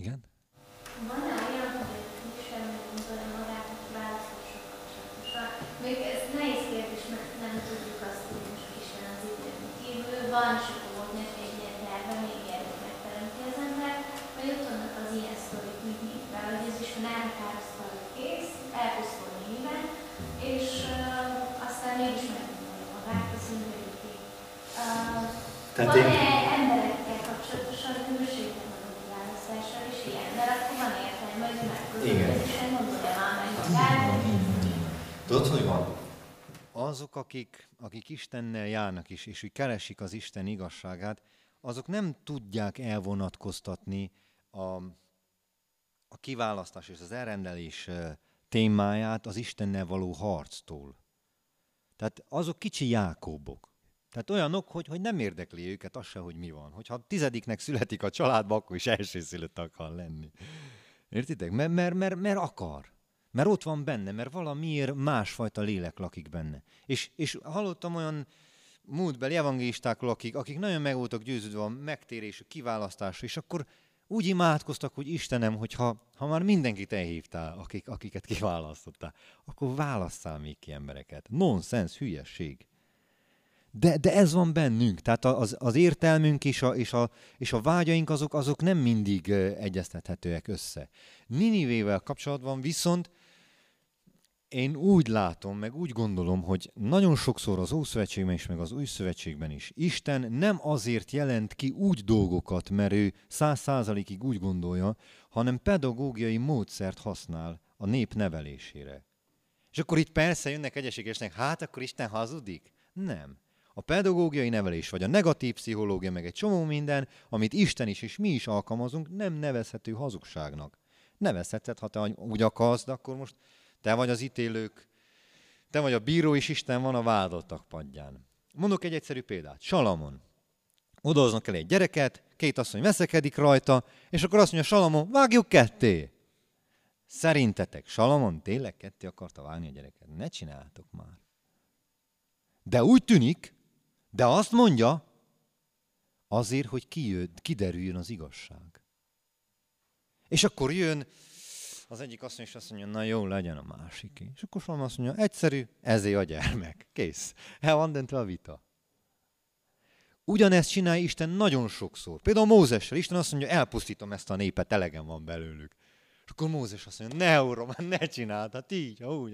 Igen? Van-e olyan, hogy Isten megmondja magát a választással kapcsolatosan? Még ez nehéz kérdés, mert nem tudjuk azt, hogy most Isten az időn kívül van, és akkor volt neki egy ilyen terve, még mielőtt megteremti az ember, vagy ott vannak az ilyen sztorik, mint Nínive, hogy ez Isten elhatározta, hogy kész, elpusztul Nínive, és aztán mégis megmondja magát, azt mondja, hogy van-e emberekkel kapcsolatosan hűségben való választással is ilyen, mert akkor van értelme, hogy megközül, hogy Isten gondolja már meg magát. Tudod, hogy van? Azok, akik Istennel járnak is, és úgy keresik az Isten igazságát, azok nem tudják elvonatkoztatni a kiválasztás és az elrendelés témáját az Istennel való harctól. Tehát azok kicsi Jákóbok. Tehát olyanok, hogy nem érdekli őket az se, hogy mi van. Hogyha 10. születik a családba, akkor is elsőszülött akar lenni. Értitek? Mert akar. Mert ott van benne, mert valamiért másfajta lélek lakik benne. És hallottam olyan múltbeli evangélistákról, akik nagyon meg voltak győződve a megtérés, a kiválasztásra, és akkor úgy imádkoztak, hogy Istenem, hogyha már mindenkit elhívtál, akiket kiválasztottál, akkor válasszál még ki embereket. Nonsens, hülyesség. De ez van bennünk, tehát az értelmünk és a vágyaink azok nem mindig egyeztethetőek össze. Ninivével kapcsolatban viszont én úgy látom, meg úgy gondolom, hogy nagyon sokszor az Ószövetségben is, meg az Új Szövetségben is Isten nem azért jelent ki úgy dolgokat, mert ő 100%-ig úgy gondolja, hanem pedagógiai módszert használ a nép nevelésére. És akkor itt persze jönnek egyeségesnek, hát akkor Isten hazudik? Nem. A pedagógiai nevelés, vagy a negatív pszichológia, meg egy csomó minden, amit Isten is és mi is alkalmazunk, nem nevezhető hazugságnak. Nevezheted, ha te úgy akarsz, de akkor most te vagy az ítélők, te vagy a bíró, és Isten van a vádlottak padján. Mondok egy egyszerű példát. Salamon. Odahoznak el egy gyereket, 2 asszony veszekedik rajta, és akkor azt mondja Salamon, vágjuk ketté. Szerintetek Salamon tényleg ketté akarta vágni a gyereket? Ne csináljátok már. De úgy tűnik, de azt mondja, azért, hogy kiderüljön az igazság. És akkor jön az egyik asszony, és azt mondja, na jó, legyen a másiké. És akkor Salamon azt mondja, egyszerű, ezé a gyermek. Kész. El van döntve a vita. Ugyanezt csinálja Isten nagyon sokszor. Például Mózessel. Isten azt mondja, elpusztítom ezt a népet, elegem van belőlük. És akkor Mózes azt mondja, ne uram, ne csináld, hát így, úgy.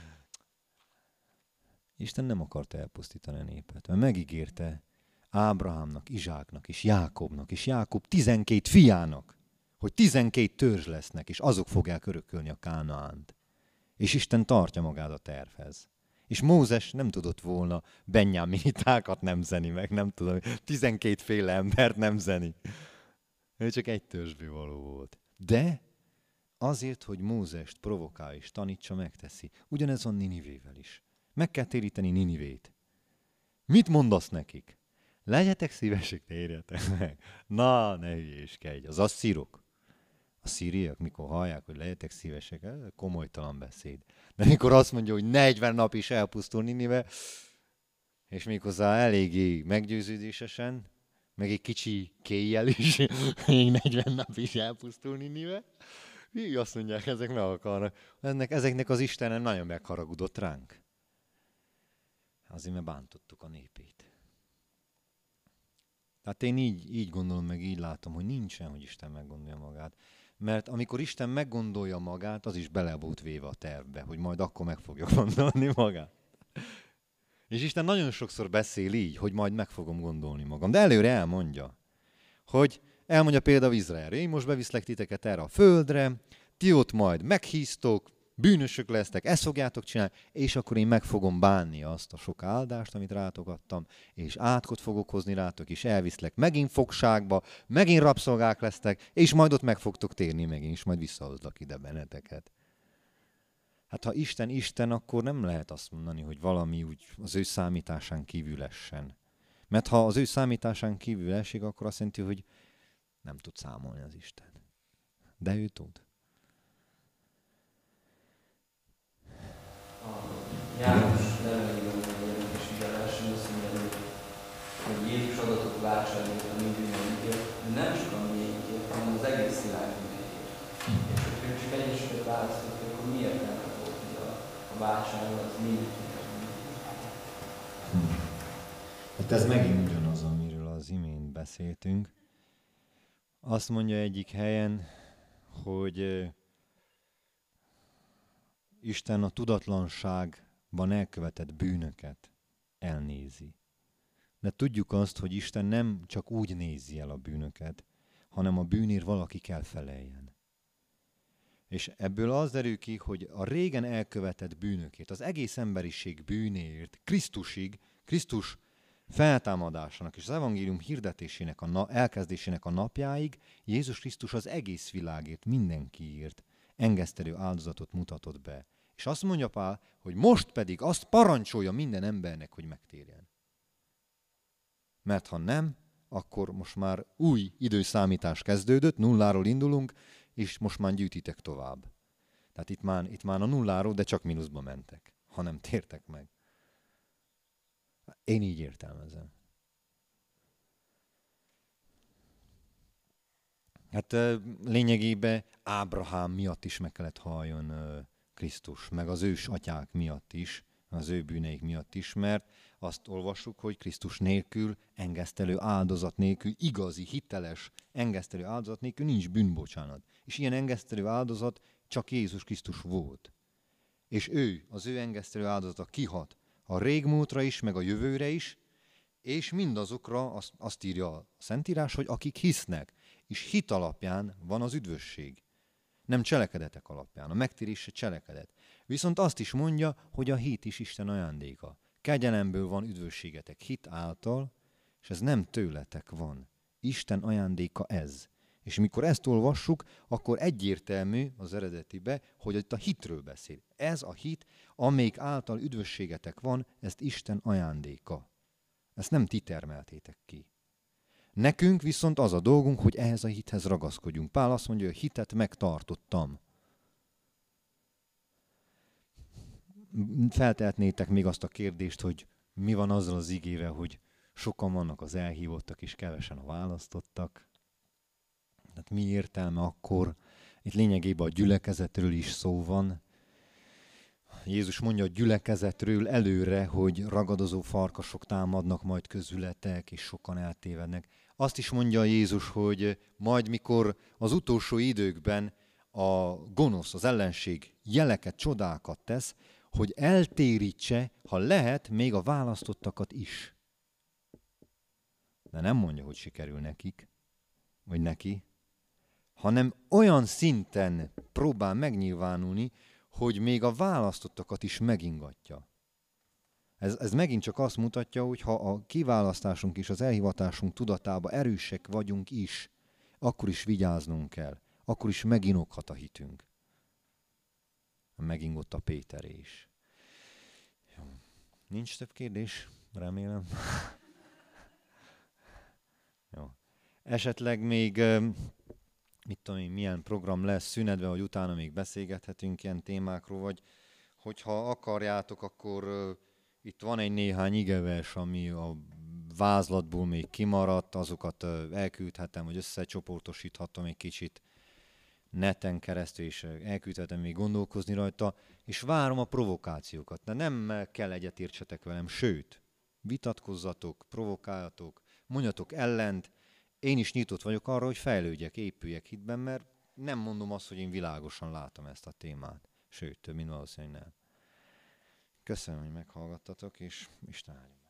Isten nem akarta elpusztítani a népet, mert megígérte Ábrahámnak, Izsáknak és Jákobnak, és Jákob 12 fiának, hogy 12 törzs lesznek, és azok fogják örökölni a Kánaánt. És Isten tartja magát a tervhez. És Mózes nem tudott volna benjaminitákat nemzeni, meg nem tudom, 12 féle embert nemzeni. Ő csak egy törzsből való volt. De azért, hogy Mózest provokálja és tanítsa, megteszi. Ugyanez van Ninivével is. Meg kell téríteni Ninivét. Mit mondasz nekik? Legyetek szívesek, térjetek meg. Na, ne hülyéskedj. Az asszírok. A szíriak, mikor hallják, hogy legyetek szívesek, komolytalan beszéd. De mikor azt mondja, hogy 40 nap is elpusztul Ninive, és méghozzá eléggé meggyőződésesen, meg egy kicsi kéjjel is, még 40 nap is elpusztul Ninive, így azt mondják, ezek meg akarnak. Ezeknek az Istenem nagyon megharagudott ránk. Azért, mert bántottuk a népét. Tehát én így gondolom, meg így látom, hogy nincsen, hogy Isten meggondolja magát. Mert amikor Isten meggondolja magát, az is bele volt véve a tervbe, hogy majd akkor meg fogja gondolni magát. És Isten nagyon sokszor beszél így, hogy majd meg fogom gondolni magam. De előre elmondja, hogy elmondja például Izraelre, én most beviszlek titeket erre a földre, ti ott majd meghíztok, bűnösök lesztek, ezt fogjátok csinálni, és akkor én meg fogom bánni azt a sok áldást, amit rátok adtam, és átkot fogok hozni rátok, és elviszlek megint fogságba, megint rabszolgák lesztek, és majd ott meg fogtok térni megint, és majd visszahozlak ide benneteket. Hát ha Isten, akkor nem lehet azt mondani, hogy valami úgy az ő számításán kívül essen. Mert ha az ő számításán kívül esik, akkor azt jelenti, hogy nem tud számolni az Isten. De ő tud. János nevelőjében egy érdekes igazán azt mondja, hogy Jézus adatot vásárolni a mi bűneinkért, de nem csak a miénkért, hanem az egész világunk Hát ez megint ugyanaz, amiről az imént beszéltünk. Azt mondja egyik helyen, hogy Isten a tudatlanságban elkövetett bűnöket elnézi. De tudjuk azt, hogy Isten nem csak úgy nézi el a bűnöket, hanem a bűnért valaki kell feleljen. És ebből az derül ki, hogy a régen elkövetett bűnökért, az egész emberiség bűnéért, Krisztus feltámadásának és az evangélium hirdetésének, elkezdésének a napjáig Jézus Krisztus az egész világért, mindenkiért engesztelő áldozatot mutatott be. És azt mondja Pál, hogy most pedig azt parancsolja minden embernek, hogy megtérjen. Mert ha nem, akkor most már új időszámítás kezdődött, nulláról indulunk, és most már gyűjtitek tovább. Tehát itt már a nulláról, de csak mínuszba mentek, ha nem tértek meg. Én így értelmezem. Hát lényegében Ábrahám miatt is meg kellett halljon Krisztus, meg az ős atyák miatt is, az ő bűneik miatt is, mert azt olvassuk, hogy Krisztus nélkül, engesztelő áldozat nélkül, igazi, hiteles engesztelő áldozat nélkül nincs bűnbocsánat. És ilyen engesztelő áldozat csak Jézus Krisztus volt. És az ő engesztelő áldozata kihat a régmúltra is, meg a jövőre is, és mindazokra azt írja a Szentírás, hogy akik hisznek, és hit alapján van az üdvösség. Nem cselekedetek alapján, a megtérés se cselekedet. Viszont azt is mondja, hogy a hit is Isten ajándéka. Kegyelemből van üdvösségetek hit által, és ez nem tőletek van. Isten ajándéka ez. És mikor ezt olvassuk, akkor egyértelmű az eredetibe, hogy itt a hitről beszél. Ez a hit, amelyik által üdvösségetek van, ezt Isten ajándéka. Ezt nem ti termeltétek ki. Nekünk viszont az a dolgunk, hogy ehhez a hithez ragaszkodjunk. Pál azt mondja, hogy a hitet megtartottam. Feltehetnétek még azt a kérdést, hogy mi van azzal az igével, hogy sokan vannak az elhívottak, és kevesen a választottak. Tehát mi értelme akkor? Itt lényegében a gyülekezetről is szó van. Jézus mondja a gyülekezetről előre, hogy ragadozó farkasok támadnak majd közületek, és sokan eltévednek. Azt is mondja Jézus, hogy majd mikor az utolsó időkben a gonosz, az ellenség jeleket, csodákat tesz, hogy eltérítse, ha lehet, még a választottakat is. De nem mondja, hogy sikerül nekik, vagy neki, hanem olyan szinten próbál megnyilvánulni, hogy még a választottakat is megingatja. Ez megint csak azt mutatja, hogy ha a kiválasztásunk és az elhivatásunk tudatába erősek vagyunk is, akkor is vigyáznunk kell. Akkor is meginoghat a hitünk. Megingott a Péter is. Jó. Nincs több kérdés? Remélem. Jó. Esetleg még, mit tudom én, milyen program lesz szünetben, hogy utána még beszélgethetünk ilyen témákról, vagy hogyha akarjátok, akkor itt van egy néhány igevers, ami a vázlatból még kimaradt, azokat elküldhetem, vagy összecsoportosíthatom egy kicsit neten keresztül, és elküldhetem még gondolkozni rajta, és várom a provokációkat. De nem kell egyetértsetek velem, sőt, vitatkozzatok, provokáljatok, mondjatok ellent. Én is nyitott vagyok arra, hogy fejlődjek, épüljek hitben, mert nem mondom azt, hogy én világosan látom ezt a témát. Sőt, több mint valószínűleg nem. Köszönöm, hogy meghallgattatok, és Isten áldja.